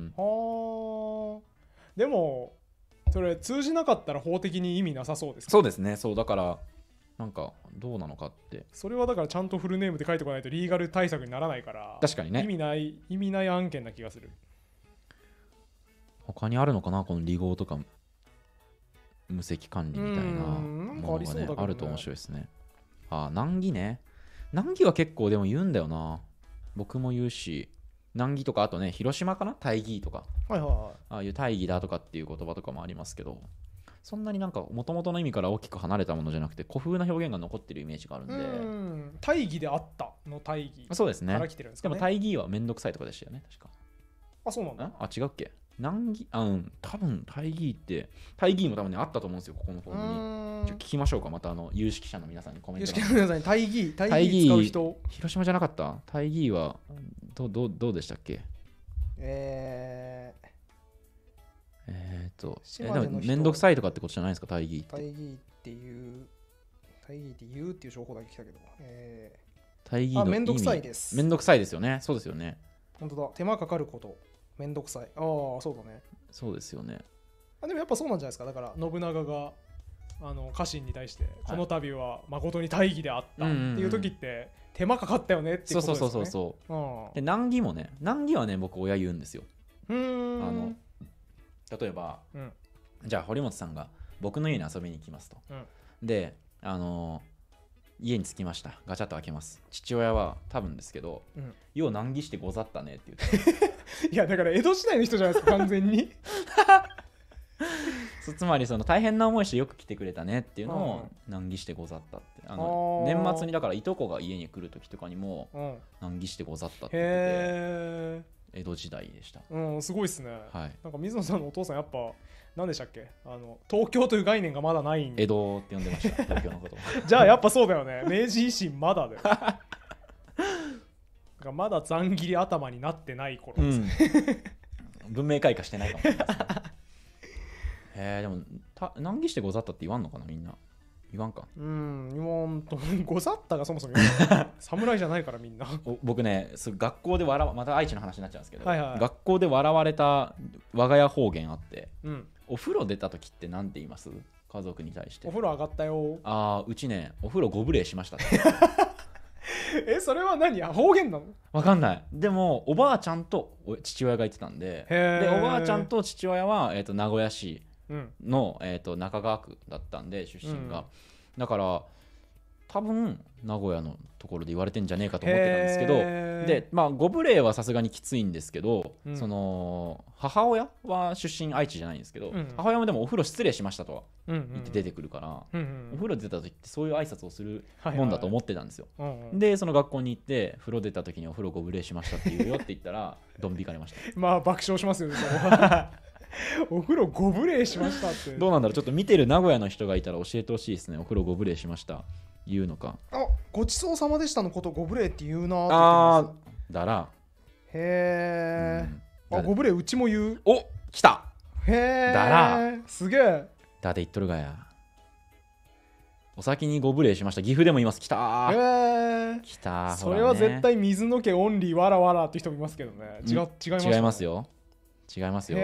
[SPEAKER 1] でもそれ通じなかったら法的に意味なさそうですね。
[SPEAKER 2] そうですね。そうだからなんかどうなのかって、
[SPEAKER 1] それはだからちゃんとフルネームで書いておかないとリーガル対策にならないから、
[SPEAKER 2] 確かにね、
[SPEAKER 1] 意味ない案件な気がする。
[SPEAKER 2] 他にあるのかな、この離合とか無責管理みたいなものがね、あると面白いですね。難儀ね。難儀は結構でも言うんだよな。僕も言うし、難儀とか、あとね、広島かな、大義とか、ああいう大義だとかっていう言葉とかもありますけど、そんなになんか元々の意味から大きく離れたものじゃなくて、古風な表現が残ってるイメージがあるんで。
[SPEAKER 1] 大義であったの大義。
[SPEAKER 2] そうですね。
[SPEAKER 1] 来てるんです
[SPEAKER 2] かね。でも大義はめんどくさいとかでしたよね、確か。
[SPEAKER 1] そうなんだ。
[SPEAKER 2] 違うっけ。難儀、多分大義って大義も多分ねあったと思うんですよ、ここのフォームに。聞きましょうか、また有識者の皆さんにコメント。
[SPEAKER 1] 有識者の皆さんに大義使う人。
[SPEAKER 2] 広島じゃなかった？大義はどうでしたっけ？でもめんどくさいとかってことじゃないですか、大義って。
[SPEAKER 1] 大義っていうっていう情報だけ来たけど、
[SPEAKER 2] 大義の意味。
[SPEAKER 1] めんどくさいです。
[SPEAKER 2] めんどくさいですよね。そうですよね。
[SPEAKER 1] 本当だ、手間かかること、めんどくさい。そうだね。
[SPEAKER 2] そうですよね。
[SPEAKER 1] でもやっぱそうなんじゃないですか。だから信長が家臣に対して、この度は誠に大義であったっていう時って手間かかったよねっていうことですよね。
[SPEAKER 2] そう。で難儀もね、難儀はね僕親言うんですよ。例えば、じゃあ堀本さんが僕の家に遊びに行きますと。で家に着きました。ガチャッと開けます。父親は多分ですけど、よう難儀してござったねって言って
[SPEAKER 1] いやだから江戸時代の人じゃないですか、完全に。
[SPEAKER 2] つまりその大変な思いしてよく来てくれたねっていうのを難儀してござったって。年末にだからいとこが家に来る時とかにも難儀してござったって言ってて、江戸時代でした。
[SPEAKER 1] すごいですね。なんか水野さんのお父さんやっぱ何でしたっけ、東京という概念がまだないんで
[SPEAKER 2] 江戸って呼んでました、東京のこと。
[SPEAKER 1] じゃあやっぱそうだよね、明治維新まだだよ。まだざん切り頭になってない頃ですね。
[SPEAKER 2] 文明開化してないかもしれないですね。でも難儀してござったって言わんのかな、みんな。言わんか。
[SPEAKER 1] 言わんと。ござったがそもそも侍じゃないからみんな。
[SPEAKER 2] 僕ね、学校でまた愛知の話になっちゃうんですけど、学校で笑われた我が家方言あって、お風呂出た時って何て言います？家族に対して。
[SPEAKER 1] お風呂上がったよ。
[SPEAKER 2] うちね、お風呂ご無礼しましたって。
[SPEAKER 1] それは何？方言なの？
[SPEAKER 2] わかんない。でもおばあちゃんと父親が言ってたんで、おばあちゃんと父親は、名古屋市の、中川区だったんで出身が、だから多分名古屋のところで言われてんじゃねえかと思ってたんですけど、でご無礼はさすがにきついんですけど、その母親は出身愛知じゃないんですけど、母親もでもお風呂失礼しましたとは言って出てくるから、お風呂出た時ってそういう挨拶をするもんだと思ってたんですよ。でその学校に行って風呂出た時にお風呂ご無礼しましたって言うよって言ったらドン引かれました。
[SPEAKER 1] 爆笑しますよね。お風呂ご無礼しましたって。
[SPEAKER 2] どうなんだろう、ちょっと見てる名古屋の人がいたら教えてほしいですね。お風呂ご無礼しました言うのか。
[SPEAKER 1] ごちそうさまでしたのことご無礼って言うな
[SPEAKER 2] ーってだら。
[SPEAKER 1] へえ。ご無礼うちも言う。
[SPEAKER 2] お、来た。
[SPEAKER 1] へえ。
[SPEAKER 2] だら。
[SPEAKER 1] すげえ。
[SPEAKER 2] だって言っとるがや。お先にご無礼しました。岐阜でもいます。来たー。来た。
[SPEAKER 1] それは絶対水の家オンリーわらわらって人もいますけどね。違います
[SPEAKER 2] よ。違いますよ。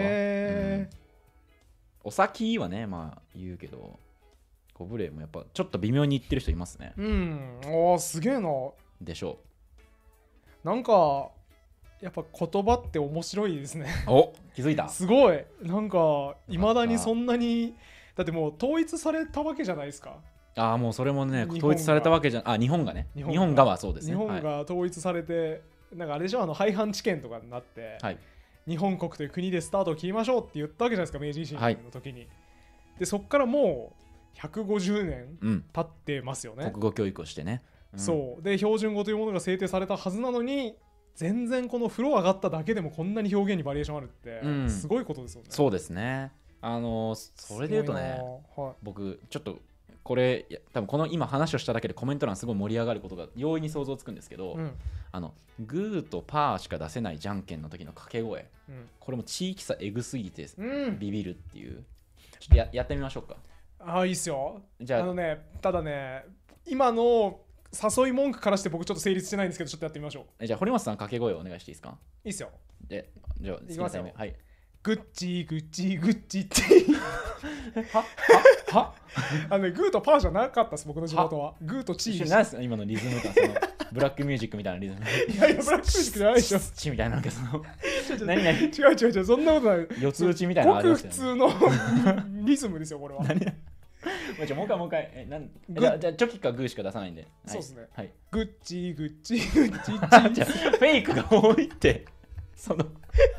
[SPEAKER 2] お先はね、言うけど、ご無礼もやっぱちょっと微妙に言ってる人いますね。
[SPEAKER 1] すげえな。
[SPEAKER 2] でしょ
[SPEAKER 1] う。なんかやっぱ言葉って面白いですね。
[SPEAKER 2] お、気づいた。
[SPEAKER 1] すごい。なんかいまだにそんなに、だってもう統一されたわけじゃないですか。
[SPEAKER 2] もうそれもね、統一されたわけじゃ日本がね。日本がはそうですね。
[SPEAKER 1] 日本が統一されて、なんかあれでしょ、廃藩置県とかになって、日本国という国でスタートを切りましょうって言ったわけじゃないですか、明治維新の時に。 でそっからもう150年経ってますよね、
[SPEAKER 2] 国語教育をしてね、
[SPEAKER 1] そうで標準語というものが制定されたはずなのに全然この風呂上がっただけでもこんなに表現にバリエーションあるってすごいことですよね、
[SPEAKER 2] そうですね。それで言うとね、僕ちょっとこれ多分この今話をしただけでコメント欄すごい盛り上がることが容易に想像つくんですけど、グーとパーしか出せないじゃんけんの時の掛け声、これも地域差エグすぎてビビるっていう、ちょっと やってみましょうか。
[SPEAKER 1] ああいいっすよ。じゃあただね今の誘い文句からして僕ちょっと成立してないんですけど、ちょっとやってみましょう。
[SPEAKER 2] じゃあ堀本さん掛け声をお願いしていいですか。
[SPEAKER 1] いいっすよ。
[SPEAKER 2] じゃあ
[SPEAKER 1] いきますよ。
[SPEAKER 2] はい。
[SPEAKER 1] グッチグッチグッチって
[SPEAKER 2] は
[SPEAKER 1] グーとパーじゃなかったです、僕の地元は。グーとチー
[SPEAKER 2] 何ですか今のリズム感、そのブラックミュージックみたいなリズム。
[SPEAKER 1] いやいやブラックミュージックじゃないでしょ。
[SPEAKER 2] チみたいな、なんかその
[SPEAKER 1] 何違うそんなことない。
[SPEAKER 2] 四つ打ちみたいなのありますよね。
[SPEAKER 1] ごく普通のリズムですよこれは。
[SPEAKER 2] もう一回じゃあチョキかグーしか出さないんで。
[SPEAKER 1] そうですね。
[SPEAKER 2] はい。
[SPEAKER 1] グッチグッチグッチチ
[SPEAKER 2] フェイクが多いってその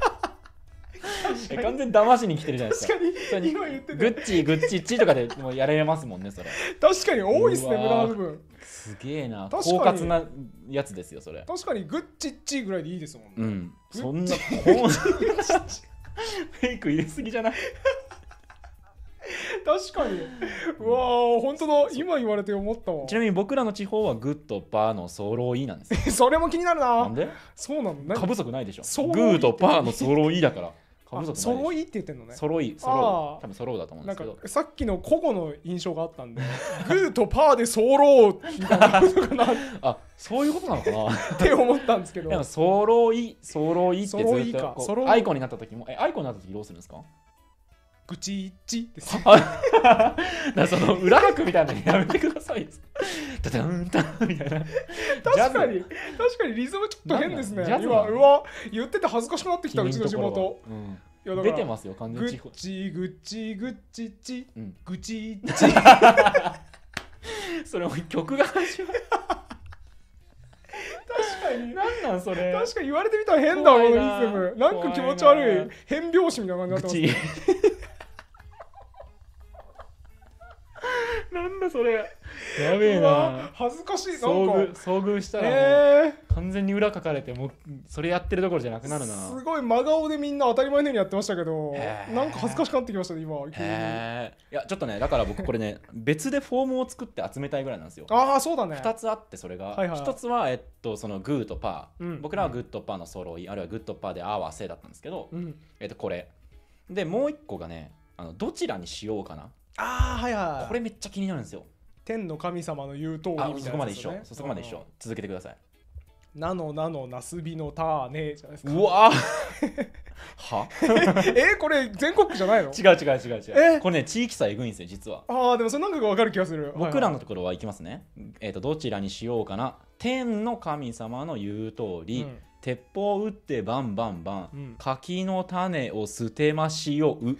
[SPEAKER 2] 完全に騙しに来てるじゃないですか。
[SPEAKER 1] 確かに今言ってた
[SPEAKER 2] グッチグッチチとかでもうやれますもんねそれ。
[SPEAKER 1] 確かに多いですね無駄な部分。
[SPEAKER 2] すげえな、狡猾なやつですよそれ。
[SPEAKER 1] 確かにグッチッチぐらいでいいですもんね。
[SPEAKER 2] そんなフェイク入れすぎじゃない。
[SPEAKER 1] 確かに。うわー本当だ、今言われて思ったわ。
[SPEAKER 2] ちなみに僕らの地方はグッとパーの揃いなんですよ。
[SPEAKER 1] それも気になるな。
[SPEAKER 2] なんで？
[SPEAKER 1] そうなの？
[SPEAKER 2] 過不足ないでしょ。グーとパーの揃いだから。
[SPEAKER 1] 揃いって言ってんのね。
[SPEAKER 2] 揃い多分揃うだと思うんですけど、
[SPEAKER 1] なんかさっきの古語の印象があったんでグーとパーで揃うみたいなことかな。
[SPEAKER 2] あ、そういうことなのかな
[SPEAKER 1] って思ったんですけど。
[SPEAKER 2] でも揃いってずっとアイコンになった時もアイコンになった時どうするんですか？
[SPEAKER 1] グチッチです。
[SPEAKER 2] だその裏拍みたいなのやめてください。タタンタンみたいな。
[SPEAKER 1] 確かにリズムちょっと変ですね。今うわ言ってて恥ずかしくなってきた、うちの地元。
[SPEAKER 2] 出てますよ完全に。
[SPEAKER 1] グッチグッチグッチチグチッチ。
[SPEAKER 2] それも曲が始まる。
[SPEAKER 1] 確かに。
[SPEAKER 2] なんなんそれ。
[SPEAKER 1] 確かに言われてみたら変だわこのリズム。なんか気持ち悪い変拍子みたいな感じになってますね。なんだそれ。
[SPEAKER 2] やべえな。
[SPEAKER 1] 恥ずかしい。
[SPEAKER 2] 遭遇したらもう完全に裏書かれてもうそれやってるどころじゃなくなるな。
[SPEAKER 1] すごい真顔でみんな当たり前のようにやってましたけど、なんか恥ずかしくなってきましたね今。い
[SPEAKER 2] やちょっとね、だから僕これね別でフォームを作って集めたいぐらいなんですよ。
[SPEAKER 1] ああそうだね。
[SPEAKER 2] 2つあって、それが1つはそのグーとパー、僕らはグッとパーの揃い、あるいはグッとパーで合わせだったんですけど、これでもう1個がね、どちらにしようかな。
[SPEAKER 1] ああはいはい。
[SPEAKER 2] これめっちゃ気になるんですよ。
[SPEAKER 1] 天の神様の言う通りみたいな、ね、
[SPEAKER 2] そこまで一緒。そこまで一緒。続けてください。
[SPEAKER 1] なのなすびのたねじゃないですか。
[SPEAKER 2] うわは
[SPEAKER 1] これ全国区じゃないの？
[SPEAKER 2] 違う。これね地域差えぐいんですよ実は。
[SPEAKER 1] ああでもそれなんか分かる気がする。
[SPEAKER 2] 僕らのところはいきますね。どちらにしようかな。天の神様の言う通り、鉄砲撃ってバンバンバン、柿の種を捨てましよう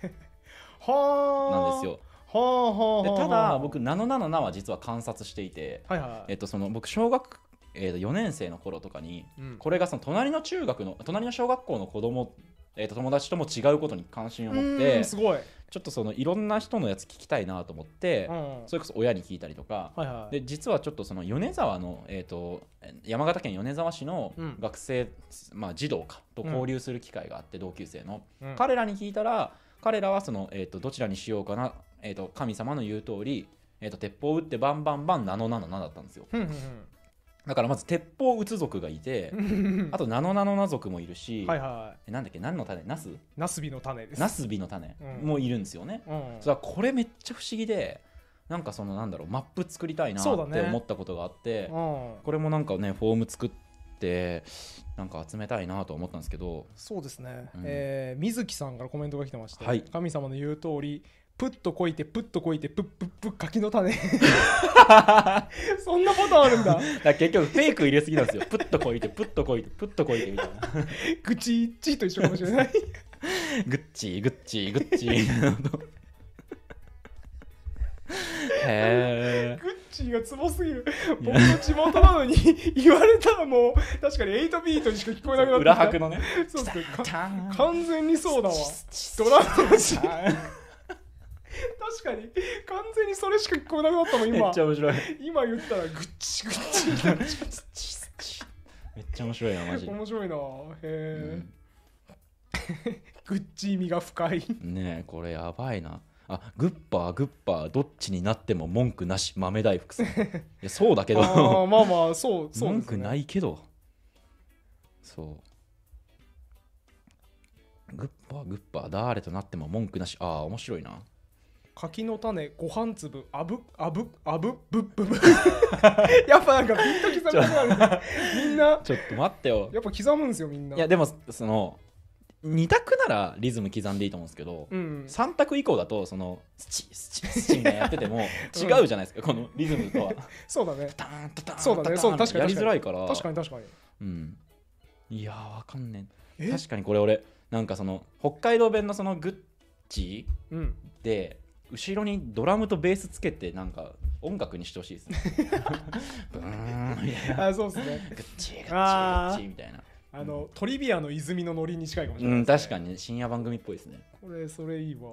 [SPEAKER 2] なんですよ。でただ僕777は実は観察していて、その僕小学4年生の頃とかに、これがその隣の小学校の子供、友達とも違うことに関心を持って、
[SPEAKER 1] すごい
[SPEAKER 2] ちょっとそのいろんな人のやつ聞きたいなと思って、それこそ親に聞いたりとか、で実はちょっとその米沢の、山形県米沢市の学生、児童かと交流する機会があって、同級生の、彼らに聞いたら彼らはその、どちらにしようかな、神様の言う通り、鉄砲撃ってバンバンバン777だったんですよ。だからまず鉄砲撃つ族がいてあと777族もいるし、なんだっけ、何の種、ナス
[SPEAKER 1] ビの種です。
[SPEAKER 2] ナスビの種もいるんですよね。それはこれめっちゃ不思議で、なんかそのなんだろう、マップ作りたいなって思ったことがあって、これもなんかねフォーム作ってなんか集めたいなと思ったんですけど。
[SPEAKER 1] そうですね、水木さんからコメントが来てまして、神様の言う通りプッとこいてプッとこいてプップップッ柿の種そんなことあるんだ。
[SPEAKER 2] 結局フェイク入れすぎなんですよ。プッとこいてプッとこいてプッとこいてみたいな
[SPEAKER 1] グチッチと一緒かもしれない
[SPEAKER 2] グッチグッチグッチへ
[SPEAKER 1] グッチがツボすぎる。僕の地元なのに言われたらもう確かに8ビートにしか聞こえなくなってきた。
[SPEAKER 2] 裏拍のね。
[SPEAKER 1] そうですね。完全にそうだわ。ドラムのし確確かに完全にそれしか聞こえなくなったもん今。
[SPEAKER 2] めっちゃ面白い。
[SPEAKER 1] 今言ったらグッチグッチ
[SPEAKER 2] めっちゃ面白いなマジで。
[SPEAKER 1] 面白いな。へえ、グッチ意味が深い
[SPEAKER 2] ねえ、これやばいな。あ、グッパーグッパーどっちになっても文句なし豆大福さん。いやそうだけど
[SPEAKER 1] まあまあそうですね、
[SPEAKER 2] 文句ないけど、そうグッパーグッパー誰となっても文句なし。ああ面白いな。
[SPEAKER 1] 柿の種ご飯粒あぶあぶあぶぶっぶぶやっぱなんかピンと刻むなるみんな
[SPEAKER 2] ちょっと待ってよ。
[SPEAKER 1] やっぱ刻むんですよみんな。
[SPEAKER 2] いやでもその2択ならリズム刻んでいいと思うんですけど、3択以降だとそのスチみたいなやってても違うじゃないですか、このリズムとは。
[SPEAKER 1] そうだね。
[SPEAKER 2] ターンタタン
[SPEAKER 1] そうだね、そう確かに
[SPEAKER 2] やりづらいから。
[SPEAKER 1] 確かに
[SPEAKER 2] いやーわかんねえ。確かにこれ俺なんかその北海道弁のそのグッチで後ろにドラムとベースつけてなんか音楽にしてほしいですね。ブーンみたいな。
[SPEAKER 1] あ、そうですね。
[SPEAKER 2] グッチグッチグッチみたいな。
[SPEAKER 1] トリビアの泉のノリに近いかもしれ
[SPEAKER 2] ないですね。確かに、ね、深夜番組っぽいですね。
[SPEAKER 1] それいいわ。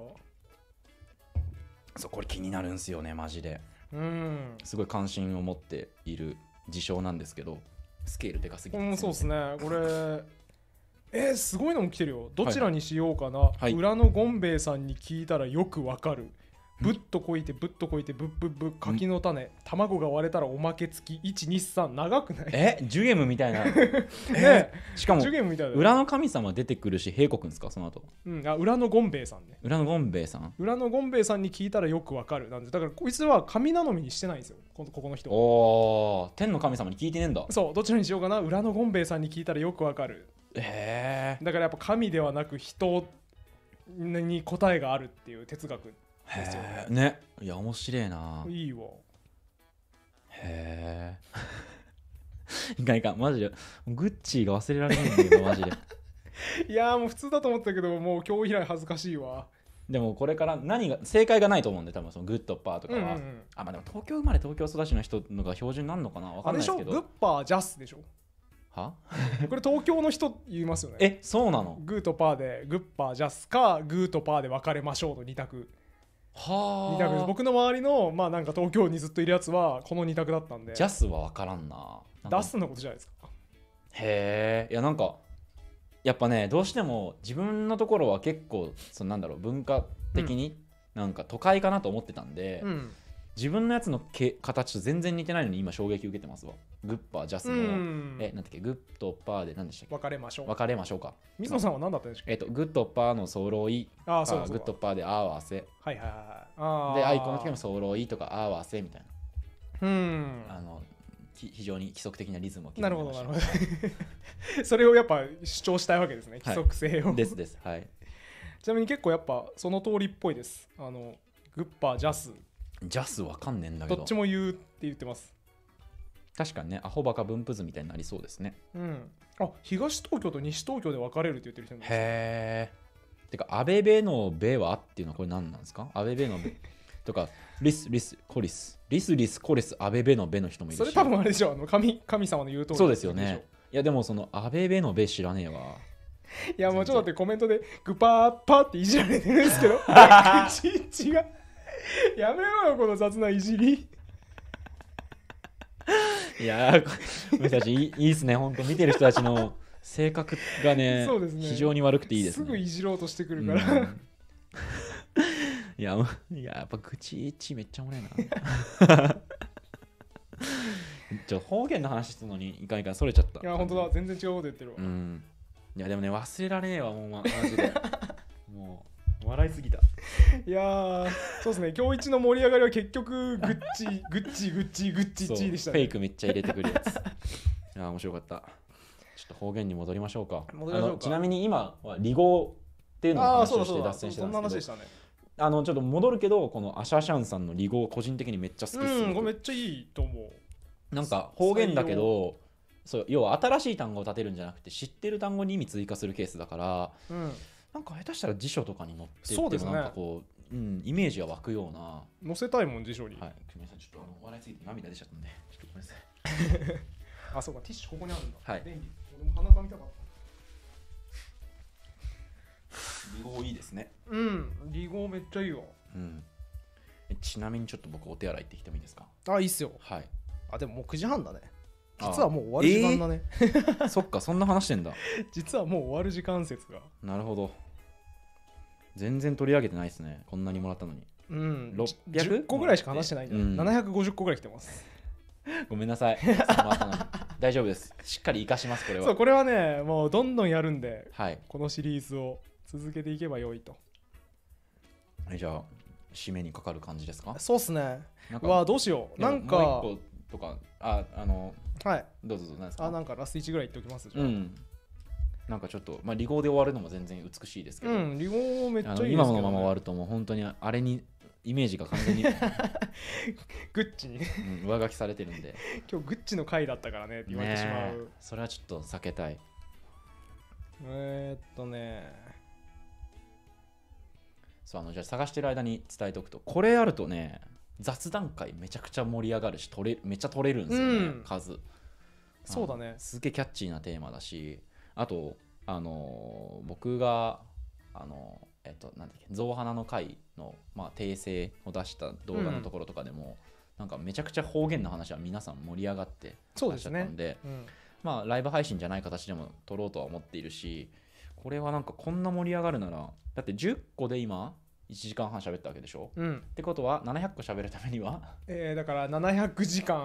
[SPEAKER 2] そう、これ気になるんすよねマジで。すごい関心を持っている事象なんですけど、スケールでかすぎて、
[SPEAKER 1] そうですねこれ。すごいのも来てるよ。どちらにしようかな、裏のゴンベイさんに聞いたらよくわかる。ぶっとこいてぶっとこいてぶっぶっぶ柿の種卵が割れたらおまけ付き123長くない？
[SPEAKER 2] ジュゲムみたいな。しかも裏の神様出てくるし平国ですかその後。
[SPEAKER 1] 裏のゴンベイさんね。
[SPEAKER 2] 裏のゴンベイさん
[SPEAKER 1] に聞いたらよくわかるなんで、だからこいつは神頼みにしてないんですよここの人。
[SPEAKER 2] 天の神様に聞いてねえんだ。
[SPEAKER 1] そう、どちらにしようかな、裏のゴンベイさんに聞いたらよくわかる。だからやっぱ神ではなく人に答えがあるっていう哲学ですよ
[SPEAKER 2] ね。いや面白いな。
[SPEAKER 1] いいわ。
[SPEAKER 2] いかんマジでグッチーが忘れられないんだけどマジで。
[SPEAKER 1] いやもう普通だと思ったけどもう今日以来恥ずかしいわ。
[SPEAKER 2] でもこれから何が正解がないと思うんで、多分そのグッドパーとかは、まあでも東京生まれ東京育ちの人のが標準になるのかな、分かんないですけど。
[SPEAKER 1] グッパージャスでしょ。
[SPEAKER 2] は
[SPEAKER 1] これ東京の人言いますよね。
[SPEAKER 2] そうなの？
[SPEAKER 1] グーとパーでグッパージャスかグーとパーで分かれましょうの2択。僕の周りのまあなんか東京にずっといるやつはこの2択だったんで。
[SPEAKER 2] ジャスは分からんな。
[SPEAKER 1] ダスのことじゃないですか。
[SPEAKER 2] いやなんかやっぱね、どうしても自分のところは結構そのなんだろう、文化的になんか都会かなと思ってたんで、自分のやつの形と全然似てないのに今衝撃受けてますわ。グッパージャスのなんだっけ、グッドパーで何でしたっけ？
[SPEAKER 1] 別れましょう。
[SPEAKER 2] 別れましょうか。
[SPEAKER 1] 水野さんは何だったんでしょう？
[SPEAKER 2] グッドパーの揃い、グッドパーで合わせ、でアイコンの時も揃いとか合わせみたいな、非常に規則的なリズムを決めました。なるほ
[SPEAKER 1] どそれをやっぱ主張したいわけですね、規則性を。
[SPEAKER 2] ですはい。
[SPEAKER 1] ちなみに結構やっぱその通りっぽいです。グッパージャス
[SPEAKER 2] わかんねえんだけど
[SPEAKER 1] どっちも言うって言ってます。
[SPEAKER 2] 確かにね、アホバカ分布図みたいになりそうですね。
[SPEAKER 1] 東東京と西東京で分かれるって言ってる人います。
[SPEAKER 2] てかアベベのベはっていうのはこれ何なんですか？アベベのベとかリスコリスコリスアベベのベの人もいるし、
[SPEAKER 1] それ多分あれでしょ、神様の言う通り。
[SPEAKER 2] そうですよね。いやでもそのアベベのベ知らねえわ。
[SPEAKER 1] いやもうちょっと待って、コメントでグパーパーっていじられてるんですけど違う、やめろよこの雑ないじり。
[SPEAKER 2] いや僕たちいいっすね、本当見てる人たちの性格がね、非常に悪くていいですね。
[SPEAKER 1] すぐいじろうとしてくるから
[SPEAKER 2] いややっぱ愚痴めっちゃおもろいな方言の話するのにいかんそれちゃった。
[SPEAKER 1] いや本当だ、全然違うこと言ってるわ。
[SPEAKER 2] いやでもね、忘れられねえわもうマジでもう笑いすぎた。
[SPEAKER 1] いやそうですね、今日一の盛り上がりは結局グッチでしたね。
[SPEAKER 2] フェイクめっちゃ入れてくるやつ。いや面白かった。ちょっと方言に戻りましょうか。ちなみに今は離合っていうのを話をして脱線してたんですけど、ちょっと戻るけど、このアシャシャンさんの離合個人的にめっちゃ好きっす。
[SPEAKER 1] これめっちゃいいと思う。
[SPEAKER 2] なんか方言だけど、そう要は新しい単語を立てるんじゃなくて知ってる単語に意味追加するケースだから、なんか下手したら辞書とかに載ってってもなんかこう、イメージが湧くような。
[SPEAKER 1] 載せたいもん辞書に。
[SPEAKER 2] はい、ごめんなさい、ちょっと笑いすぎて涙出ちゃったんで、ちょっとごめんなさい。
[SPEAKER 1] あ、そうか、ティッシュここにあるんだ。
[SPEAKER 2] はい。
[SPEAKER 1] 便利。俺も鼻かみたかった。
[SPEAKER 2] 離合いいですね。
[SPEAKER 1] 離合めっちゃいいわ。
[SPEAKER 2] ちなみにちょっと僕お手洗い行ってきてもいいですか？
[SPEAKER 1] いいっすよ。
[SPEAKER 2] はい。
[SPEAKER 1] でももう9時半だね。実はもう終わる時間だね。
[SPEAKER 2] そっか、そんな話してんだ。
[SPEAKER 1] 実はもう終わる時間説が。
[SPEAKER 2] なるほど。全然取り上げてないですね。こんなにもらったのに。
[SPEAKER 1] 610個ぐらいしか話してないんだ。750個ぐらい来てます。
[SPEAKER 2] ごめんなさい。大丈夫です。しっかり生かします、これは。
[SPEAKER 1] そう、これはね、もうどんどんやるんで、
[SPEAKER 2] はい、
[SPEAKER 1] このシリーズを続けていけばよいと。
[SPEAKER 2] じゃあ、締めにかかる感じですか？
[SPEAKER 1] そうっすね。どうしよう。なんか、
[SPEAKER 2] もう一個とか、
[SPEAKER 1] はい。
[SPEAKER 2] どうぞ、何ですか？
[SPEAKER 1] なんかラスト1ぐらい言っておきます。じゃあ。
[SPEAKER 2] なんかちょっと、離合で終わるのも全然美しいですけど、
[SPEAKER 1] 離合めっちゃいいですけど、ね、
[SPEAKER 2] 今のまま終わるともう本当にあれにイメージが完全に
[SPEAKER 1] グッチに、
[SPEAKER 2] 上書きされてるんで
[SPEAKER 1] 今日グッチの回だったからねって言われてしまう。
[SPEAKER 2] それはちょっと避けたい。そうじゃあ探してる間に伝えておくと、これあるとね雑談会めちゃくちゃ盛り上がるしめっちゃ取れるんですよね、数。
[SPEAKER 1] そうだね。
[SPEAKER 2] すげえキャッチーなテーマだし、あと僕がなんだっけ、ゾウハナの会の、訂正を出した動画のところとかでも、なんかめちゃくちゃ方言の話は皆さん盛り上がってらっしゃったんで、ライブ配信じゃない形でも撮ろうとは思っているし、これはなんかこんな盛り上がるなら、だって10個で今1時間半喋ったわけでしょ、ってことは700個喋るためには
[SPEAKER 1] だから700時間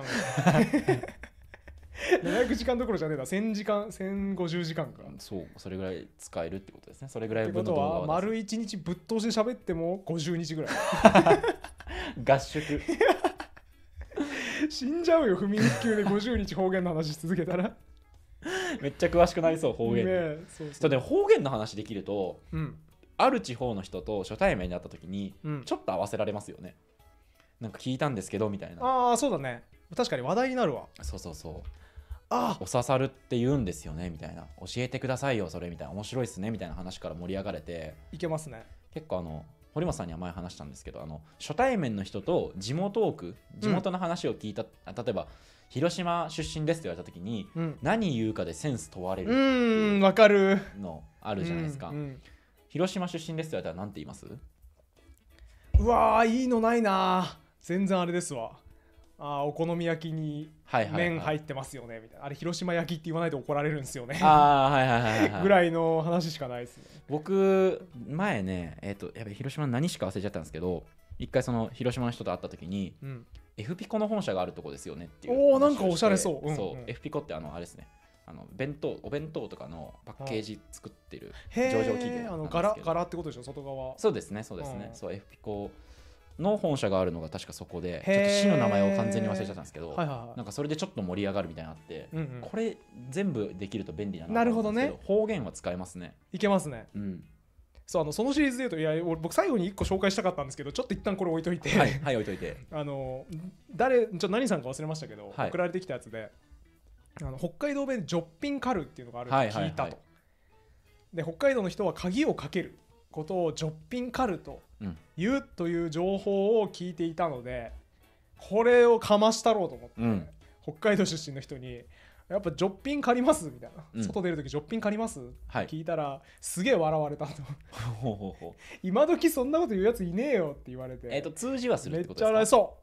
[SPEAKER 1] 700時間どころじゃねえな、1000時間、1050時間か。
[SPEAKER 2] そう、それぐらい使えるってことですね。それぐらい分の動
[SPEAKER 1] 画は。ってことは、丸1日ぶっ通しで喋っても50日ぐらい。
[SPEAKER 2] 合宿。
[SPEAKER 1] 死んじゃうよ、不眠不休で50日方言の話し続けたら。
[SPEAKER 2] めっちゃ詳しくなりそう、方言。そうでも方言の話できると、ある地方の人と初対面になった時に、ちょっと合わせられますよね。なんか聞いたんですけどみたいな。
[SPEAKER 1] そうだね。確かに話題になるわ。
[SPEAKER 2] そう。お刺さるって言うんですよねみたいな、教えてくださいよそれみたいな、面白いっすねみたいな話から盛り上がれて
[SPEAKER 1] いけますね。
[SPEAKER 2] 結構堀本さんには前話したんですけど、初対面の人と地元の話を聞いた、例えば広島出身ですって言われた時に、何言うかでセンス問われる
[SPEAKER 1] わかる
[SPEAKER 2] のあるじゃないですか。広島出身ですって言われたら何て言います？
[SPEAKER 1] うわー、いいのないな。全然あれですわ。お好み焼きに麺入ってますよねみたいな、あれ広島焼きって言わないと怒られるんですよねぐらいの話しかないですね。
[SPEAKER 2] 僕前ねやべ広島の何しか忘れちゃったんですけど、一回その広島の人と会った時に、F ピコの本社があるとこですよねっていう。
[SPEAKER 1] なんかおしゃれそう。
[SPEAKER 2] そう、F ピコってあれですね、お弁当とかのパッケージ作ってる上場企業なんですけど、
[SPEAKER 1] 柄ってことでしょ、外側。
[SPEAKER 2] そうですね、そう F ピコの本社があるのが確かそこで、ちょっと市の名前を完全に忘れちゃったんですけど、なんかそれでちょっと盛り上がるみたいなのあって、これ全部できると便利だなと思うんですけど、方言は使えますね。
[SPEAKER 1] いけますね。そのシリーズで言うと、僕最後に1個紹介したかったんですけど、ちょっと一旦これ置いといて、
[SPEAKER 2] 置いといて
[SPEAKER 1] 何さんか忘れましたけど、送られてきたやつで北海道弁ジョッピンカルっていうのがあるって聞いたと。で北海道の人は鍵をかけることをジョッピンカルと言うという情報を聞いていたので、これをかましたろうと思って、北海道出身の人にやっぱジョッピン借りますみたいな、外出るときジョッピン借りますって聞いたら、すげえ笑われたと今時そんなこと言うやついねえよって言われて、
[SPEAKER 2] 通じはするってことですか？
[SPEAKER 1] めっちゃそう、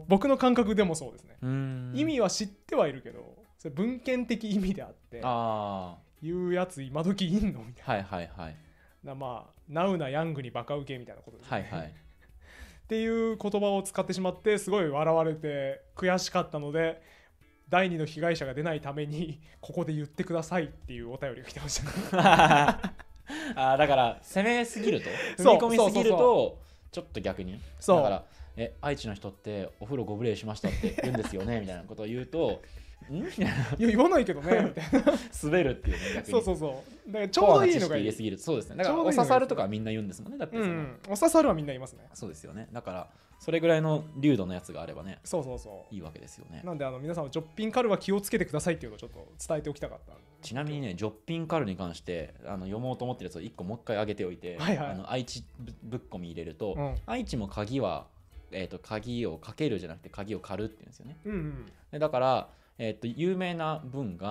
[SPEAKER 1] 僕の感覚でもそうですね。意味は知ってはいるけど、それ文献的意味であって言うやつ今時いんのみたいな。ナウなヤングにバカウケみたいなことですね。っていう言葉を使ってしまってすごい笑われて悔しかったので、第2の被害者が出ないためにここで言ってくださいっていうお便りが来てました
[SPEAKER 2] だから攻めすぎると、踏み込みすぎるとちょっと逆に、だから愛知の人ってお風呂ご無礼しましたって言うんですよねみたいなことを言うといや
[SPEAKER 1] 言わないけどねみたいな
[SPEAKER 2] 滑るっていうね、逆に。
[SPEAKER 1] そうだからちょうどいいのがいい。
[SPEAKER 2] そうですね。だからお刺さるとかみんな言うんですもんね。だって
[SPEAKER 1] お刺さるはみんな言いますね。
[SPEAKER 2] そうですよね。だからそれぐらいの流度のやつがあればね、
[SPEAKER 1] そう
[SPEAKER 2] いいわけですよね。
[SPEAKER 1] なんで皆さんジョッピンカルは気をつけてくださいっていうのをちょっと伝えておきたかった。
[SPEAKER 2] ちなみにね、ジョッピンカルに関して読もうと思ってるやつを1個もう一回上げておいて、愛知ぶっ込み入れると、愛知も鍵は鍵をかけるじゃなくて鍵を借るって言うんですよね。でだから有名な文が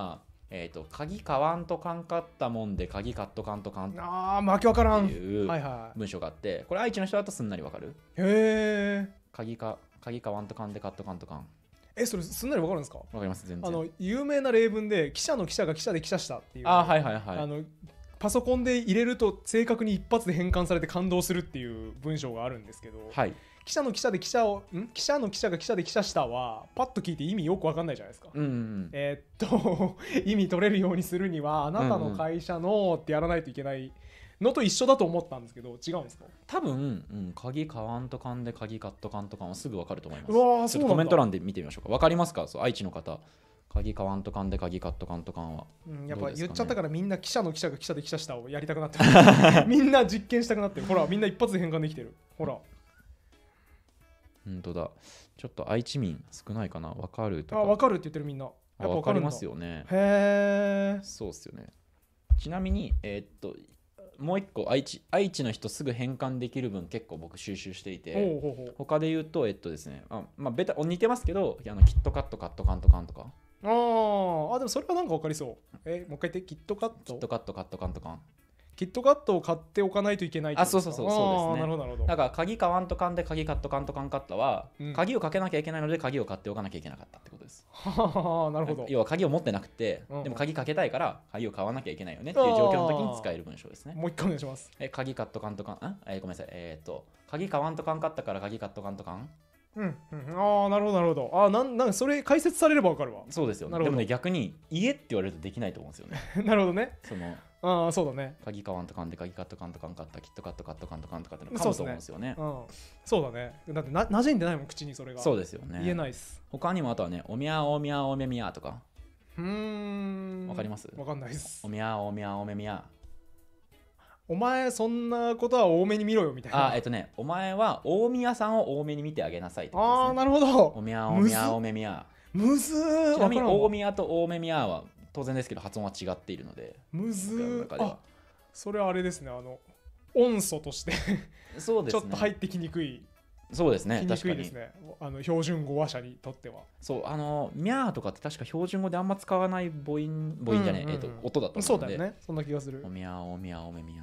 [SPEAKER 2] 鍵買わんとかんかったもんで鍵買っとかんとかんっていう文章があって、これ愛知の人だとすんなりわかる？
[SPEAKER 1] へえ。
[SPEAKER 2] 鍵買わんとかんで買っとかんとかん。
[SPEAKER 1] それすんなりわかるんですか？わ
[SPEAKER 2] かります。全然
[SPEAKER 1] 有名な例文で記者の記者が記者で記者したっていう、
[SPEAKER 2] はいはいはい、
[SPEAKER 1] パソコンで入れると正確に一発で変換されて感動するっていう文章があるんですけど、
[SPEAKER 2] はい、
[SPEAKER 1] 記者の記者で記者を記者の記者が記者で記者したはパッと聞いて意味よく分かんないじゃないですか、意味取れるようにするにはあなたの会社のってやらないといけないのと一緒だと思ったんですけど、違うんですか？
[SPEAKER 2] 多分、鍵買わんとかんで鍵買っとかんとかはすぐ分かると思います。
[SPEAKER 1] うわ、そうなんだ。
[SPEAKER 2] ちょっとコメント欄で見てみましょうか。分かりますか？そう、愛知の方、鍵買わんとかんで鍵買っとかんとかんは、
[SPEAKER 1] やっぱ言っちゃったからみんな記者の記者が記者で記者したをやりたくなってるみんな実験したくなってる。ほら、みんな一発で変換できてる。ほら、
[SPEAKER 2] 本当だ。ちょっと愛知民少ないかな。分かるとか。
[SPEAKER 1] 分かるって言ってるみんな。やっ
[SPEAKER 2] ぱ分かりますよね。
[SPEAKER 1] へえ。
[SPEAKER 2] そうっすよね。ちなみにもう一個愛知の人すぐ変換できる分結構僕収集していて、他で言うとですね、ベタ似てますけど、キットカットカットカントカンとか。
[SPEAKER 1] でもそれはなんか分かりそう。もう一回言って、キットカット
[SPEAKER 2] カットカットカントカン。
[SPEAKER 1] キットカットを買っておかないといけない。
[SPEAKER 2] そうですね。なる
[SPEAKER 1] ほどなるほど。
[SPEAKER 2] だから鍵買わんとかんで鍵カットカントカンカットは、鍵をかけなきゃいけないので鍵を買っておかなきゃいけなかったってことです。
[SPEAKER 1] なるほど。
[SPEAKER 2] 要は鍵を持ってなくて、でも鍵かけたいから鍵を買わなきゃいけないよねっていう状況の時に使える文章ですね。
[SPEAKER 1] もう一回お願いします。
[SPEAKER 2] 鍵カットカントカン、ごめんなさい。鍵買わんとかんかったから鍵カットカントカン。
[SPEAKER 1] なるほどなるほど。なんそれ解説されれば分かるわ。
[SPEAKER 2] そうですよね。でもね、逆に家って言われるとできないと思うんですよね。
[SPEAKER 1] なるほどね。そうだね。
[SPEAKER 2] 鍵買わんとかんで鍵カットカントカンかったキットカットカットカントカンとかってのかもと思うんですよね。
[SPEAKER 1] そうだね。だって馴染んでないもん、口にそれが。
[SPEAKER 2] そうですよね。
[SPEAKER 1] 言えないっす。
[SPEAKER 2] 他にもあとはね、おみゃおみゃおめみやとか。わかります？
[SPEAKER 1] わかんないっす。
[SPEAKER 2] おみゃおみゃおめみや。
[SPEAKER 1] お前そんなことは多めに見ろよみたいな。
[SPEAKER 2] お前は大宮さんを多めに見てあげなさいってことですね。
[SPEAKER 1] なるほど。
[SPEAKER 2] おみゃおみゃおめみや。
[SPEAKER 1] むずー。
[SPEAKER 2] ちなみに大宮と大めみやは当然ですけど発音は違っているので。
[SPEAKER 1] むずー。それはあれですね、音素として
[SPEAKER 2] そうですね、
[SPEAKER 1] ちょっと入ってきにくい。
[SPEAKER 2] そうですね、
[SPEAKER 1] 確かに。標準語話者にとっては。
[SPEAKER 2] そう、ミャーとかって確か標準語であんま使わない母音じゃねえ、音だと思うので。
[SPEAKER 1] そうだよね、そんな気がする。
[SPEAKER 2] おみゃおみゃおめみや。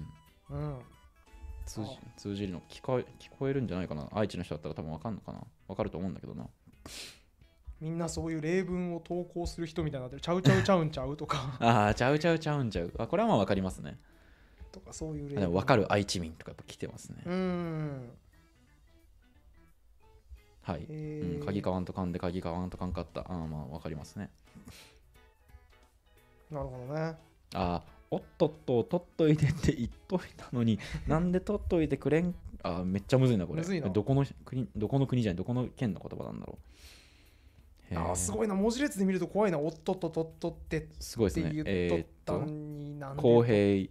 [SPEAKER 2] 通じるの聞こえるんじゃないかな。愛知の人だったら多分分かるのかな。分かると思うんだけどな。
[SPEAKER 1] みんなそういう例文を投稿する人みたいになってる。ちゃうちゃうちゃうんちゃうとか
[SPEAKER 2] ちゃうちゃうちゃうんちゃう。これはまあ分かりますね。
[SPEAKER 1] とかそういう例
[SPEAKER 2] 文。分かる愛知民とかやっぱ来てますね。はい。鍵買わんとかんで鍵買わんとかんかった。まあ分かりますね。
[SPEAKER 1] なるほどね。
[SPEAKER 2] おっとっと取っといてって言っといたのになんで取っといてくれん。めっちゃむずいなこれ。どこの国じゃない、どこの県の言葉なんだろう。
[SPEAKER 1] すごいな。文字列で見ると怖いな。おっとっと取っとってって
[SPEAKER 2] すごいですね。
[SPEAKER 1] 言っとったになんで
[SPEAKER 2] 公平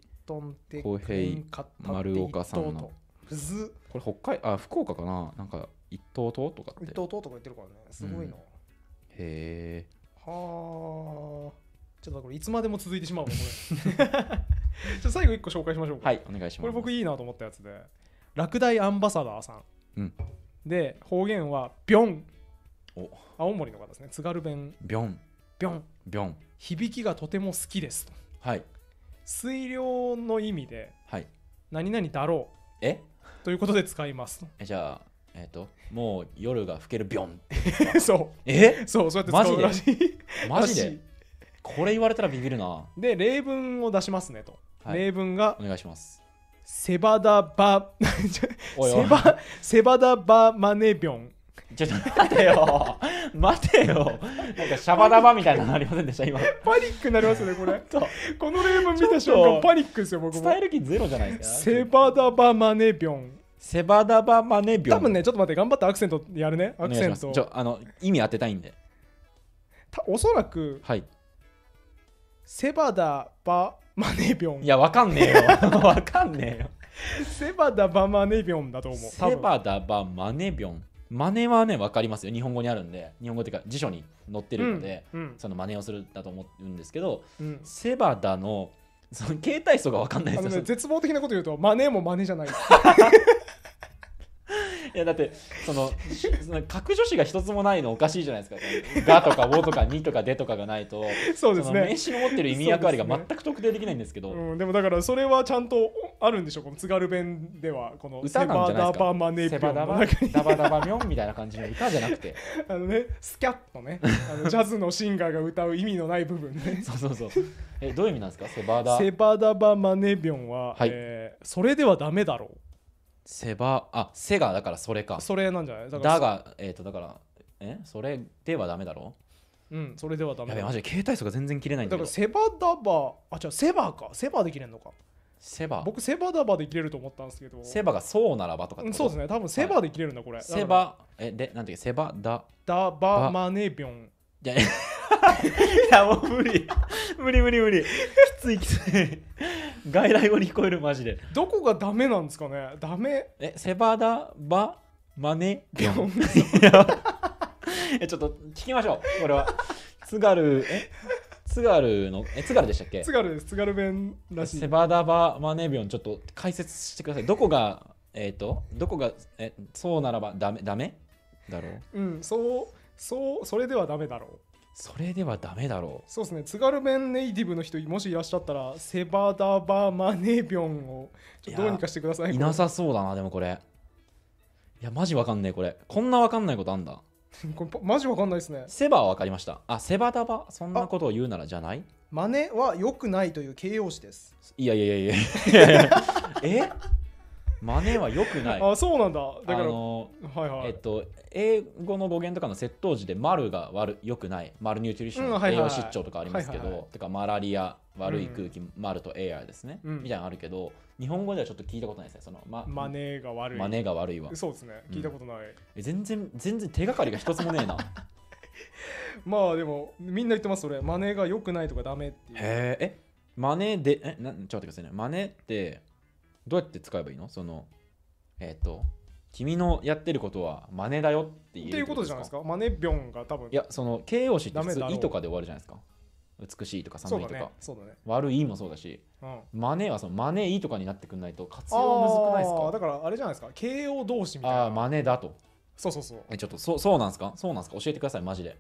[SPEAKER 1] 丸
[SPEAKER 2] 岡さんのこれ福岡かな。なんか一等島とかって
[SPEAKER 1] 一等島とか言ってるからね。すごいな。
[SPEAKER 2] へえ。
[SPEAKER 1] はあ。ちょっとこれいつまでも続いてしまうわこれ最後1個紹介しましょうか。
[SPEAKER 2] はい、お願いします。
[SPEAKER 1] これ僕いいなと思ったやつで、落第アンバサダーさん、で方言はビョン。青森の方ですね。津軽弁。
[SPEAKER 2] ビョン
[SPEAKER 1] ビョン
[SPEAKER 2] ビョン。
[SPEAKER 1] 響きがとても好きですと。
[SPEAKER 2] はい。
[SPEAKER 1] 推量の意味で、
[SPEAKER 2] はい、
[SPEAKER 1] 何々だろうということで使いますと。
[SPEAKER 2] じゃあもう夜が更けるビョン
[SPEAKER 1] そうそうやって使うらしい。
[SPEAKER 2] マジでこれ言われたらビビるな。
[SPEAKER 1] で例文を出しますねと、例文が
[SPEAKER 2] お願いします。
[SPEAKER 1] セバダバマネビョン。
[SPEAKER 2] ちょっと待てよ待てよ。なんかシャバダバみたいなのありませんでした今。
[SPEAKER 1] パニックになりますよねこれこの例文見た瞬間パニックですよ僕も。
[SPEAKER 2] 伝える気ゼロじゃないですか。
[SPEAKER 1] セバダバマネビョン。
[SPEAKER 2] セバダバマネビョン。
[SPEAKER 1] 多分ね、ちょっと待って、頑張ってアクセントやるね。アクセント
[SPEAKER 2] 意味当てたいんで。
[SPEAKER 1] おそらく、
[SPEAKER 2] はい、
[SPEAKER 1] セバダバマネビョン。
[SPEAKER 2] いやわかんねえよわかんねえよ。
[SPEAKER 1] セバダバマネビョンだと思う。
[SPEAKER 2] セバダバマネビョン。マネはね分かりますよ。日本語にあるんで、日本語っていうか辞書に載ってるので、その真似をするだと思うんですけど、セバダのその形態素が分かんないですよ。
[SPEAKER 1] 絶望的なこと言うとマネもマネじゃない
[SPEAKER 2] いやだってその格助詞が一つもないのおかしいじゃないですか。がとかをとかにとかでとかがないと、
[SPEAKER 1] そうですね、
[SPEAKER 2] 名詞の持ってる意味役割が全く特定できないんですけど、
[SPEAKER 1] うん、でもだからそれはちゃんとあるんでしょう、この津軽弁では。この
[SPEAKER 2] 歌なんじゃないですか。
[SPEAKER 1] セバダバマネビョン、セバダ
[SPEAKER 2] バミョンみたいな感じの歌じゃなくて
[SPEAKER 1] ね、スキャッとねジャズのシンガーが歌う意味のない部分ね
[SPEAKER 2] そうどういう意味なんですか。セバ
[SPEAKER 1] ダバマネビョンは、はい、それではダメだろう。
[SPEAKER 2] セがだからそれか。
[SPEAKER 1] それなんじゃない。
[SPEAKER 2] だがだからそれではダメだろ
[SPEAKER 1] う。うん、それではダメだろう。
[SPEAKER 2] やべマジで携帯数が全然切れないんだけど。
[SPEAKER 1] だからセバダバ、じゃあセバか。セバで切れんのか。僕セバダバで切れると思ったんですけど。
[SPEAKER 2] セバがそうならばとかってこと。
[SPEAKER 1] そうですね、多分セバで切れるんだこれ。はい、
[SPEAKER 2] セバでなんていうかセバダ
[SPEAKER 1] バマネビョン。
[SPEAKER 2] いやもう無理きつい外来語に聞こえるマジで。
[SPEAKER 1] どこがダメなんですかね。ダメ
[SPEAKER 2] セバダバマネビョンちょっと聞きましょうこれは。津軽の津軽でしたっけ。
[SPEAKER 1] 津軽です。津軽弁らしい。
[SPEAKER 2] セバダバマネビョンちょっと解説してください。どこがそうならばダメだろう。
[SPEAKER 1] うん、それではダメだろう。
[SPEAKER 2] それではダメだろう。
[SPEAKER 1] そうですね。津軽弁ネイティブの人もしいらっしゃったらセバダバマネビョンをちょっとどうにかしてください。
[SPEAKER 2] いなさそうだな。でもこれいやマジわかんねえ。こんなわかんないことあんだ
[SPEAKER 1] これマジわかんないですね。
[SPEAKER 2] セバはわかりました。セバダバそんなことを言うならじゃない。
[SPEAKER 1] マネは良くないという形容詞です。
[SPEAKER 2] いやマネは良くない。
[SPEAKER 1] そうなんだ。だから
[SPEAKER 2] 英語の語源とかの窃盗時で丸が良くない、マルニュートリション、栄養失調とかありますけど、てかマラリア、悪い空気、マルとエアですね、みたいなのあるけど、日本語ではちょっと聞いたことないですね。その
[SPEAKER 1] マネが悪い。
[SPEAKER 2] マネが悪いわ。
[SPEAKER 1] そうですね。聞いたことない。
[SPEAKER 2] 全然手がかりが一つもねえな。
[SPEAKER 1] まあでもみんな言ってますそれ。マネが良くないとかダメっていう。
[SPEAKER 2] マネでちょっと待ってくださいね。マネってどうやって使えばいいの。君のやってることはマネだよって言えるっていうことじゃないですか。
[SPEAKER 1] マネビョンが多分。
[SPEAKER 2] いやその形容詞って普通「い」とかで終わるじゃないですか。美しいとか寒いとか、
[SPEAKER 1] そうだね、
[SPEAKER 2] 悪いもそうだし、マネはそのマネいとかになってくんないと活用むずくないですか。
[SPEAKER 1] だからあれじゃないですか。形容動詞みたいな。
[SPEAKER 2] マネだと。
[SPEAKER 1] そう。
[SPEAKER 2] ちょっとそうなんですか。教えてくださいマジで。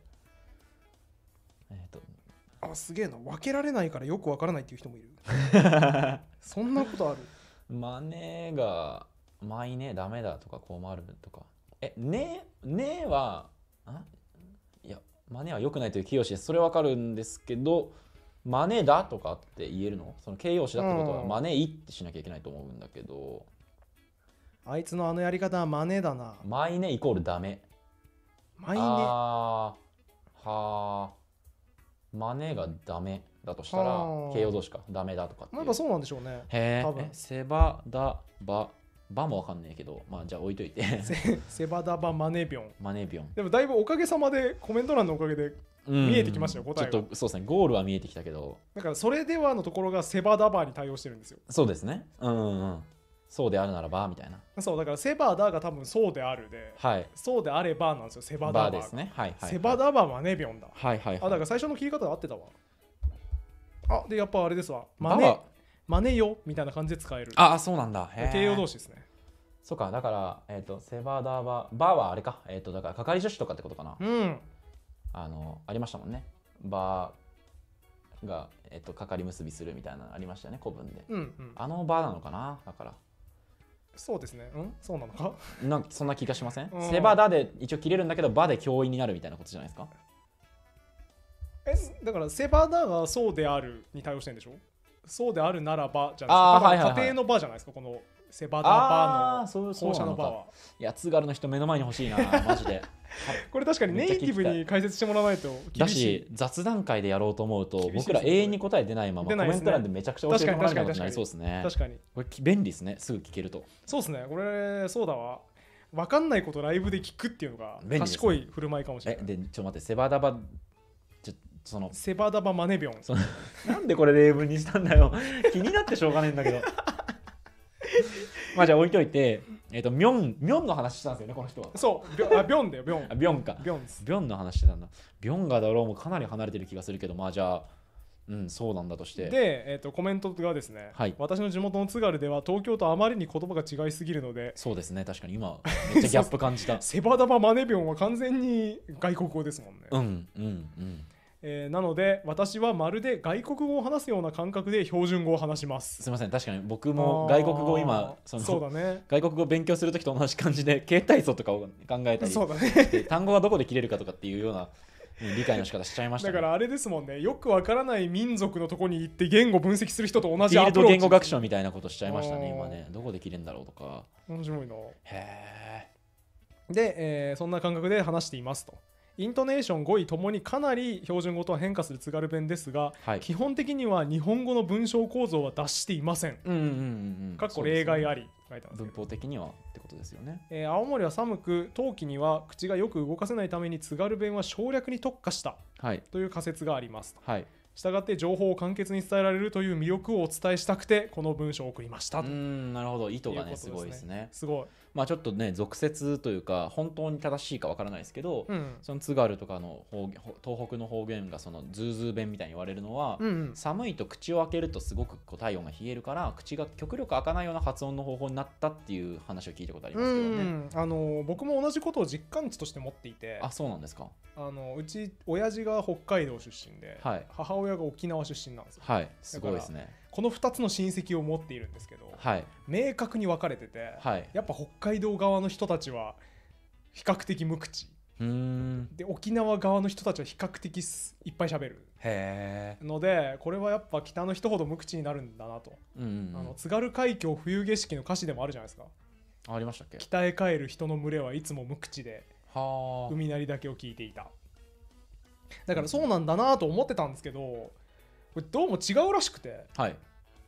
[SPEAKER 1] すげえな。分けられないからよく分からないっていう人もいる。そんなことある。
[SPEAKER 2] マネがマイネダメだとか困るとか。ねはいやマネは良くないという形容詞です。それ分かるんですけど、マネだとかって言えるの。その形容詞だってことはマネいってしなきゃいけないと思うんだけど、
[SPEAKER 1] あいつのやり方はマネだな。
[SPEAKER 2] マイネイコールダメ。
[SPEAKER 1] マイネ
[SPEAKER 2] マネがダメだとしたら形容動詞か。ダメだとかっていう。
[SPEAKER 1] なんかそうなんでしょうね。
[SPEAKER 2] 多分セバダバもわかんないけど、じゃあ置いといて。
[SPEAKER 1] セバダバマネビョン。
[SPEAKER 2] マネビョン。
[SPEAKER 1] でもだいぶおかげさまでコメント欄のおかげで見えてきましたよ、答えが。
[SPEAKER 2] ちょっとそうですね、ゴールは見えてきたけど。
[SPEAKER 1] だからそれではのところがセバダバに対応してるんですよ。
[SPEAKER 2] そうですね。そうであるならばみたいな。
[SPEAKER 1] そうだからセバダが多分そうであるで、そうであればなんですよ。セバダバ
[SPEAKER 2] ですね。
[SPEAKER 1] セバダバマネビョンだ。
[SPEAKER 2] だ
[SPEAKER 1] から最初の切り方で合ってたわ。でやっぱあれですわ。マネよみたいな感じで使える。
[SPEAKER 2] そうなんだ。
[SPEAKER 1] 形容動詞ですね。
[SPEAKER 2] そうか。だからセバダバはあれか。だから係助詞とかってことかな。ありましたもんね。バが係結びするみたいなのありましたよね、古文で。あのバなのかな。だから
[SPEAKER 1] そうですね。そうなのか。
[SPEAKER 2] そんな気がしません。セバダで一応切れるんだけどバで教員になるみたいなことじゃないですか。
[SPEAKER 1] だからセバダがそうであるに対応してるんでしょ。そうであるならばじゃないですか。家庭の場じゃないですか。このセバダバの校舎の場は。
[SPEAKER 2] いや津軽の人目の前に欲しいなマジで。
[SPEAKER 1] これ確かにネイティブに解説してもらわないと厳しい。
[SPEAKER 2] 雑談会でやろうと思うと僕ら永遠に答え出ないままコメント欄でめちゃくちゃ教えてもらうことになりそうですね。
[SPEAKER 1] 確かに
[SPEAKER 2] これ便利ですね。すぐ聞けると。
[SPEAKER 1] そうですね。これそうだわ。分かんないことライブで聞くっていうのが賢い振る舞いかもしれない。
[SPEAKER 2] でちょっと待って。セバダバ
[SPEAKER 1] セバダバマネビョン。
[SPEAKER 2] なんでこれ例文にしたんだよ。気になってしょうがねえんだけど。じゃあ置いといて、ミョンの話したんですよね、この人は。
[SPEAKER 1] そう、ビョンだよ、ビョン。
[SPEAKER 2] ビョンか。ビョンの話してたんだ。ビョンがだろうもかなり離れてる気がするけど、じゃあ、 うん、そうなんだとして。
[SPEAKER 1] で、コメントがですね、はい、私の地元の津軽では東京とあまりに言葉が違いすぎるので。
[SPEAKER 2] そうですね、確かに今めっちゃギャップ感じた。
[SPEAKER 1] セバダバマネビョンは完全に外国語ですもんね。
[SPEAKER 2] うんうんうん。
[SPEAKER 1] なので私はまるで外国語を話すような感覚で標準語を話します。
[SPEAKER 2] すみません、確かに僕も外国語今
[SPEAKER 1] そうだね、
[SPEAKER 2] 外国語を勉強するときと同じ感じで形態素とかを考えたり、
[SPEAKER 1] そうだね、
[SPEAKER 2] 単語がどこで切れるかとかっていうような理解の仕方しちゃいましたね。
[SPEAKER 1] だからあれですもんね、よくわからない民族のとこに行って言語分析する人と同じ
[SPEAKER 2] アプローチ、言語学習みたいなことしちゃいましたね今ね。どこで切れるんだろうとか。
[SPEAKER 1] 面白いな。
[SPEAKER 2] へ
[SPEAKER 1] ー。で、そんな感覚で話していますと。イントネーション語彙ともにかなり標準語とは変化する津軽弁ですが、はい、基本的には日本語の文章構造は脱していません。かっこ例外あり、書いてます。
[SPEAKER 2] 文法的にはってことですよね。
[SPEAKER 1] 青森は寒く、冬季には口がよく動かせないために津軽弁は省略に特化した、はい、という仮説があります。はい、したがって情報を簡潔に伝えられるという魅力をお伝えしたくてこの文章を送りました。
[SPEAKER 2] なるほど、意図がねすごいですね。
[SPEAKER 1] すごい。
[SPEAKER 2] まあちょっとね俗説というか本当に正しいかわからないですけど、その津軽とかの東北の方言がそのズーズー弁みたいに言われるのは、寒いと口を開けるとすごくこう体温が冷えるから口が極力開かないような発音の方法になったっていう話を聞いたことありますけどね。
[SPEAKER 1] 僕も同じことを実感値として持っていて。
[SPEAKER 2] あ、そうなんですか。
[SPEAKER 1] うち親父が北海道出身で、はい、母親が沖縄出身なんですよ。
[SPEAKER 2] はい、すごいですね。
[SPEAKER 1] この2つの親戚を持っているんですけど、はい、明確に分かれてて、はい、やっぱ北海道側の人たちは比較的無口で、沖縄側の人たちは比較的いっぱい喋るので、これはやっぱ北の人ほど無口になるんだなと。津軽海峡冬景色の歌詞でもあるじゃないですか。
[SPEAKER 2] ありましたっけ。
[SPEAKER 1] 北へ帰る人の群れはいつも無口で海鳴りだけを聞いていた。だからそうなんだなと思ってたんですけど、これどうも違うらしくて、はい、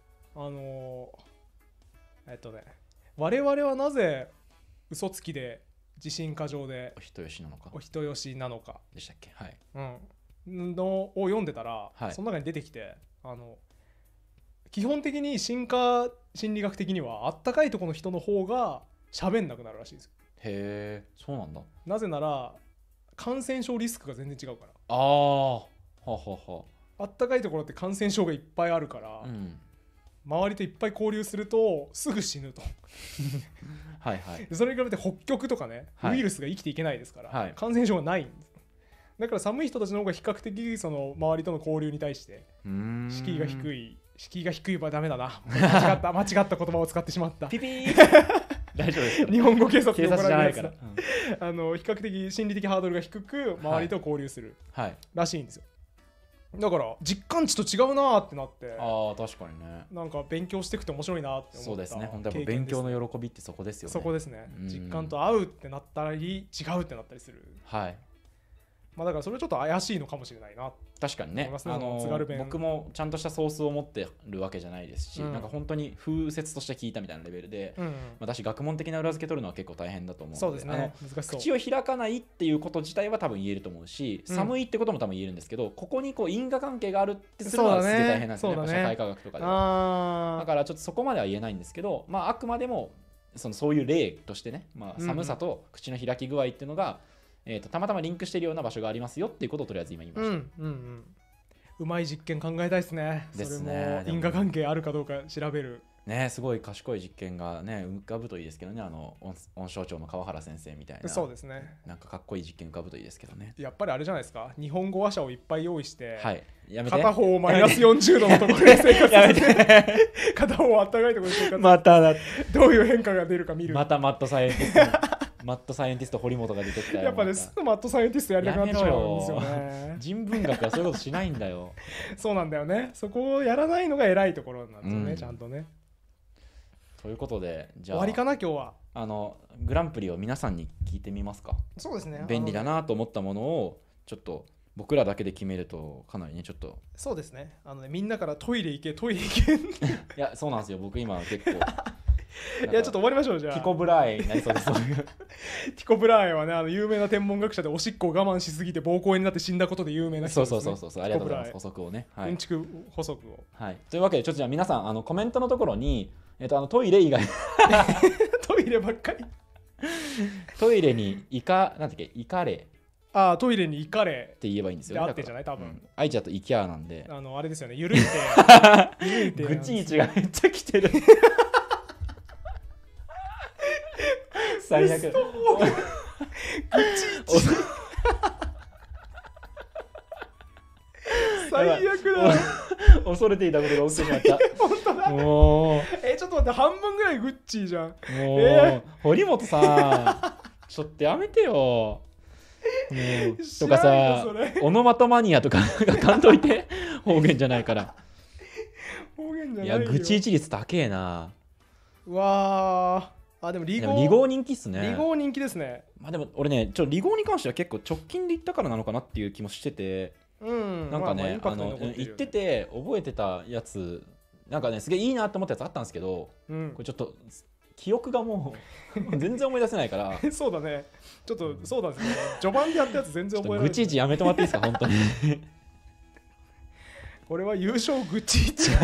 [SPEAKER 1] 我々はなぜ嘘つきで自信過剰で
[SPEAKER 2] お人よしなのか、
[SPEAKER 1] お人よしなのか
[SPEAKER 2] でしたっけ。はい、
[SPEAKER 1] のを読んでたら、はい、その中に出てきて、基本的に心理学的にはあったかいところの人の方が喋んなくなるらしいですよ。
[SPEAKER 2] へえ、そうなんだ。
[SPEAKER 1] なぜなら感染症リスクが全然違うから。
[SPEAKER 2] ああ、ははは。
[SPEAKER 1] あったかいところって感染症がいっぱいあるから、周りといっぱい交流するとすぐ死ぬとはい、はい、それに比べて北極とかね、ウイルスが生きていけないですから、はい、感染症がないんです。だから寒い人たちの方が比較的その周りとの交流に対して敷居が低いはダメだな、間違った言葉を使ってしまった。
[SPEAKER 2] ピピー大丈夫ですか。
[SPEAKER 1] 日本語警察に怒られるやつだ。
[SPEAKER 2] 比
[SPEAKER 1] 較的心理的ハードルが低く周りと交流するらしいんですよ。だから実感値と違うなーってなって、
[SPEAKER 2] ああ確かにね、
[SPEAKER 1] なんか勉強していくと面白いなって思った。
[SPEAKER 2] そうですね、本当に勉強の喜びってそこですよね。
[SPEAKER 1] そこですね。実感と合うってなったり違うってなったりする。はい。まあだからそれはちょっと怪しいのかもしれないな。
[SPEAKER 2] 確かにね、僕もちゃんとしたソースを持ってるわけじゃないですし、なんか本当に風説として聞いたみたいなレベルで、私学問的な裏付け取るのは結構大変だと思うので、
[SPEAKER 1] そうですね、難しそう。
[SPEAKER 2] 口を開かないっていうこと自体は多分言えると思うし、寒いってことも多分言えるんですけど、ここにこう因果関係があるってするのはすげえ大変なんですよね、社会科学とかでは。だからちょっとそこまでは言えないんですけど、まああくまでもそういう例としてね、まあ、寒さと口の開き具合っていうのが、たまたまリンクしているような場所がありますよっていうことをとりあえず今言いました。
[SPEAKER 1] うまい実験考えたいですね。
[SPEAKER 2] ですね。
[SPEAKER 1] それも因果関係あるかどうか調べる。
[SPEAKER 2] ね、すごい賢い実験がね浮かぶといいですけどね、温床長の川原先生みたいな。
[SPEAKER 1] そうですね。
[SPEAKER 2] なんかかっこいい実験浮かぶといいですけどね。
[SPEAKER 1] やっぱりあれじゃないですか。日本語話者をいっぱい用意して、
[SPEAKER 2] はい、やめて。
[SPEAKER 1] 片方をマイナス40度のところで生活させて、片方をあったかいところで生活させて、
[SPEAKER 2] また
[SPEAKER 1] どういう変化が出るか見る。
[SPEAKER 2] またマットサイエンティスト。マットサイエンティスト堀本が出てきたよ。
[SPEAKER 1] やっぱね、すぐマットサイエンティストやりたくなってしまうんですよね。
[SPEAKER 2] 人文学はそういうことしないんだよ。
[SPEAKER 1] そうなんだよね。そこをやらないのが偉いところなんですよね、ちゃんとね。
[SPEAKER 2] ということで、じゃあ
[SPEAKER 1] 終わりかな今日は。
[SPEAKER 2] グランプリを皆さんに聞いてみますか。
[SPEAKER 1] そうですね。
[SPEAKER 2] 便利だなと思ったものをちょっと僕らだけで決めるとかなりねちょっと。
[SPEAKER 1] そうですね。みんなからトイレ行けトイレ行け。
[SPEAKER 2] いやそうなんですよ。僕今結構。
[SPEAKER 1] いやちょっと終わりましょう。じゃあ
[SPEAKER 2] ティコブラーエになりそうです。テ
[SPEAKER 1] ィコブラーエはね、有名な天文学者でおしっこを我慢しすぎて膀胱炎になって死んだことで有名な人ですね。
[SPEAKER 2] そうありがとうございます。補足をね、
[SPEAKER 1] うんちく補足を。
[SPEAKER 2] はい。というわけでちょっとじゃあ皆さんコメントのところにトイレ以外
[SPEAKER 1] トイレばっかり
[SPEAKER 2] トイレになんていうっけイカレ
[SPEAKER 1] ああトイレに行かれ
[SPEAKER 2] って言えばいいんですよね。
[SPEAKER 1] あってんじゃない多分。
[SPEAKER 2] 愛知だとイケアなんで。
[SPEAKER 1] あれですよね。ゆるいて。
[SPEAKER 2] ぐちいちがめっちゃ来てる。最悪。ぐちいち。
[SPEAKER 1] 最悪だ。
[SPEAKER 2] 恐れていたことが起きてしまった。
[SPEAKER 1] 本当だ。
[SPEAKER 2] もう
[SPEAKER 1] ちょっと待って、半分ぐらいグッチーじゃん。
[SPEAKER 2] もう、堀本さんちょっとやめてよ。とかさ、オノマトマニアとかがかんといて。方言じゃないから。
[SPEAKER 1] 方言じゃないよ。
[SPEAKER 2] いや、ぐちいち率高えな。
[SPEAKER 1] うわー、でも離
[SPEAKER 2] 合人気っすね。
[SPEAKER 1] 離合人気ですね。
[SPEAKER 2] まあでも俺ね、離合に関しては結構直近で言ったからなのかなっていう気もしてて、なんかね、言ってて覚えてたやつ、なんかね、すげえいいなって思ったやつあったんですけど、これちょっと記憶がもう全然思い出せないから
[SPEAKER 1] そうだね、ちょっとそうなんですね、序盤でやったやつ全然覚えられない。
[SPEAKER 2] ぐちいちやめてもらっていいですか本当に。
[SPEAKER 1] これは優勝ぐちいち。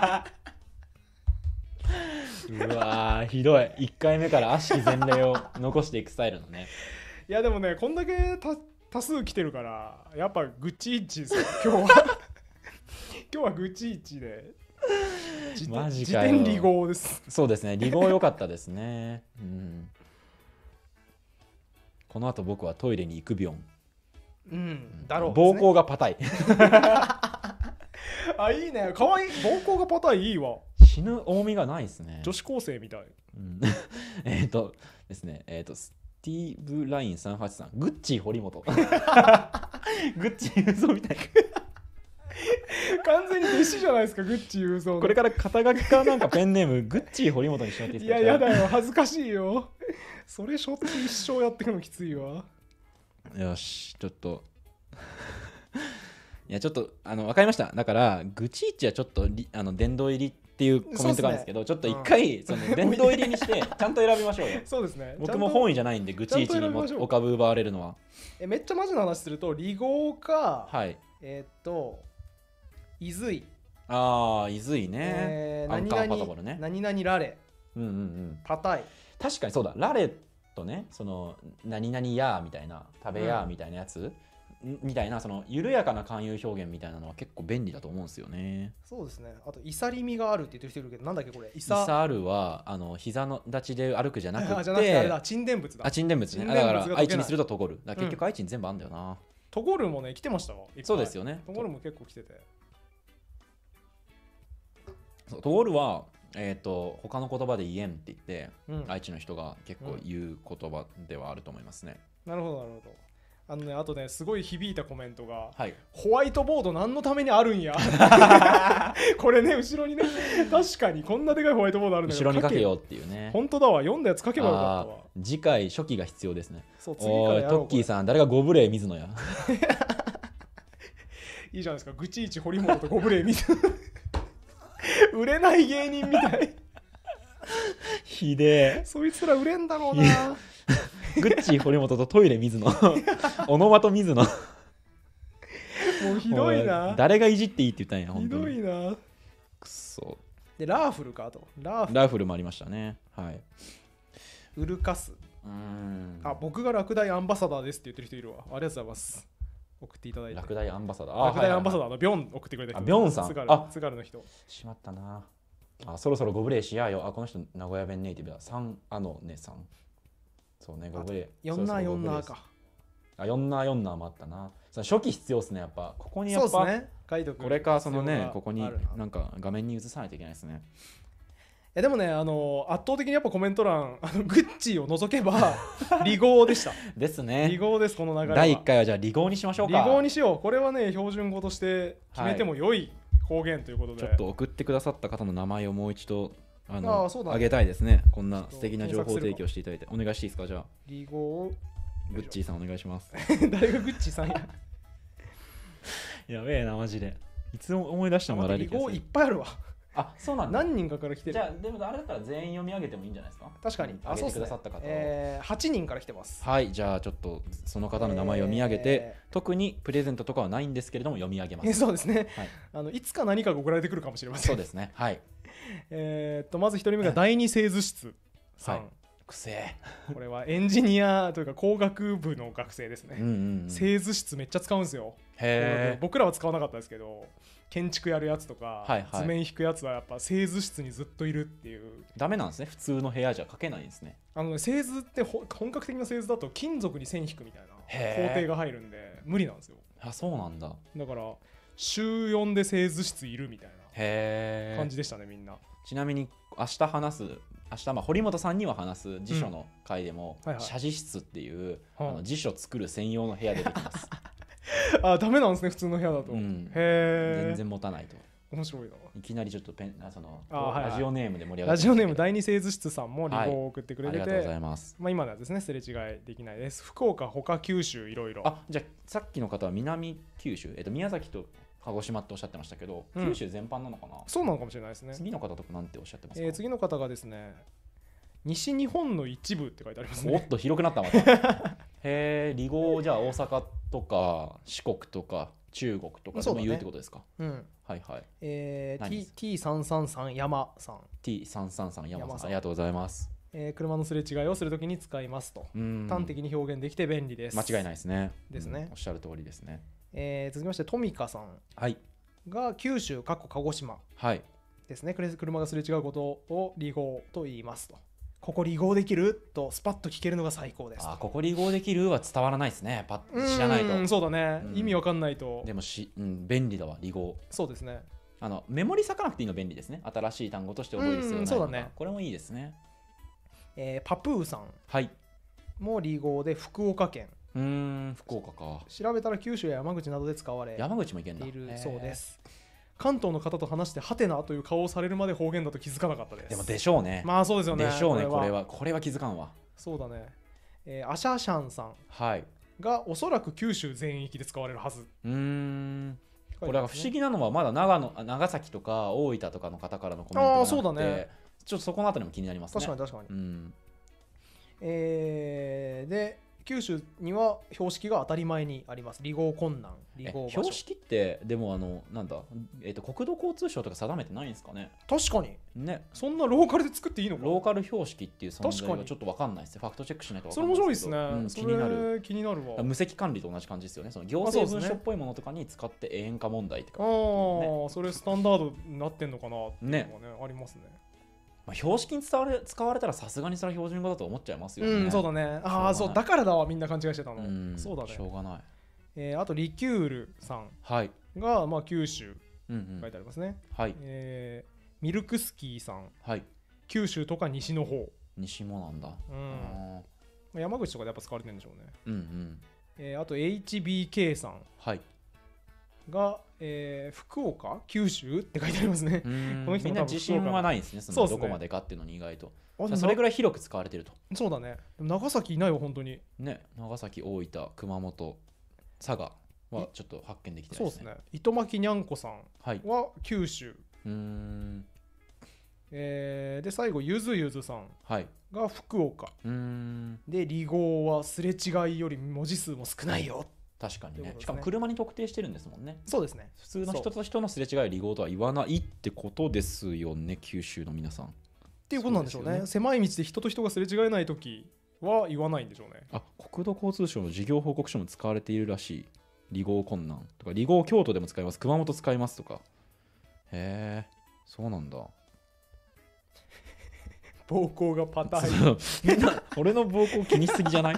[SPEAKER 2] うわーひどい。1回目から悪しき前例を残していくスタイルのね。
[SPEAKER 1] いやでもね、こんだけ多数来てるからやっぱぐちいちですよ今日は。今日はぐちいちで
[SPEAKER 2] マジかよ。
[SPEAKER 1] 時点離合です。
[SPEAKER 2] そうですね、離合良かったですね。この後僕はトイレに行くビョン。
[SPEAKER 1] だろう、
[SPEAKER 2] 膀胱がパタイ。
[SPEAKER 1] あ、いいね、かわいい。膀胱がパタイいいわ。
[SPEAKER 2] 死ぬ重みがないですね。
[SPEAKER 1] 女子高生みたい。
[SPEAKER 2] ですね、スティーブ・ライン383、グッチー堀本。グッチー嘘みたいな。
[SPEAKER 1] 完全に弟子じゃないですか、グッチー嘘。
[SPEAKER 2] これから肩書きかなんかペンネームグッチー堀本にしちゃっていいですか。
[SPEAKER 1] いや、やだよ、恥ずかしいよ。それしょって一生やってくのきついわ。
[SPEAKER 2] よし、ちょっと。いや、ちょっと分かりました。だからグチイチはちょっと殿堂入りっていうコメントがあるんですけど、ちょっと一回その殿堂入りにしてちゃんと選びましょうよ。
[SPEAKER 1] そうですね。
[SPEAKER 2] 僕も本意じゃないんで、グチイチにもお株奪われるのは。
[SPEAKER 1] めっちゃマジな話すると、離合か、
[SPEAKER 2] はい、
[SPEAKER 1] 伊豆。
[SPEAKER 2] ああ、伊豆ね。アンカーパタボルね。
[SPEAKER 1] 何々ラレ。パタイ。
[SPEAKER 2] 確かにそうだ。ラレとね、その何々やみたいな、食べやみたいなやつ。みたいな、その緩やかな慣用表現みたいなのは結構便利だと思うんですよね。
[SPEAKER 1] そうですね。あとイサリミがあるって言ってる人いるけど、なんだっけこれ。
[SPEAKER 2] イサあるは膝の立ちで歩くじゃなくて、
[SPEAKER 1] じゃなくてあれだ、沈殿物だ。
[SPEAKER 2] 沈殿物ね。だから愛知にするとトゴル。結局愛知に全部あんだよな。
[SPEAKER 1] トゴルもね来てましたわ。
[SPEAKER 2] そうですよね。
[SPEAKER 1] トゴルも結構来てて。
[SPEAKER 2] トゴルは他の言葉で言えんって言って、愛知の人が結構言う言葉ではあると思いますね。
[SPEAKER 1] なるほどなるほど。あとね、すごい響いたコメントが、
[SPEAKER 2] はい、
[SPEAKER 1] ホワイトボード何のためにあるんや。これね、後ろにね、確かにこんなでかいホワイトボードあるんだけど、
[SPEAKER 2] 後ろに書けよっていうね。
[SPEAKER 1] 本当だわ、読んだやつ書けばよかったわ。
[SPEAKER 2] 次回初期が必要ですね。
[SPEAKER 1] そう、次からやろう。
[SPEAKER 2] トッキーさん、誰がゴブレー水野や。
[SPEAKER 1] いいじゃないですか、ぐちいち堀本とゴブレー水野。売れない芸人みたい。
[SPEAKER 2] ひでえ。
[SPEAKER 1] そいつら売れんだろうな。
[SPEAKER 2] グッチー堀本とトイレ水野。オノマト水野。も
[SPEAKER 1] うひどいな。
[SPEAKER 2] 誰がいじっていいって言ったんや、本当に。
[SPEAKER 1] ひどいな。
[SPEAKER 2] くそ。
[SPEAKER 1] で、ラーフルかと。
[SPEAKER 2] ラーフルもありましたね。はい。
[SPEAKER 1] ウルカス。僕が落第アンバサダーですって言ってる人いるわ。ありがとうございます。送っていただいて。
[SPEAKER 2] 落第アンバサダー。
[SPEAKER 1] 落第アンバサダーのビョン送ってくれた人。
[SPEAKER 2] ビョンさん。
[SPEAKER 1] 津軽の人。
[SPEAKER 2] しまったな。そろそろゴブレーしやよ。この人名古屋弁ネイティブだ。さんねさん。そうね、ゴブレー。
[SPEAKER 1] 4ナーか。
[SPEAKER 2] 4ナーもあったな。初期必要ですね、やっぱ。ここにやっぱ。そうですね。これか、そのね、ここになんか画面に映さないといけないですね。
[SPEAKER 1] でもね、圧倒的にやっぱコメント欄、グッチを除けば離合でした。
[SPEAKER 2] ですね。
[SPEAKER 1] 離合です、この流れは。
[SPEAKER 2] 第1回はじゃあ離合にしましょうか。
[SPEAKER 1] 離合にしよう。これはね、標準語として決めても良い方言ということで。
[SPEAKER 2] ちょっと送ってくださった方の名前をもう一度あげたいですね。こんな素敵な情報提供していただいて。お願いしていいですか、じゃあ。
[SPEAKER 1] 離合。
[SPEAKER 2] グッチーさんお願いします。
[SPEAKER 1] 誰がグッチーさんや。
[SPEAKER 2] やべえな、マジで。いつも思い出しても笑える気がする。
[SPEAKER 1] 離合いっぱいあるわ。
[SPEAKER 2] そうなんだ。
[SPEAKER 1] 何人かから来てる。
[SPEAKER 2] じゃあ、でもあれだったら全員読み上げてもいいんじゃないですか。
[SPEAKER 1] 確かに。
[SPEAKER 2] 上げてくださった方。
[SPEAKER 1] 8人から来てます。
[SPEAKER 2] はい、じゃあちょっとその方の名前を読み上げて、特にプレゼントとかはないんですけれども読み上げます。
[SPEAKER 1] そうですね。いつか何かが送られてくるかもしれません。
[SPEAKER 2] そうですね。はい。
[SPEAKER 1] まず1人目が第二製図室さん。
[SPEAKER 2] 学生
[SPEAKER 1] これはエンジニアというか工学部の学生ですね、製図室めっちゃ使うんですよ。僕らは使わなかったですけど、建築やるやつとか、図面引くやつはやっぱ製図室にずっといるっていう。
[SPEAKER 2] ダメなんですね、普通の部屋じゃ描けないんですね。
[SPEAKER 1] 製図って本格的な製図だと金属に線引くみたいな工程が入るんで無理なんですよ。
[SPEAKER 2] そうなんだ。
[SPEAKER 1] だから週4で製図室いるみたいな感じでしたね、みんな。
[SPEAKER 2] ちなみに明日堀本さんには話す辞書の回でも、写字室っていう、辞書作る専用の部屋出てきます
[SPEAKER 1] ダメなんですね、普通の部屋だと。
[SPEAKER 2] 全然持たないと。
[SPEAKER 1] 面白いな。
[SPEAKER 2] いきなりちょっとラジオネームで盛り上がって、
[SPEAKER 1] ラジオネーム第二製図室さんもリボを送ってくれてて、
[SPEAKER 2] ありがとうございます。
[SPEAKER 1] 今のはですね、すれ違いできないです。福岡、他九州いろいろ。
[SPEAKER 2] じゃあさっきの方は南九州、宮崎と鹿児島っておっしゃってましたけど、九州全般なのかな。
[SPEAKER 1] そうなのかもしれないですね。
[SPEAKER 2] 次の方とかなんておっしゃってますか。
[SPEAKER 1] 次の方がですね、西日本の一部って書いてありますね。
[SPEAKER 2] おっと広くなったまた離合、じゃあ大阪とか四国とか中国とかでも言うってことですか。はいはい。
[SPEAKER 1] T333 山さん。
[SPEAKER 2] T333 山さん、ありがとうございます。
[SPEAKER 1] 車のすれ違いをするときに使いますと。端的に表現できて便利です。
[SPEAKER 2] 間違いないですね。
[SPEAKER 1] ですね。
[SPEAKER 2] おっしゃる通りですね。
[SPEAKER 1] 続きましてトミカさんが九州鹿児島ですね。車がすれ違うことを離合と言いますと。ここ離合できるとスパッと聞けるのが最高です。
[SPEAKER 2] ここ離合できるは伝わらないですね。知らないと。
[SPEAKER 1] そうだね、意味わかんないと。
[SPEAKER 2] でも便利だわ、離合。
[SPEAKER 1] そうですね。
[SPEAKER 2] メモリ割かなくていいの便利ですね。新しい単語として覚える必要ない。そうだね。これもいいですね。
[SPEAKER 1] パプーさんも離合で福岡県。
[SPEAKER 2] 福岡か。
[SPEAKER 1] 調べたら九州や山口などで使われ
[SPEAKER 2] 山口もいけんだ。
[SPEAKER 1] いるそうです。関東の方と話してハテナという顔をされるまで方言だと気づかなかったです。
[SPEAKER 2] でもでしょうね。
[SPEAKER 1] まあそうですよね。
[SPEAKER 2] でしょうね。これは気づかんわ。
[SPEAKER 1] そうだね。アシャシャンさんがおそらく九州全域で使われるはず。
[SPEAKER 2] これは不思議なのはまだ長崎とか大分とかの方からのコメントがなくて、そうだね。ちょっとそこのあたりも気になりますね。
[SPEAKER 1] 確かに。で九州には標識が当たり前にあります。離合困難、離合場所。
[SPEAKER 2] 標識ってでもなんだ、国土交通省とか定めてないんですかね。
[SPEAKER 1] 確かにね。そんなローカルで作っていいのか。
[SPEAKER 2] ローカル標識っていう存在がちょっと分かんないですね。ファクトチェックしないと分かんない。
[SPEAKER 1] それ面白いですね。気になるわ。
[SPEAKER 2] 無責管理と同じ感じですよね。その行政文書っぽいものとかに使って塩化問題ってか、
[SPEAKER 1] それスタンダードになってんのかなっていうのがありますね。
[SPEAKER 2] 標識に使われたらさすがにそれは標準語だと思っちゃいますよね。
[SPEAKER 1] そうだね。そうだからだわ、みんな勘違いしてたの。そうだね。
[SPEAKER 2] しょうがない。
[SPEAKER 1] あとリキュールさんが九州書いてありますね。ミルクスキーさん、九州とか西の方。
[SPEAKER 2] 西もなんだ。
[SPEAKER 1] 山口とかでやっぱ使われてるんでしょうね。あと HBK さんが福岡九州って書いてありますね。この人
[SPEAKER 2] みんな自信はないんですね。そのどこまでかっていうのに意外とそれぐらい広く使われてると。
[SPEAKER 1] そうだね。長崎いないわ本当に
[SPEAKER 2] ね。長崎、大分、熊本、佐賀はちょっと発見できてないですね。
[SPEAKER 1] そうですね。糸巻にゃんこさんは九州。で最後ゆずゆずさんが福岡で、離合はすれ違いより文字数も少ないよ。
[SPEAKER 2] 確かにね。しかも車に特定してるんですもんね。
[SPEAKER 1] そうですね。
[SPEAKER 2] 普通の人と人のすれ違いを離合とは言わないってことですよね、九州の皆さん。
[SPEAKER 1] っていうことなんでしょうね。狭い道で人と人がすれ違えないときは言わないんでしょうね。
[SPEAKER 2] 国土交通省の事業報告書も使われているらしい。離合困難とか、離合京都でも使います、熊本使いますとか。へえ、そうなんだ。
[SPEAKER 1] 膀胱がパターン。
[SPEAKER 2] みんな俺の膀胱気にしすぎじゃない？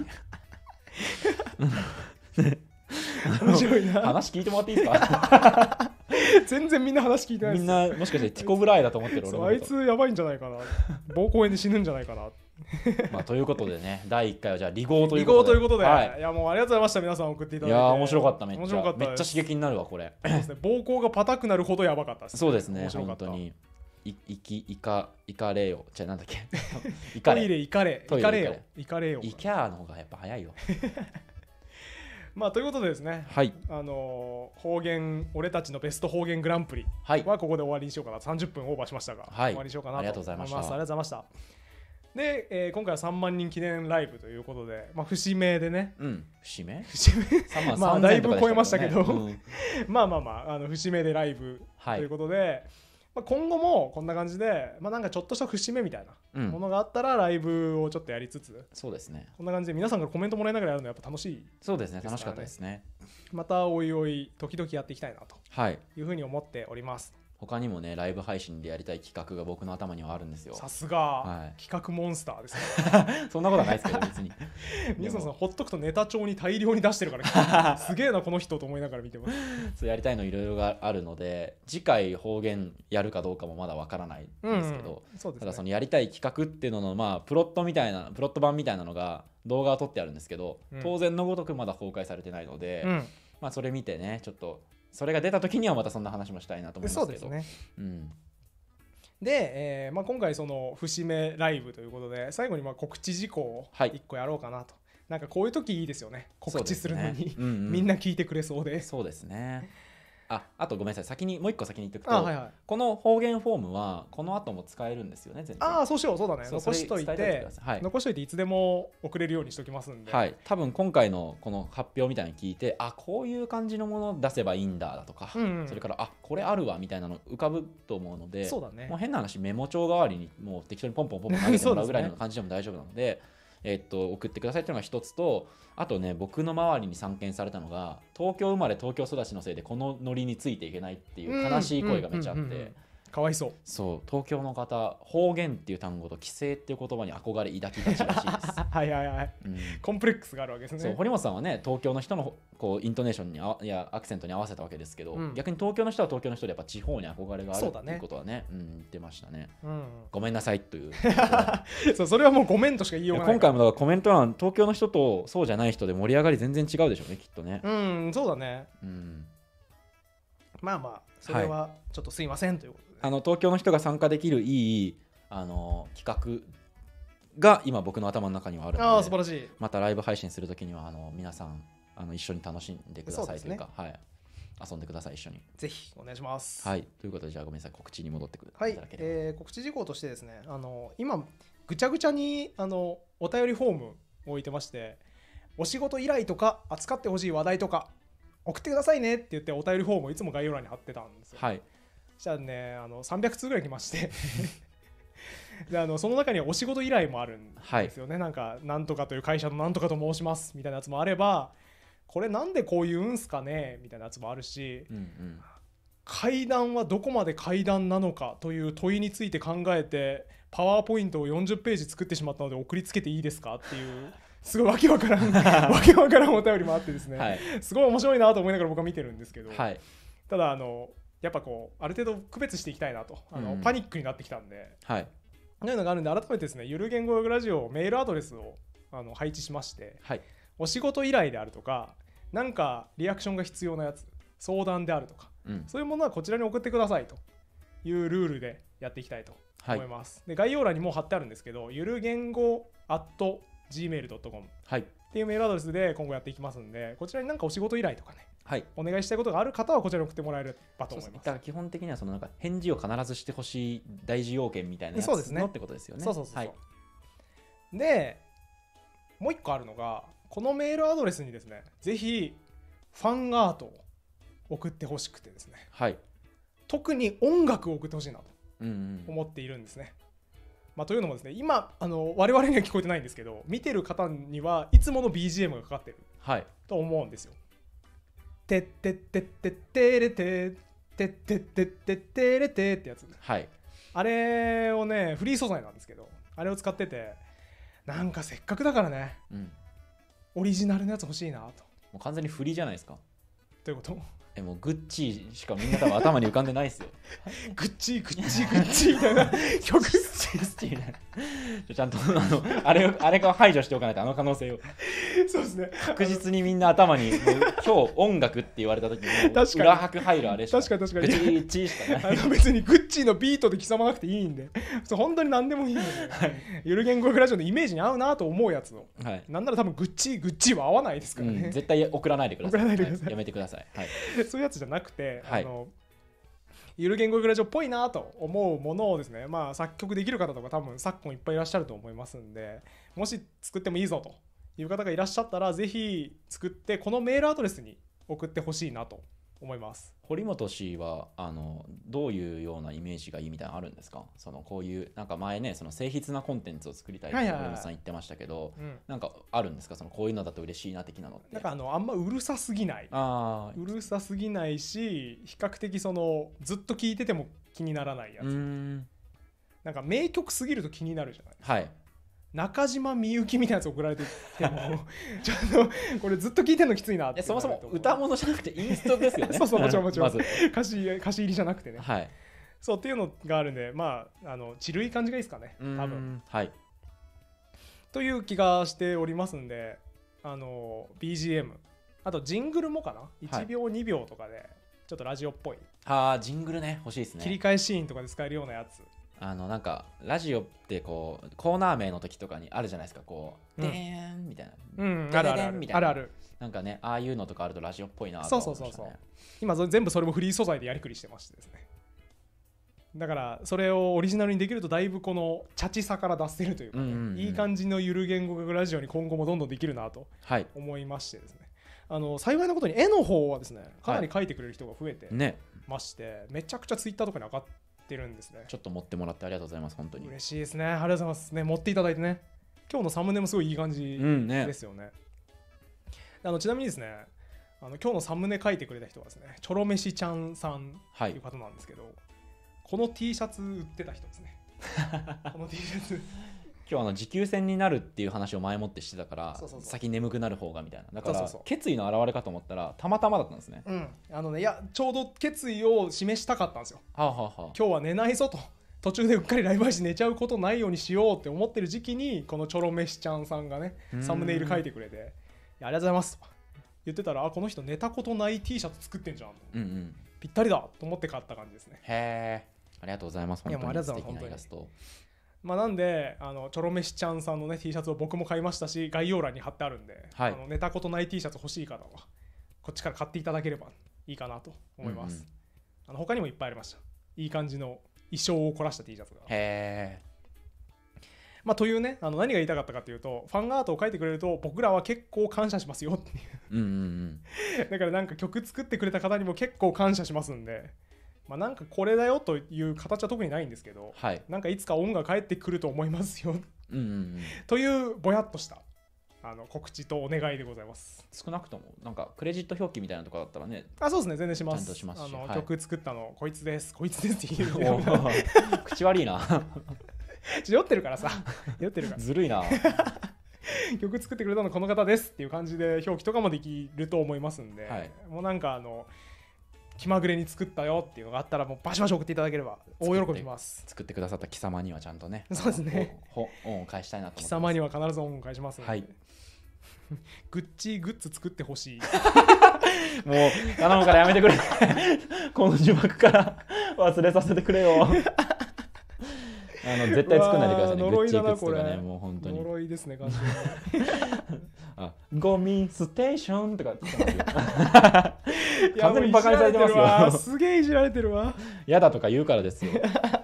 [SPEAKER 1] 面白いな。
[SPEAKER 2] 話聞いてもらっていいですか？
[SPEAKER 1] 全然みんな話聞いてないです。
[SPEAKER 2] みんなもしかしてティコぐらいだと思ってる。
[SPEAKER 1] 俺もあいつやばいんじゃないかな。膀胱炎で死ぬんじゃないかな。
[SPEAKER 2] ということでね、第1回はじゃあ離合ということで、
[SPEAKER 1] いやもうありがとうございました。皆さん送っていただいて。
[SPEAKER 2] いや面白かった。めっちゃ刺激になるわこれ。
[SPEAKER 1] 膀胱がパタくなるほどやばかったです。
[SPEAKER 2] そうですね。本当にイカレよ。じゃあなんだっけ。
[SPEAKER 1] トイレイカレよ。イカレよ。
[SPEAKER 2] イキャーの方がやっぱ早いよ。
[SPEAKER 1] ということでですね、方言、俺たちのベスト方言グランプリはここで終わりにしようかな。30分オーバーしましたが、終わりにしようかなと思います。ありがとうございました。で、今回は3万人記念ライブということで、節目でね、
[SPEAKER 2] 節目
[SPEAKER 1] だいぶ超えましたけど、節目でライブということで、 今後もこんな感じで、なんかちょっとした節目みたいなものがあったらライブをちょっとやりつつ、
[SPEAKER 2] そうですね、
[SPEAKER 1] こんな感じで皆さんからコメントもらいながらやるのやっぱ楽しいですからね。
[SPEAKER 2] そうですね、楽しかったですね。
[SPEAKER 1] またおいおい時々やっていきたいなというふうに思っております。
[SPEAKER 2] 他にもね、ライブ配信でやりたい企画が僕の頭にはあるんですよ。
[SPEAKER 1] さすが、企画モンスターですね。
[SPEAKER 2] そんなことはないですけど別に
[SPEAKER 1] 水野さんほっとくとネタ帳に大量に出してるからすげえなこの人と思いながら見てます。
[SPEAKER 2] そうやりたいのいろいろがあるので、次回方言やるかどうかもまだわからないんですけど、ただそのやりたい企画っていうののプロット版みたいなのが動画を撮ってあるんですけど、当然のごとくまだ公開されてないので、それ見てね、ちょっとそれが出た時にはまたそんな話もしたいなと思いますけど。そうですね。
[SPEAKER 1] で、今回その節目ライブということで最後に告知事項を1個やろうかなと。なんかこういう時いいですよね、告知するのに、みんな聞いてくれそうで。
[SPEAKER 2] そうですね。あとごめんなさい、もう一個先に言っておくと、この方言フォームはこの後も使えるんですよね、全然。そうしよう。そうだね、残しといていつでも送れるようにしておきますんで、 多分今回のこの発表みたいに聞いて、こういう感じのものを出せばいいんだとか、それからこれあるわみたいなの浮かぶと思うので、もう変な話メモ帳代わりにもう適当にポンポン投げてもらうぐらいの感じでも大丈夫なので送ってくださいっていうのが一つと、あとね、僕の周りに散見されたのが、東京生まれ東京育ちのせいでこのノリについていけないっていう悲しい声がめっちゃあって、
[SPEAKER 1] かわいそう。
[SPEAKER 2] そう、東京の方、方言っていう単語と規制っていう言葉に憧れ抱きがちらしいです
[SPEAKER 1] コンプレックスがあるわけですね。
[SPEAKER 2] そう、堀本さんはね、東京の人のこうイントネーションにやアクセントに合わせたわけですけど、逆に東京の人は東京の人でやっぱ地方に憧れがあるっていうことはね、言ってましたね。ごめんなさいという
[SPEAKER 1] それはもうごめんとしか言いようがない。
[SPEAKER 2] 今回もだからコメント欄、東京の人とそうじゃない人で盛り上がり全然違うでしょうね、きっとね。
[SPEAKER 1] そうだね。それはちょっとすいませんということで、
[SPEAKER 2] 東京の人が参加できるいい企画が今僕の頭の中にはあるので、
[SPEAKER 1] 素晴らしい。
[SPEAKER 2] またライブ配信するときには皆さん一緒に楽しんでくださいというか、遊んでください、一緒に。
[SPEAKER 1] ぜひお願いします。
[SPEAKER 2] ということで、じゃあごめんなさい、告知に戻ってくる。
[SPEAKER 1] 告知事項としてですね、今ぐちゃぐちゃにお便りフォームを置いてまして、お仕事依頼とか扱ってほしい話題とか送ってくださいねって言ってお便りフォームをいつも概要欄に貼ってたんですよ。そしたらね、300通ぐらい来ましてでその中にはお仕事依頼もあるんですよね。なんとかという会社のなんとかと申しますみたいなやつもあれば、これなんでこういうんすかねみたいなやつもあるし、階段はどこまで階段なのかという問いについて考えてパワーポイントを40ページ作ってしまったので送りつけていいですかっていうすごいわけわからんお便りもあってですね、すごい面白いなと思いながら僕は見てるんですけど、ただやっぱこうある程度区別していきたいなと、パニックになってきたんで、そういうのがあるんで、改めてですね、ゆる言語学ラジオメールアドレスを配置しまして、お仕事依頼であるとか、なんかリアクションが必要なやつ、相談であるとか、そういうものはこちらに送ってくださいというルールでやっていきたいと思います。で、概要欄にも貼ってあるんですけど、ゆる言語@gmail.com っていうメールアドレスで今後やっていきますんで、こちらになんかお仕事依頼とかね、お願いしたいことがある方はこちらに送ってもらえればと思います。
[SPEAKER 2] だから基本的にはなんか返事を必ずしてほしい大事要件みたいなやつのってことですよね。
[SPEAKER 1] で、もう一個あるのが、このメールアドレスにですね、ぜひファンアートを送ってほしくてですね、特に音楽を送ってほしいなと思っているんですね。というのもですね、今我々には聞こえてないんですけど、見てる方にはいつもの BGM がかかってると思うんですよ。てってってってってれててってってってってれてってやつ、あれをね、フリー素材なんですけど、あれを使ってて、なんかせっかくだからね、オリジナルのやつ欲しいなと。
[SPEAKER 2] もう完全にフリーじゃないですか。
[SPEAKER 1] どういうこと？
[SPEAKER 2] もうグッチしかみんな多分頭に浮かんでないですよ。
[SPEAKER 1] グッチグッチグッチみたいな曲
[SPEAKER 2] ちゃんとあれから排除しておかないと、可能性を。
[SPEAKER 1] そうですね。
[SPEAKER 2] 確実にみんな頭に今日音楽って言われた時に裏拍入るあれしか。
[SPEAKER 1] 確かにグ
[SPEAKER 2] ッチしかない。
[SPEAKER 1] 別にグッチのビートで刻まなくていいんで、本当に何でもいいので、ゆる言語学ラジオのイメージに合うなと思うやつを。なんなら多分グッチは合わないですからね。
[SPEAKER 2] 絶対送らないでください。やめてください。
[SPEAKER 1] そういうやつじゃなくて、ゆる言語学ラジオっぽいなと思うものをですね、作曲できる方とか多分昨今いっぱいいらっしゃると思いますんで、もし作ってもいいぞという方がいらっしゃったら、ぜひ作ってこのメールアドレスに送ってほしいなと思います。
[SPEAKER 2] 堀本氏はどういうようなイメージがいいみたいなのあるんですか？こういうなんか前ね、静筆なコンテンツを作りたいって堀本さん言ってましたけど、なんかあるんですか？こういうのだと嬉しいな的なのって。
[SPEAKER 1] なんかあんまうるさすぎない、うるさすぎないし、比較的ずっと聴いてても気にならないやつ。なんか名曲すぎると気になるじゃないですか。はい。中島みゆきみたいなやつ送られててもちょっとこれずっと聴いてんのきついなって。
[SPEAKER 2] そもそも歌物じゃなくてインストですよね。
[SPEAKER 1] そうもちろんまず歌詞入りじゃなくてね。はい。そうっていうのがあるんで、ちるい感じがいいですかね、多分。はい。という気がしておりますんで、BGM、あとジングルもかな、1秒2秒とかでちょっとラジオっぽい。
[SPEAKER 2] ジングルね、欲しいですね。
[SPEAKER 1] 切り替えシーンとかで使えるようなやつ。
[SPEAKER 2] なんかラジオってコーナー名の時とかにあるじゃないですか、でーんみたいな、
[SPEAKER 1] あるある
[SPEAKER 2] みたいな、あるなんかね、ああいうのとかあるとラジオっぽいなと思いましたね。そう
[SPEAKER 1] 今全部それもフリー素材でやりくりしてましてですね。だからそれをオリジナルにできるとだいぶこのチャチさから出せるというか、いい感じのゆる言語学ラジオに今後もどんどんできるなと思いましてですね、幸いなことに絵の方はですね、かなり描いてくれる人が増えてまして、めちゃくちゃツイッターとかに上がってるんですね。
[SPEAKER 2] ちょっと持ってもらってありがとうございます。本当に
[SPEAKER 1] 嬉しいですね。ありがとうございますね。持っていただいてね。今日のサムネもすごいいい感じですよね。ちなみにですね、今日のサムネ書いてくれた人はですね、チョロメシちゃんさんという方なんですけど、この T シャツ売ってた人ですね。この T シャツ
[SPEAKER 2] 今日持久戦になるっていう話を前もってしてたから、先眠くなる方がみたいな、だから決意の表れかと思ったらたまたまだったんですね。
[SPEAKER 1] いやちょうど決意を示したかったんですよ。今日は寝ないぞと、途中でうっかりライブ配信寝ちゃうことないようにしようって思ってる時期に、このチョロメシちゃんさんがねサムネイル書いてくれて、ありがとうございますと言ってたら、この人寝たことない T シャツ作ってんじゃんと、ぴったりだと思って買った感じですね。
[SPEAKER 2] へえ、ありがとうございます。本当に素敵なイラスト。
[SPEAKER 1] なんでチョロメシちゃんさんのね T シャツを僕も買いましたし、概要欄に貼ってあるんで、寝たことない T シャツ欲しい方はこっちから買っていただければいいかなと思います。他にもいっぱいありました。いい感じの衣装を凝らした T シャツが。へー。というね、何が言いたかったかというと、ファンアートを書いてくれると僕らは結構感謝しますよっていうだからなんか曲作ってくれた方にも結構感謝しますんで、なんかこれだよという形は特にないんですけど、なんかいつか恩が返ってくると思いますよというぼやっとした告知とお願いでございます。
[SPEAKER 2] 少なくともなんかクレジット表記みたいなとこだったらね。
[SPEAKER 1] そうですね、全然します。
[SPEAKER 2] ちゃんとしますし、
[SPEAKER 1] 曲作ったのこいつですって言う
[SPEAKER 2] 口悪いな
[SPEAKER 1] 酔ってるからさ
[SPEAKER 2] ずるいな
[SPEAKER 1] 曲作ってくれたのこの方ですっていう感じで表記とかもできると思いますんで、もうなんか気まぐれに作ったよっていうのがあったら、もうバシバシ送っていただければ大喜びます。
[SPEAKER 2] 作ってくださった貴様にはちゃんとね、
[SPEAKER 1] そうですね、
[SPEAKER 2] 恩を返したいなと思ってます。
[SPEAKER 1] 貴様には必ず恩を返しますので、グッチグッズ作ってほしい
[SPEAKER 2] もう頼むからやめてくれこの呪縛から忘れさせてくれよ絶対作んないでくださいね。
[SPEAKER 1] 呪いだな
[SPEAKER 2] これ。もう本当に
[SPEAKER 1] 呪いですね、完
[SPEAKER 2] 全にゴミステーションとかって言ってますよ完全にバカにされてますよ
[SPEAKER 1] すげえいじられてるわ。
[SPEAKER 2] やだとか言うからですよ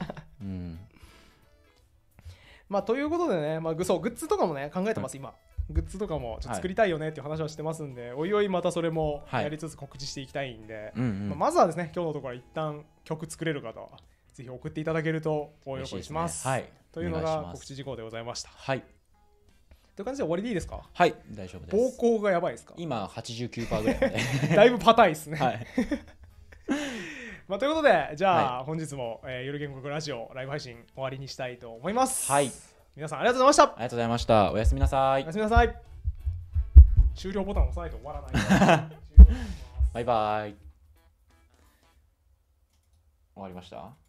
[SPEAKER 1] ということでね、そうグッズとかもね考えてます、今。グッズとかもちょっと作りたいよねっていう話はしてますんで、おいおいまたそれもやりつつ告知していきたいんで、まずはですね、今日のところは一旦曲作れる方はぜひ送っていただけると大喜びします。というのが告知事項でございました。という感じで終わりでいいですか？
[SPEAKER 2] はい、大丈夫です。
[SPEAKER 1] 膀胱がやばいですか？
[SPEAKER 2] 今 89% ぐらいで
[SPEAKER 1] だいぶパタイですね。ということで、じゃあ本日もゆる言語学ラジオライブ配信終わりにしたいと思います。皆さんありがとうございました。
[SPEAKER 2] ありがとうございました。おやすみなさい。
[SPEAKER 1] おやすみなさい。終了ボタンを押さないと終わらない。
[SPEAKER 2] バイバイ。終わりました。